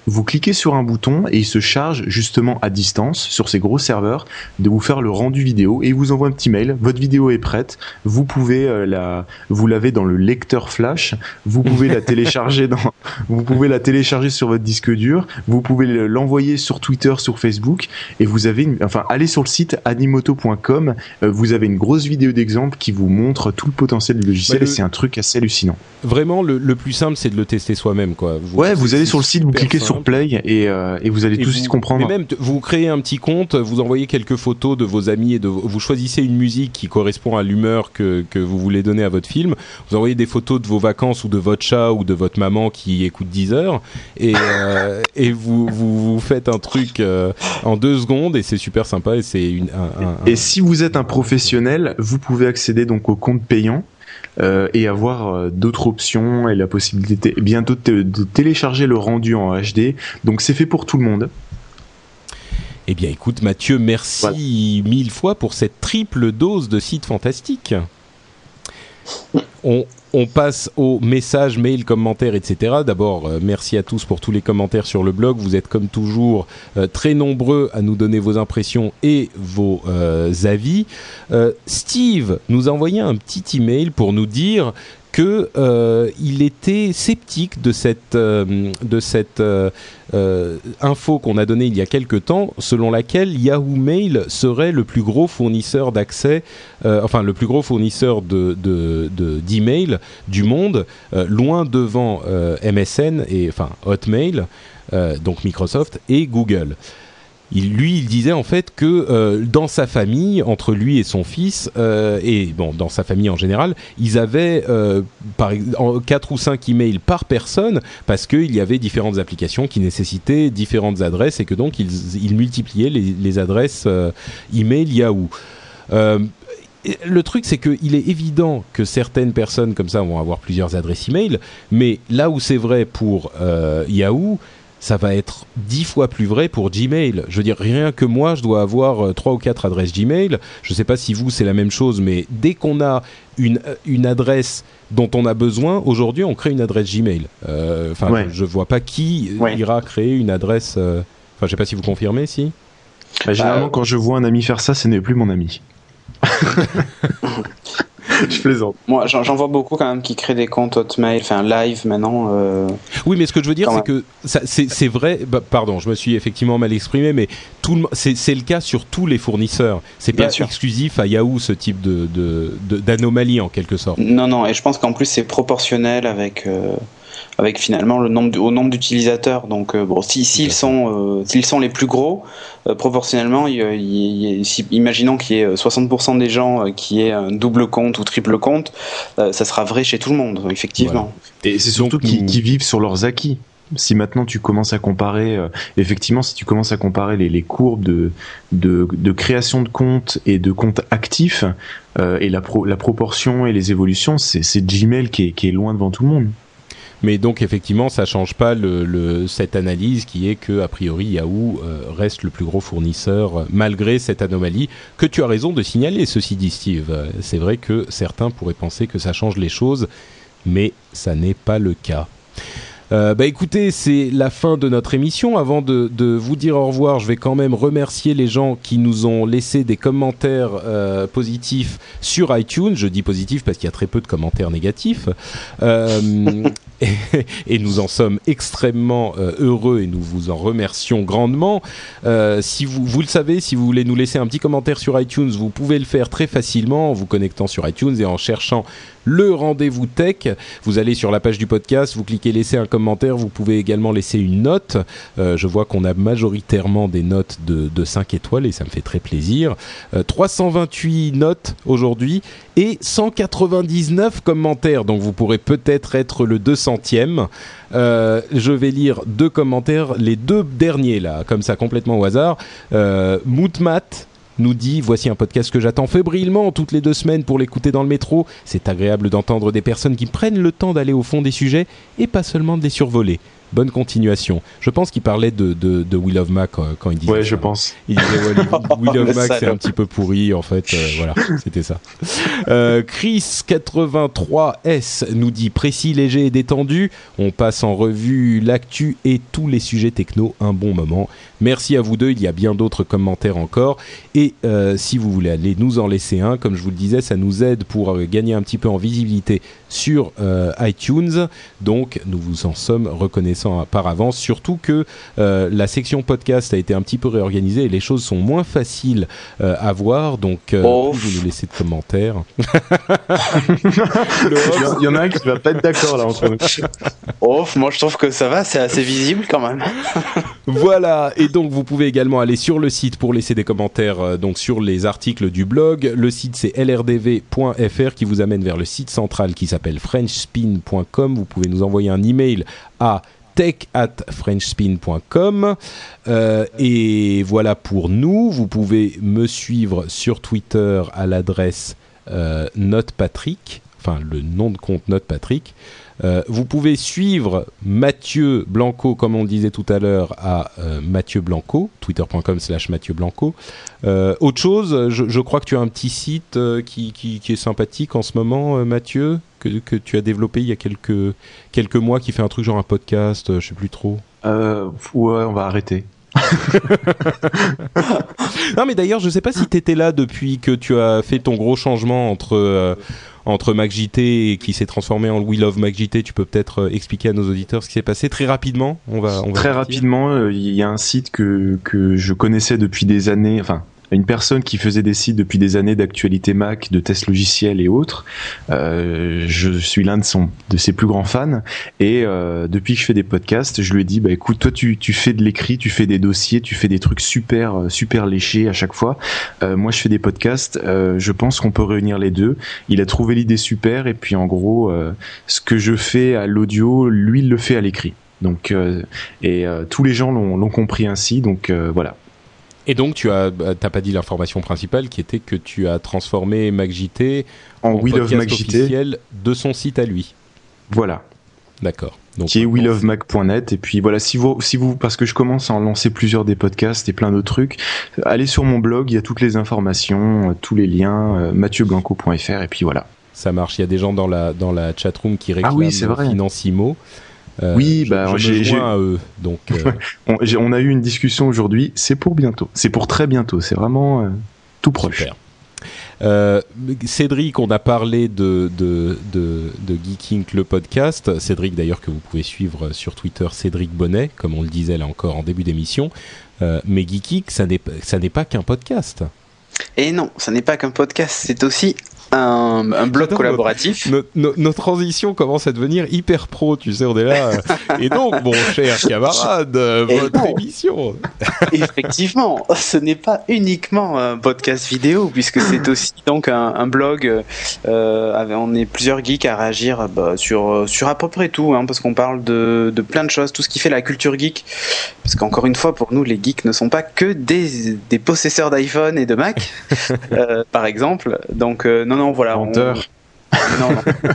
vous cliquez sur un bouton et il se charge justement à distance sur ces gros serveurs de vous faire le rendu vidéo et il vous envoie un petit mail. Votre vidéo est prête. Vous pouvez euh, la, vous l'avez dans le lecteur flash. Vous pouvez la télécharger dans, vous pouvez la télécharger sur votre disque dur. Vous pouvez l'envoyer sur Twitter, sur Facebook et vous avez, une, enfin, allez sur le site animoto point com. Euh, vous avez une grosse vidéo d'exemple qui vous montre tout le potentiel du logiciel ouais, le... et c'est un truc assez hallucinant. Vraiment, le, le plus simple, c'est de le tester soi-même, quoi. Vous, ouais, vous allez sur le site, vous cliquez simple. sur Play et, euh, et vous allez et tout de suite comprendre. Mais même, vous créez un petit compte, vous envoyez quelques photos de vos amis et de, vous choisissez une musique qui correspond à l'humeur que, que vous voulez donner à votre film. Vous envoyez des photos de vos vacances ou de votre chat ou de votre maman qui écoute dix heures et, euh, et vous, vous, vous faites un truc euh, en deux secondes et c'est super sympa et c'est une. Un, un, un... Et si vous êtes un professionnel, vous pouvez accéder donc au compte payant. Euh, et avoir euh, d'autres options et la possibilité bientôt de, de télécharger le rendu en H D. Donc c'est fait pour tout le monde. Eh bien écoute Mathieu, merci voilà. mille fois pour cette triple dose de site fantastique. On, on passe aux messages, mails, commentaires, et cetera. D'abord, euh, merci à tous pour tous les commentaires sur le blog. Vous êtes comme toujours euh, très nombreux à nous donner vos impressions et vos euh, avis. Euh, Steve nous a envoyé un petit email pour nous dire que euh, il était sceptique de cette euh, de cette euh, euh, info qu'on a donnée il y a quelque temps, selon laquelle Yahoo Mail serait le plus gros fournisseur d'accès, euh, enfin le plus gros fournisseur de, de, de d'email du monde, euh, loin devant euh, M S N et enfin Hotmail, euh, donc Microsoft et Google. Il, lui, il disait en fait que euh, dans sa famille, entre lui et son fils, euh, et bon, dans sa famille en général, ils avaient euh, par quatre ou cinq emails par personne parce qu'il y avait différentes applications qui nécessitaient différentes adresses et que donc ils, ils multipliaient les, les adresses euh, email Yahoo. Euh, Le truc, c'est qu'il est évident que certaines personnes comme ça vont avoir plusieurs adresses email, mais là où c'est vrai pour euh, Yahoo, ça va être dix fois plus vrai pour Gmail. Je veux dire, rien que moi, je dois avoir trois ou quatre adresses Gmail. Je ne sais pas si vous, c'est la même chose, mais dès qu'on a une, une adresse dont on a besoin, aujourd'hui, on crée une adresse Gmail. Enfin, euh, ouais. je ne vois pas qui ouais. ira créer une adresse... Enfin, euh, je ne sais pas si vous confirmez, si bah, Généralement, euh... quand je vois un ami faire ça, ce n'est plus mon ami. Je plaisante. Moi, j'en, j'en vois beaucoup quand même qui créent des comptes Hotmail, enfin live maintenant. Euh... Oui, mais ce que je veux dire, c'est que ça, c'est, c'est vrai. Bah, pardon, je me suis effectivement mal exprimé, mais tout le, c'est, c'est le cas sur tous les fournisseurs. C'est Bien pas sûr. exclusif à Yahoo ce type de, de, de d'anomalie en quelque sorte. Non, non, et je pense qu'en plus c'est proportionnel avec. Euh... avec finalement le nombre au nombre d'utilisateurs. Donc euh, bon, si s'ils sont euh, s'ils sont les plus gros, euh, proportionnellement, il, il, il, si, imaginons qu'il y ait soixante pour cent des gens euh, qui aient un double compte ou triple compte, euh, ça sera vrai chez tout le monde, effectivement. Voilà. Et c'est surtout Donc, qu'ils, qu'ils vivent sur leurs acquis. Si maintenant tu commences à comparer, euh, effectivement, si tu commences à comparer les, les courbes de, de, de création de comptes et de comptes actifs euh, et la, pro, la proportion et les évolutions, c'est, c'est Gmail qui est, qui est loin devant tout le monde. Mais donc effectivement, ça change pas le, le, cette analyse qui est que a priori Yahoo euh, reste le plus gros fournisseur euh, malgré cette anomalie que tu as raison de signaler. Ceci dit, Steve, euh, c'est vrai que certains pourraient penser que ça change les choses, mais ça n'est pas le cas. Euh, bah écoutez, c'est la fin de notre émission. Avant de, de vous dire au revoir, je vais quand même remercier les gens qui nous ont laissé des commentaires euh, positifs sur iTunes. Je dis positifs parce qu'il y a très peu de commentaires négatifs. Euh, et, et nous en sommes extrêmement euh, heureux et nous vous en remercions grandement. Euh, si vous, vous le savez, si vous voulez nous laisser un petit commentaire sur iTunes, vous pouvez le faire très facilement en vous connectant sur iTunes et en cherchant le rendez-vous tech. Vous allez sur la page du podcast, vous cliquez laisser un commentaire, vous pouvez également laisser une note. Euh, je vois qu'on a majoritairement des notes de, de cinq étoiles et ça me fait très plaisir. Euh, trois cent vingt-huit notes aujourd'hui et cent quatre-vingt-dix-neuf commentaires, donc vous pourrez peut-être être le deux centième. Euh, je vais lire deux commentaires, les deux derniers là, comme ça complètement au hasard. Euh, Moutmat nous dit « Voici un podcast que j'attends fébrilement toutes les deux semaines pour l'écouter dans le métro. C'est agréable d'entendre des personnes qui prennent le temps d'aller au fond des sujets et pas seulement de les survoler. bonne continuation. Je pense qu'il parlait de, de, de We Love Mac euh, quand il disait Ouais, ça. je pense. Il disait ouais, We Love Mac c'est un petit peu pourri en fait. Euh, voilà, c'était ça. Euh, Chris quatre-vingt-trois S nous dit précis, léger et détendu. On passe en revue l'actu et tous les sujets techno. Un bon moment. Merci à vous deux. Il y a bien d'autres commentaires encore. Et euh, si vous voulez aller nous en laisser un, comme je vous le disais, ça nous aide pour euh, gagner un petit peu en visibilité sur euh, iTunes. Donc, nous vous en sommes reconnaissants par avance. Surtout que euh, la section podcast a été un petit peu réorganisée et les choses sont moins faciles euh, à voir. Donc, euh, oh. plus vous nous laissez de commentaires. Il y en a un qui va pas être d'accord là entre nous. Oh, moi je trouve que ça va, c'est assez visible quand même. Voilà, et donc vous pouvez également aller sur le site pour laisser des commentaires euh, donc sur les articles du blog. Le site c'est l r d v point f r qui vous amène vers le site central qui s'appelle french spin point com. Vous pouvez nous envoyer un email à tech at frenchspin point com euh, et voilà pour nous. Vous pouvez me suivre sur Twitter à l'adresse euh, notepatrick, enfin le nom de compte notepatrick. Euh, vous pouvez suivre Mathieu Blanco, comme on le disait tout à l'heure, à euh, Mathieu Blanco, twitter point com slash Mathieu Blanco. Euh, autre chose, je, je crois que tu as un petit site euh, qui, qui, qui est sympathique en ce moment, euh, Mathieu, que, que tu as développé il y a quelques, quelques mois, qui fait un truc genre un podcast, euh, je sais plus trop. Euh, ouais, on va arrêter. Non, mais d'ailleurs, je sais pas si tu étais là depuis que tu as fait ton gros changement entre... Euh, entre MacJT et qui s'est transformé en We Love MacJT. Tu peux peut-être euh, expliquer à nos auditeurs ce qui s'est passé très rapidement. On va, on va très partir. rapidement, il euh, y a un site que que je connaissais depuis des années, enfin une personne qui faisait des sites depuis des années d'actualité Mac, de tests logiciels et autres. Euh, je suis l'un de son de ses plus grands fans et euh, depuis que je fais des podcasts, je lui ai dit bah écoute, toi tu tu fais de l'écrit, tu fais des dossiers, tu fais des trucs super super léchés à chaque fois. Euh, moi je fais des podcasts, euh, je pense qu'on peut réunir les deux. Il a trouvé l'idée super et puis en gros euh, ce que je fais à l'audio, lui il le fait à l'écrit. Donc euh, et euh, tous les gens l'ont l'ont compris ainsi, donc euh, voilà. Et donc, tu as, t'as pas dit l'information principale qui était que tu as transformé MacJT en, en We Love MacJT officiel de son site à lui. Voilà. D'accord. Donc, qui est we love mac point net. Et puis voilà, si vous, si vous, parce que je commence à en lancer plusieurs des podcasts et plein d'autres trucs, allez sur mon blog, il y a toutes les informations, tous les liens, euh, mathieu blanco point f r et puis voilà. Ça marche. Il y a des gens dans la dans la chatroom qui réclament ah oui, c'est vrai. Financimo. Euh, oui, je, bah, je j'ai, me joins à eux. Donc, euh... on, j'ai, on a eu une discussion aujourd'hui. C'est pour bientôt. C'est pour très bientôt. C'est vraiment euh, tout proche. Super. Euh, Cédric, on a parlé de, de, de, de Geek Inc, le podcast. Cédric, d'ailleurs, que vous pouvez suivre sur Twitter, Cédric Bonnet, comme on le disait là encore en début d'émission. Euh, mais Geek Inc, ça n'est, ça n'est pas qu'un podcast. Et non, ça n'est pas qu'un podcast, c'est aussi un, un blog collaboratif. Nos, nos, nos transitions commencent à devenir hyper pro, tu sais, on est là. Et donc, mon cher camarade, et votre bon, émission. Effectivement, ce n'est pas uniquement un podcast vidéo, puisque c'est aussi donc un, un blog. Euh, on est plusieurs geeks à réagir bah, sur, sur à peu près tout, hein, parce qu'on parle de, de plein de choses, tout ce qui fait la culture geek. Parce qu'encore une fois, pour nous, les geeks ne sont pas que des, des possesseurs d'iPhone et de Mac, euh, par exemple. Donc, euh, non, non, voilà. Menteur. On... Non,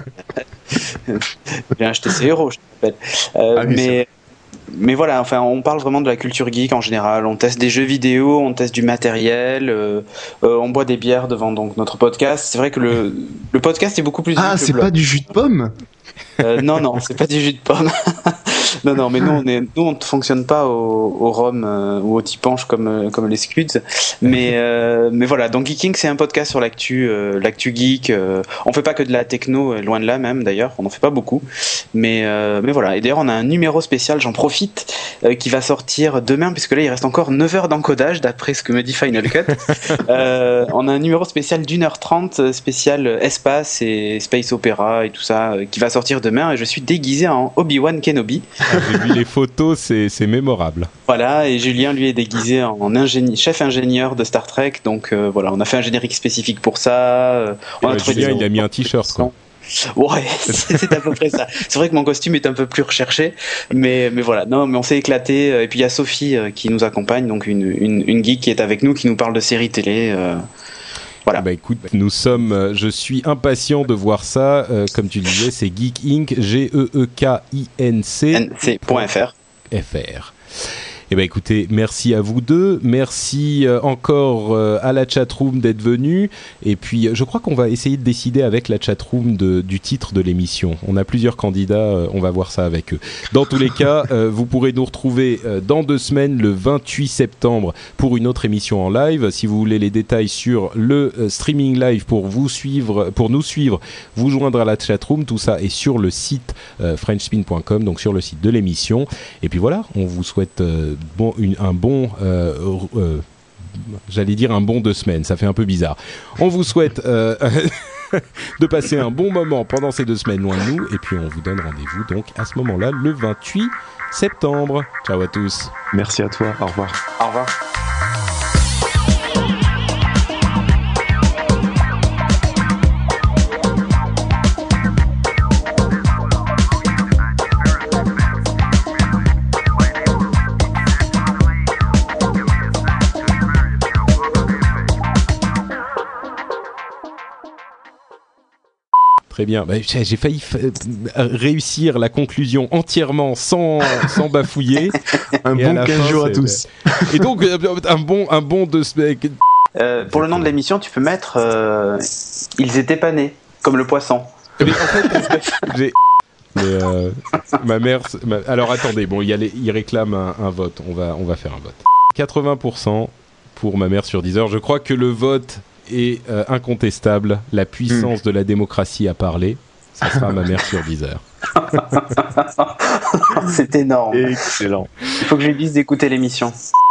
non. J'ai acheté ces euros, je te rappelle. Euh, ah oui, mais, mais voilà, enfin, on parle vraiment de la culture geek en général. On teste des jeux vidéo, on teste du matériel, euh, euh, on boit des bières devant donc notre podcast. C'est vrai que le, le podcast est beaucoup plus. Ah, c'est pas du jus de pomme. Euh, non, non, c'est pas du jus de pomme. Non, non, mais nous, on est, nous, on ne fonctionne pas au, au rhum euh, ou au tipanche comme, euh, comme les Scuds. Mais, euh, mais voilà, donc Geeking, c'est un podcast sur l'actu, euh, l'actu geek. Euh, on fait pas que de la techno, euh, loin de là même d'ailleurs, on en fait pas beaucoup. Mais, euh, mais voilà, et d'ailleurs, on a un numéro spécial, j'en profite, euh, qui va sortir demain, puisque là, il reste encore neuf heures d'encodage, d'après ce que me dit Final Cut. euh, on a un numéro spécial d'une heure trente, spécial espace et space opéra et tout ça, euh, qui va sortir demain, et je suis déguisé en Obi-Wan Kenobi. Ah, j'ai vu les photos, c'est, c'est mémorable. Voilà, et Julien lui est déguisé en ingénie- chef ingénieur de Star Trek, donc euh, voilà, on a fait un générique spécifique pour ça. Euh, on a Julien, il a mis un t-shirt, quoi. Ouais, c'est, c'est à peu près ça. C'est vrai que mon costume est un peu plus recherché, mais mais voilà, non, mais on s'est éclaté. Et puis il y a Sophie euh, qui nous accompagne, donc une, une une geek qui est avec nous, qui nous parle de séries télé. Euh, Voilà. Bah écoute, nous sommes, euh, je suis impatient de voir ça. Euh, comme tu disais, c'est Geek Inc, G E E K I N C N C point F R. F R. Eh ben écoutez, merci à vous deux, merci euh, encore euh, à la chatroom d'être venus, et puis je crois qu'on va essayer de décider avec la chatroom de, du titre de l'émission. On a plusieurs candidats, euh, on va voir ça avec eux. Dans tous les cas, euh, vous pourrez nous retrouver euh, dans deux semaines, le vingt-huit septembre, pour une autre émission en live. Si vous voulez les détails sur le euh, streaming live pour vous suivre, pour nous suivre, vous joindre à la chatroom, tout ça est sur le site euh, frenchspin point com, donc sur le site de l'émission. Et puis voilà, on vous souhaite euh, Bon, une, un bon, euh, euh, j'allais dire un bon deux semaines, ça fait un peu bizarre. On vous souhaite euh, de passer un bon moment pendant ces deux semaines loin de nous, et puis on vous donne rendez-vous donc à ce moment-là, le vingt-huit septembre. Ciao à tous. Merci à toi, au revoir. Au revoir. Très bien. Bah, j'ai failli f- réussir la conclusion entièrement sans, sans bafouiller. Un et bon quinze jours à tous. Et donc, un bon, un bon deux semaines. Euh, pour le nom de l'émission, tu peux mettre euh, Ils étaient pas nés, comme le poisson. Mais en fait, j'ai... Mais euh, ma mère... Ma... Alors attendez, bon, il, y a les... il réclame un, un vote. On va, on va faire un vote. quatre-vingts pour cent pour ma mère sur Deezer. Je crois que le vote est euh, incontestable. La puissance mmh. de la démocratie a parlé. Ça sera ma mère sur Deezer. C'est énorme. Excellent. Il faut que je lui dise d'écouter l'émission.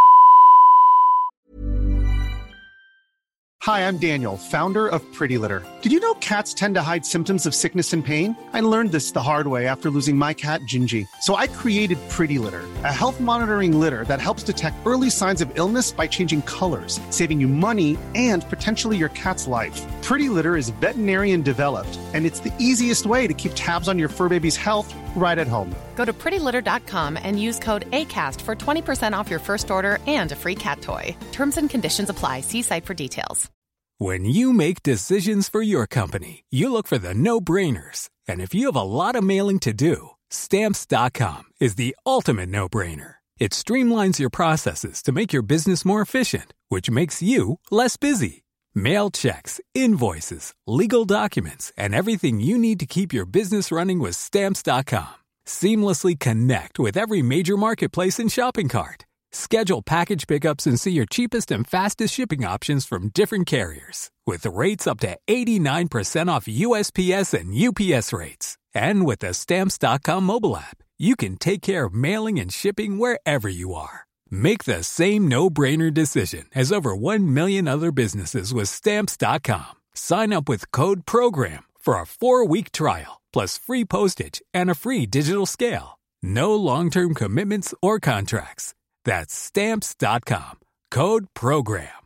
Hi, I'm Daniel, founder of Pretty Litter. Did you know cats tend to hide symptoms of sickness and pain? I learned this the hard way after losing my cat, Gingy. So I created Pretty Litter, a health monitoring litter that helps detect early signs of illness by changing colors, saving you money and potentially your cat's life. Pretty Litter is veterinarian developed, and it's the easiest way to keep tabs on your fur baby's health right at home. Go to pretty litter dot com and use code ACAST for twenty percent off your first order and a free cat toy. Terms and conditions apply. See site for details. When you make decisions for your company, you look for the no-brainers. And if you have a lot of mailing to do, Stamps dot com is the ultimate no-brainer. It streamlines your processes to make your business more efficient, which makes you less busy. Mail checks, invoices, legal documents, and everything you need to keep your business running with Stamps dot com. Seamlessly connect with every major marketplace and shopping cart. Schedule package pickups and see your cheapest and fastest shipping options from different carriers. With rates up to eighty-nine percent off U S P S and U P S rates. And with the Stamps dot com mobile app, you can take care of mailing and shipping wherever you are. Make the same no-brainer decision as over one million other businesses with Stamps dot com. Sign up with code PROGRAM for a four-week trial, plus free postage and a free digital scale. No long-term commitments or contracts. That's Stamps dot com. Code PROGRAM.